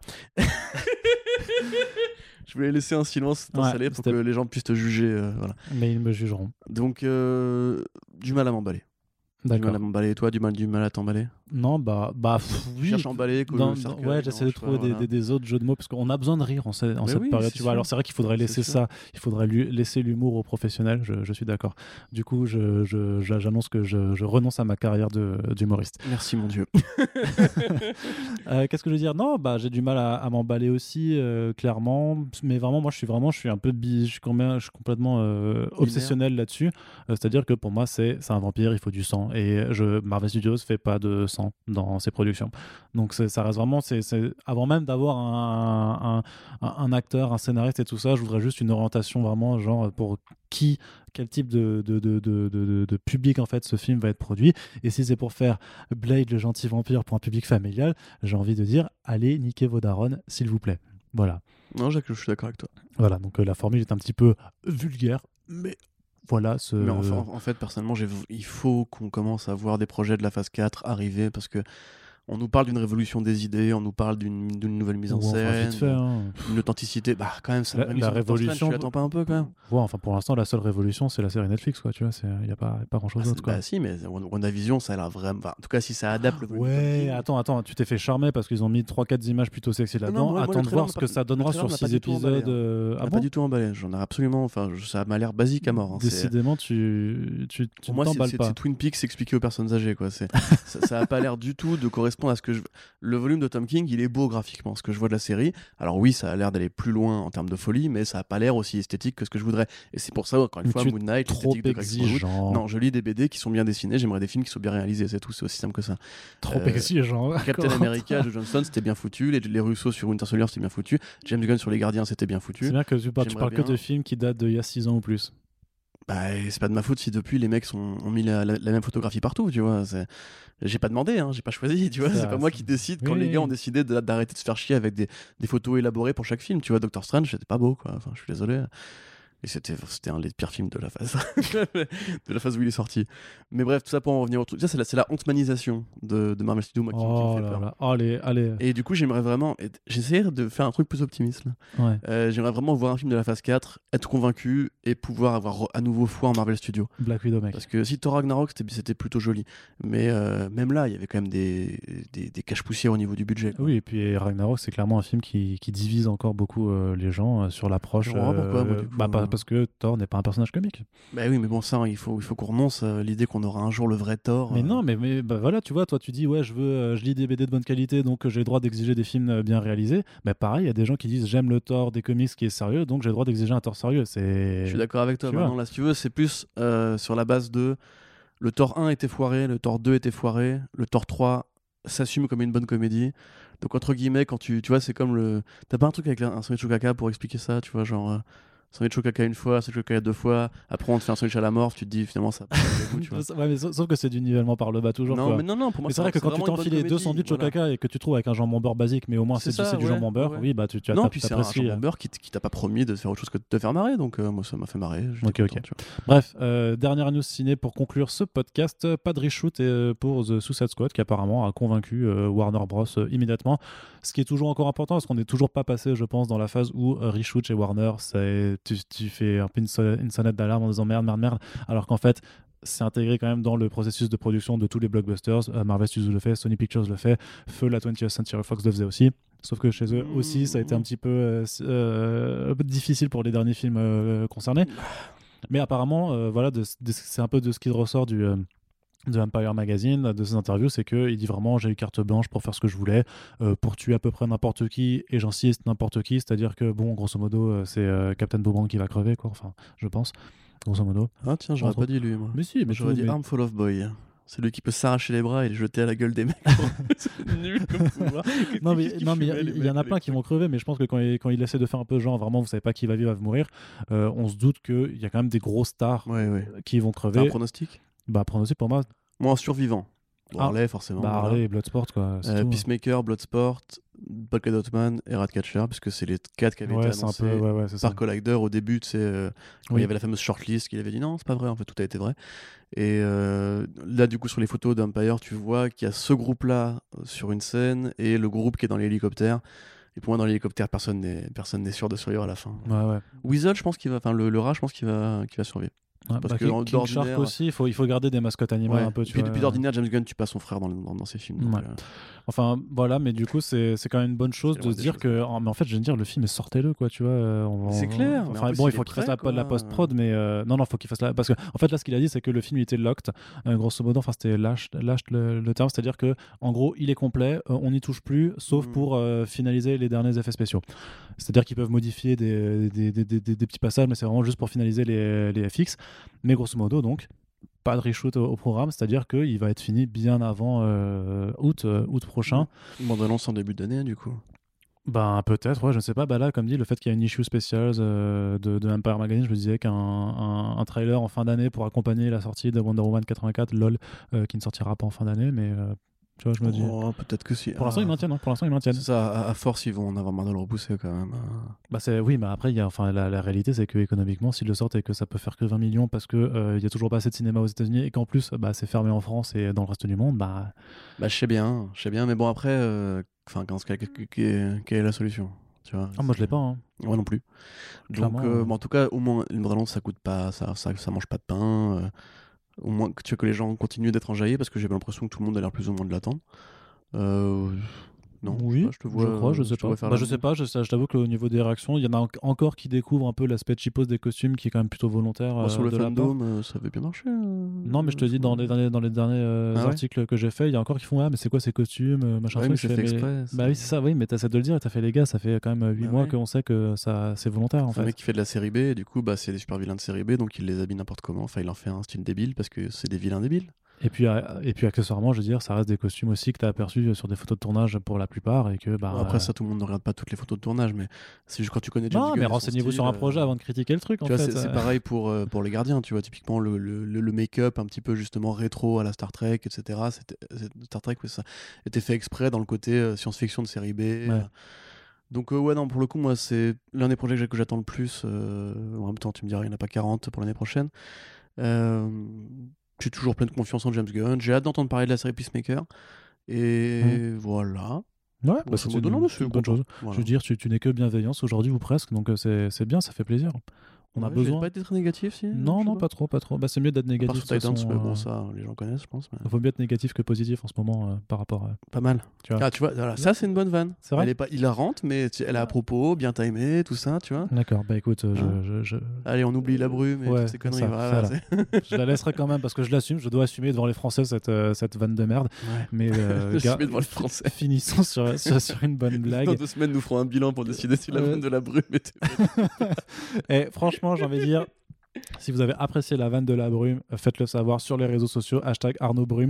B: Je voulais laisser un silence installé pour que les gens puissent te juger. Voilà.
A: Mais ils me jugeront.
B: Donc, du mal à m'emballer.
A: D'accord.
B: Du mal à m'emballer. Et toi, du mal à t'emballer?
A: Non, oui.
B: Cherche à emballer.
A: Ouais, j'essaie de trouver des autres jeux de mots parce qu'on a besoin de rire en cette période. Tu vois, alors c'est vrai qu'il faudrait laisser ça, il faudrait laisser l'humour aux professionnels. Je suis d'accord. Du coup, j'annonce que je renonce à ma carrière d'humoriste.
B: Merci mon Dieu.
A: Qu'est-ce que je veux dire? Non, j'ai du mal à m'emballer aussi, clairement. Mais vraiment, moi, je suis un peu je suis complètement obsessionnel là-dessus. C'est-à-dire que pour moi, c'est un vampire, il faut du sang. Et Marvel Studios fait pas de sang dans ses productions. Donc ça reste vraiment, avant même d'avoir un acteur, un scénariste et tout ça, je voudrais juste une orientation vraiment genre pour quel type de public en fait ce film va être produit. Et si c'est pour faire Blade le gentil vampire pour un public familial, j'ai envie de dire allez niquer vos darons s'il vous plaît. Voilà.
B: Non, Jacques, je suis d'accord avec toi.
A: Voilà, donc la formule est un petit peu vulgaire, mais voilà.
B: Mais en fait, personnellement, il faut qu'on commence à voir des projets de la phase 4 arriver parce que on nous parle d'une révolution des idées, on nous parle d'une nouvelle mise en scène, une authenticité. Quand même,
A: la révolution.
B: Tu l'attends pas un peu quand même?
A: Ouais, enfin pour l'instant, la seule révolution, c'est la série Netflix, quoi. Tu vois, il y a pas grand-chose d'autre.
B: Bah si, mais WandaVision, ça a l'air vraiment. En tout cas, si ça adapte le.
A: Ouais, attends, tu t'es fait charmer parce qu'ils ont mis 3-4 images plutôt sexy là-dedans. Attends de voir ce que ça donnera sur 6 épisodes.
B: Pas du tout emballé. J'en ai absolument. Enfin, ça m'a l'air basique à mort.
A: Décidément, tu t'emballes pas.
B: C'est Twin Peaks expliqué aux personnes âgées, quoi. Ça a pas l'air du tout de correspondre à ce que le volume de Tom King, il est beau graphiquement, ce que je vois de la série. Alors oui, ça a l'air d'aller plus loin en termes de folie, mais ça a pas l'air aussi esthétique que ce que je voudrais. Et c'est pour ça, encore une fois, Moon Knight,
A: trop exigeant.
B: Non, je lis des BD qui sont bien dessinés, j'aimerais des films qui sont bien réalisés, c'est tout, c'est aussi simple que ça.
A: Trop exigeant.
B: Captain America de Johnson, c'était bien foutu. Les Russo sur Winter Soldier, c'était bien foutu. James Gunn sur Les Gardiens, c'était bien foutu.
A: C'est bien que tu parles que de films qui datent d'il y a 6 ans ou plus.
B: C'est pas de ma faute si depuis les mecs ont mis la même photographie partout, tu vois. J'ai pas demandé, j'ai pas choisi, tu vois. C'est pas moi qui décide quand les gars ont décidé d'arrêter de se faire chier avec des photos élaborées pour chaque film, tu vois. Doctor Strange, c'était pas beau, quoi. Enfin, je suis désolé. Et c'était un des pires films de la phase de la phase où il est sorti. Mais bref, tout ça pour en revenir au truc. Ça, c'est la Hontmanisation de Marvel Studios, moi, qui me fait peur.
A: Allez.
B: Et du coup, j'aimerais vraiment... J'essaie de faire un truc plus optimiste, là.
A: Ouais.
B: J'aimerais vraiment voir un film de la phase 4, être convaincu et pouvoir avoir à nouveau foi en Marvel Studios.
A: Black Widow, mec.
B: Parce que si Thor Ragnarok, c'était plutôt joli. Mais même là, il y avait quand même des caches-poussières au niveau du budget, quoi.
A: Oui, et puis Ragnarok, c'est clairement un film qui divise encore beaucoup les gens sur l'approche.
B: Pourquoi, moi, du coup,
A: parce que Thor n'est pas un personnage comique.
B: Bah oui, mais bon, ça, il faut qu'on renonce à l'idée qu'on aura un jour le vrai Thor.
A: Mais non, mais voilà, tu vois, toi tu dis, ouais, je lis des BD de bonne qualité, donc j'ai le droit d'exiger des films bien réalisés. Mais pareil, il y a des gens qui disent, j'aime le Thor des comics qui est sérieux, donc j'ai le droit d'exiger un Thor sérieux. Je
B: suis d'accord avec toi. Maintenant, là, si tu veux, c'est plus sur la base de le Thor 1 était foiré, le Thor 2 était foiré, le Thor 3 s'assume comme une bonne comédie. Donc, entre guillemets, quand tu vois, c'est comme T'as pas un truc avec un sandwich au caca pour expliquer ça, tu vois, genre. Sandwich au caca une fois, sandwich au caca 2 fois, après on te fait un sandwich à la mort, tu te dis finalement ça pas le goût, tu vois.
A: Ouais, mais sauf que c'est du nivellement par le bas toujours.
B: Non,
A: quoi.
B: mais non, pour moi
A: c'est vrai que quand tu t'enfiles 2 sandwichs au caca et que tu trouves avec un jambon beurre basique, mais au moins c'est du jambon beurre, oui, bah tu as
B: non, puis c'est un jambon beurre qui t'a pas promis de faire autre chose que de te faire marrer, donc moi ça m'a fait marrer.
A: Ok. Bref, dernière news ciné pour conclure ce podcast, pas de reshoot pour The Suicide Squad qui apparemment a convaincu Warner Bros immédiatement, ce qui est toujours encore important parce qu'on n'est toujours pas passé, je pense, dans la phase où reshoot chez Warner, tu fais un peu une sonnette d'alarme en disant merde, alors qu'en fait c'est intégré quand même dans le processus de production de tous les blockbusters. Marvel Studios le fait, Sony Pictures le fait, Feu, la 20th Century Fox le faisait aussi. Sauf que chez eux aussi, ça a été un petit peu difficile pour les derniers films concernés. Mais apparemment, voilà, c'est un peu de ce qui ressort de Empire Magazine, de ses interviews, c'est qu'il dit vraiment j'ai eu carte blanche pour faire ce que je voulais, pour tuer à peu près n'importe qui, et j'insiste n'importe qui, c'est-à-dire que bon, grosso modo, c'est Captain Boomerang qui va crever, quoi, enfin, je pense, grosso modo.
B: Ah tiens, j'aurais pas dit lui, moi.
A: Mais si, mais
B: j'aurais dit Armful of Boy. C'est lui qui peut s'arracher les bras et les jeter à la gueule des mecs. C'est nul comme pouvoir.
A: Non, mais il y en a plein qui vont crever, mais je pense que quand il essaie de faire un peu genre, vraiment, vous savez pas qui va vivre, va mourir, on se doute qu'il y a quand même des gros stars qui vont crever.
B: T'as un pronostic ?
A: Pronostic pour moi.
B: Moi, en survivant. Harley, forcément.
A: Harley et Bloodsport, quoi.
B: Peacemaker, Bloodsport, Polka Dot Man et Ratcatcher, puisque c'est les 4 qui avaient été annoncés par Collider au début. Il y avait la fameuse shortlist qu'il avait dit non, c'est pas vrai, en fait, tout a été vrai. Et là, du coup, sur les photos d'Empire, tu vois qu'il y a ce groupe-là sur une scène et le groupe qui est dans l'hélicoptère. Et pour moi, dans l'hélicoptère, personne n'est sûr de survivre à la fin.
A: Ouais.
B: Weasel, je pense qu'il va. Enfin, le rat, je pense qu'il va survivre. Parce que
A: King Shark aussi, il faut garder des mascottes animales un peu.
B: Puis d'ordinaire, James Gunn, tu passes son frère dans ses films. Donc,
A: Enfin, voilà, mais du coup, c'est quand même une bonne chose de se dire que. Mais en fait, je viens de dire, le film, sortez-le, quoi, tu vois.
B: C'est clair.
A: Enfin, bon, il faut qu'il fasse la post-prod, mais non, faut qu'il fasse la. Parce que, en fait, là, ce qu'il a dit, c'est que le film, il était locked, grosso modo. Enfin, c'était lâche le terme, c'est-à-dire que, en gros, il est complet, on n'y touche plus, sauf pour finaliser les derniers effets spéciaux. C'est-à-dire qu'ils peuvent modifier des petits passages, mais c'est vraiment juste pour finaliser les FX. Mais grosso modo, donc. Pas de reshoot au programme, c'est-à-dire qu'il va être fini bien avant août prochain.
B: Bande-annonce en début d'année, du coup.
A: Ben peut-être, je ne sais pas. Bah là, comme dit, le fait qu'il y a une issue spéciale de Empire Magazine, je me disais qu'un trailer en fin d'année pour accompagner la sortie de Wonder Woman 84, LOL, qui ne sortira pas en fin d'année, mais tu vois, je me dis.
B: Peut-être que si.
A: Pour l'instant, ils maintiennent. C'est
B: ça, à force, ils vont en avoir marre de le repousser quand même.
A: Bah oui, mais après, la réalité, c'est que économiquement, s'ils le sortent et que ça peut faire que 20 millions parce qu'il n'y a toujours pas assez de cinéma aux États-Unis et qu'en plus, c'est fermé en France et dans le reste du monde,
B: je sais bien, mais bon, après, quelle est la solution, tu vois,
A: moi, je l'ai pas. Hein.
B: Moi non plus. Donc, en tout cas, au moins, une bande-annonce, ça coûte pas, ça mange pas de pain. Au moins, tu veux que les gens continuent d'être enjaillés parce que j'ai l'impression que tout le monde a l'air plus ou moins de l'attendre. Non,
A: oui,
B: je te vois.
A: Je sais pas. Je t'avoue qu'au niveau des réactions, il y en a encore qui découvrent un peu l'aspect cheapos des costumes qui est quand même plutôt volontaire.
B: Sur le fandom, ça avait bien marché.
A: Non, mais je te dis, dans les derniers articles que j'ai fait, il y a encore qui font mais c'est quoi ces costumes machin
B: truc. C'est fait exprès.
A: Bah oui, c'est ça, oui, mais t'essaies de le dire et t'as fait les gars, ça fait quand même 8 mois qu'on sait que c'est volontaire en fait.
B: Un mec qui fait de la série B, et du coup, c'est des super vilains de série B, donc il les habille n'importe comment. Enfin, il en fait un style débile parce que c'est des vilains débiles.
A: Et puis accessoirement, je veux dire, ça reste des costumes aussi que tu as aperçus sur des photos de tournage pour la plupart et que
B: après ça, tout le monde ne regarde pas toutes les photos de tournage, mais c'est juste quand tu connais.
A: Non, mais renseignez-vous sur un projet avant de critiquer le truc.
B: C'est pareil pour les gardiens, tu vois, typiquement le make-up un petit peu justement rétro à la Star Trek, etc. Star Trek, ça était fait exprès dans le côté science-fiction de série B. Donc non, pour le coup, moi, c'est l'un des projets que j'attends le plus. En même temps, tu me diras, il n'y en a pas 40 pour l'année prochaine. J'ai toujours plein de confiance en James Gunn. J'ai hâte d'entendre parler de la série Peacemaker. Et voilà.
A: Ouais, c'est une bonne chose. Voilà. Je veux dire, tu n'es que bienveillance aujourd'hui ou presque, donc c'est bien, ça fait plaisir. On a besoin.
B: Pas été très négatif, si.
A: Non, pas trop. C'est mieux d'être négatif.
B: Sur Titans, bon, ça, les gens connaissent, je pense.
A: Il faut mieux être négatif que positif en ce moment par rapport.
B: Pas mal. Tu vois, voilà, ça, c'est une bonne vanne.
A: C'est vrai.
B: Elle est pas hilarante, mais elle est à propos, bien timée, tout ça, tu vois.
A: D'accord, écoute,
B: Allez, on oublie la brume et toutes ces conneries.
A: Je la laisserai quand même parce que je l'assume, je dois assumer devant les Français cette vanne de merde.
B: Ouais.
A: Mais
B: devant les Français.
A: Finissons sur une bonne blague.
B: Dans 2 semaines, nous ferons un bilan pour décider si la vanne de la brume était.
A: Et franchement, j'ai envie de dire. Si vous avez apprécié la vanne de la brume, faites-le savoir sur les réseaux sociaux, #ArnaudBrume.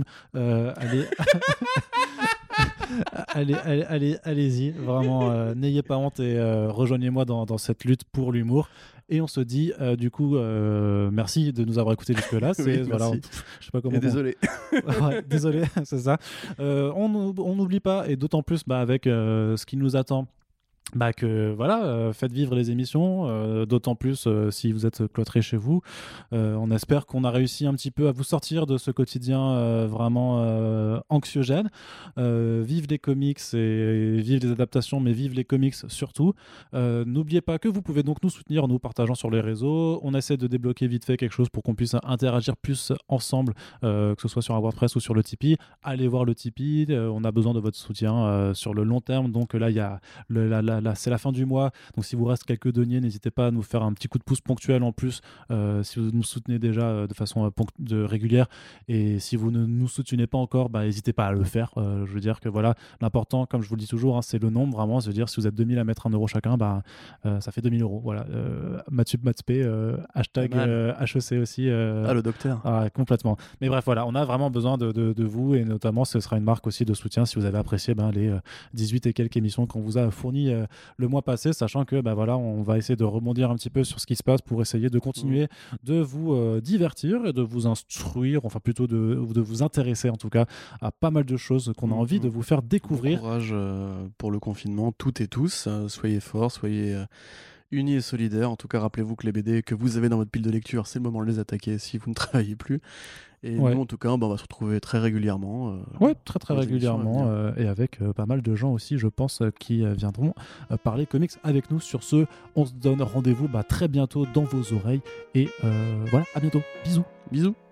A: Allez-y, vraiment, n'ayez pas honte et rejoignez-moi dans cette lutte pour l'humour. Et on se dit, du coup, merci de nous avoir écoutés jusque-là.
B: Voilà,
A: je sais pas comment.
B: Désolé.
A: Désolé, c'est ça. On n'oublie pas, et d'autant plus avec ce qui nous attend. Que voilà, faites vivre les émissions, d'autant plus si vous êtes cloîtrés chez vous. On espère qu'on a réussi un petit peu à vous sortir de ce quotidien vraiment anxiogène. Vive les comics et vive les adaptations, mais vive les comics surtout. N'oubliez pas que vous pouvez donc nous soutenir en nous partageant sur les réseaux. On essaie de débloquer vite fait quelque chose pour qu'on puisse interagir plus ensemble, que ce soit sur un WordPress ou sur le Tipeee. Allez voir le Tipeee, on a besoin de votre soutien sur le long terme. Donc là, il y a c'est la fin du mois, donc si vous reste quelques deniers, n'hésitez pas à nous faire un petit coup de pouce ponctuel en plus si vous nous soutenez déjà de façon régulière, et si vous ne nous soutenez pas encore, n'hésitez pas à le faire. Je veux dire que voilà, l'important, comme je vous le dis toujours, c'est le nombre, vraiment. Je veux dire, si vous êtes 2000 à mettre 1 euro chacun, ça fait 2000 euros. Voilà. Mathsup, Mathspé, #HEC aussi.
B: Le docteur.
A: Complètement. Mais bref, voilà, on a vraiment besoin de vous, et notamment ce sera une marque aussi de soutien si vous avez apprécié les 18 et quelques émissions qu'on vous a fournies le mois passé, sachant que voilà, on va essayer de rebondir un petit peu sur ce qui se passe pour essayer de continuer de vous divertir et de vous instruire, enfin plutôt de vous intéresser en tout cas à pas mal de choses qu'on a envie de vous faire découvrir.
B: Bon courage pour le confinement, toutes et tous. Soyez forts, soyez unis et solidaires. En tout cas, rappelez-vous que les BD que vous avez dans votre pile de lecture, c'est le moment de les attaquer si vous ne travaillez plus. Et nous, en tout cas, on va se retrouver très régulièrement.
A: Très régulièrement. Et avec pas mal de gens aussi, je pense, qui viendront parler comics avec nous. Sur ce, on se donne rendez-vous très bientôt dans vos oreilles. Et voilà, à bientôt. Bisous.
B: Bisous.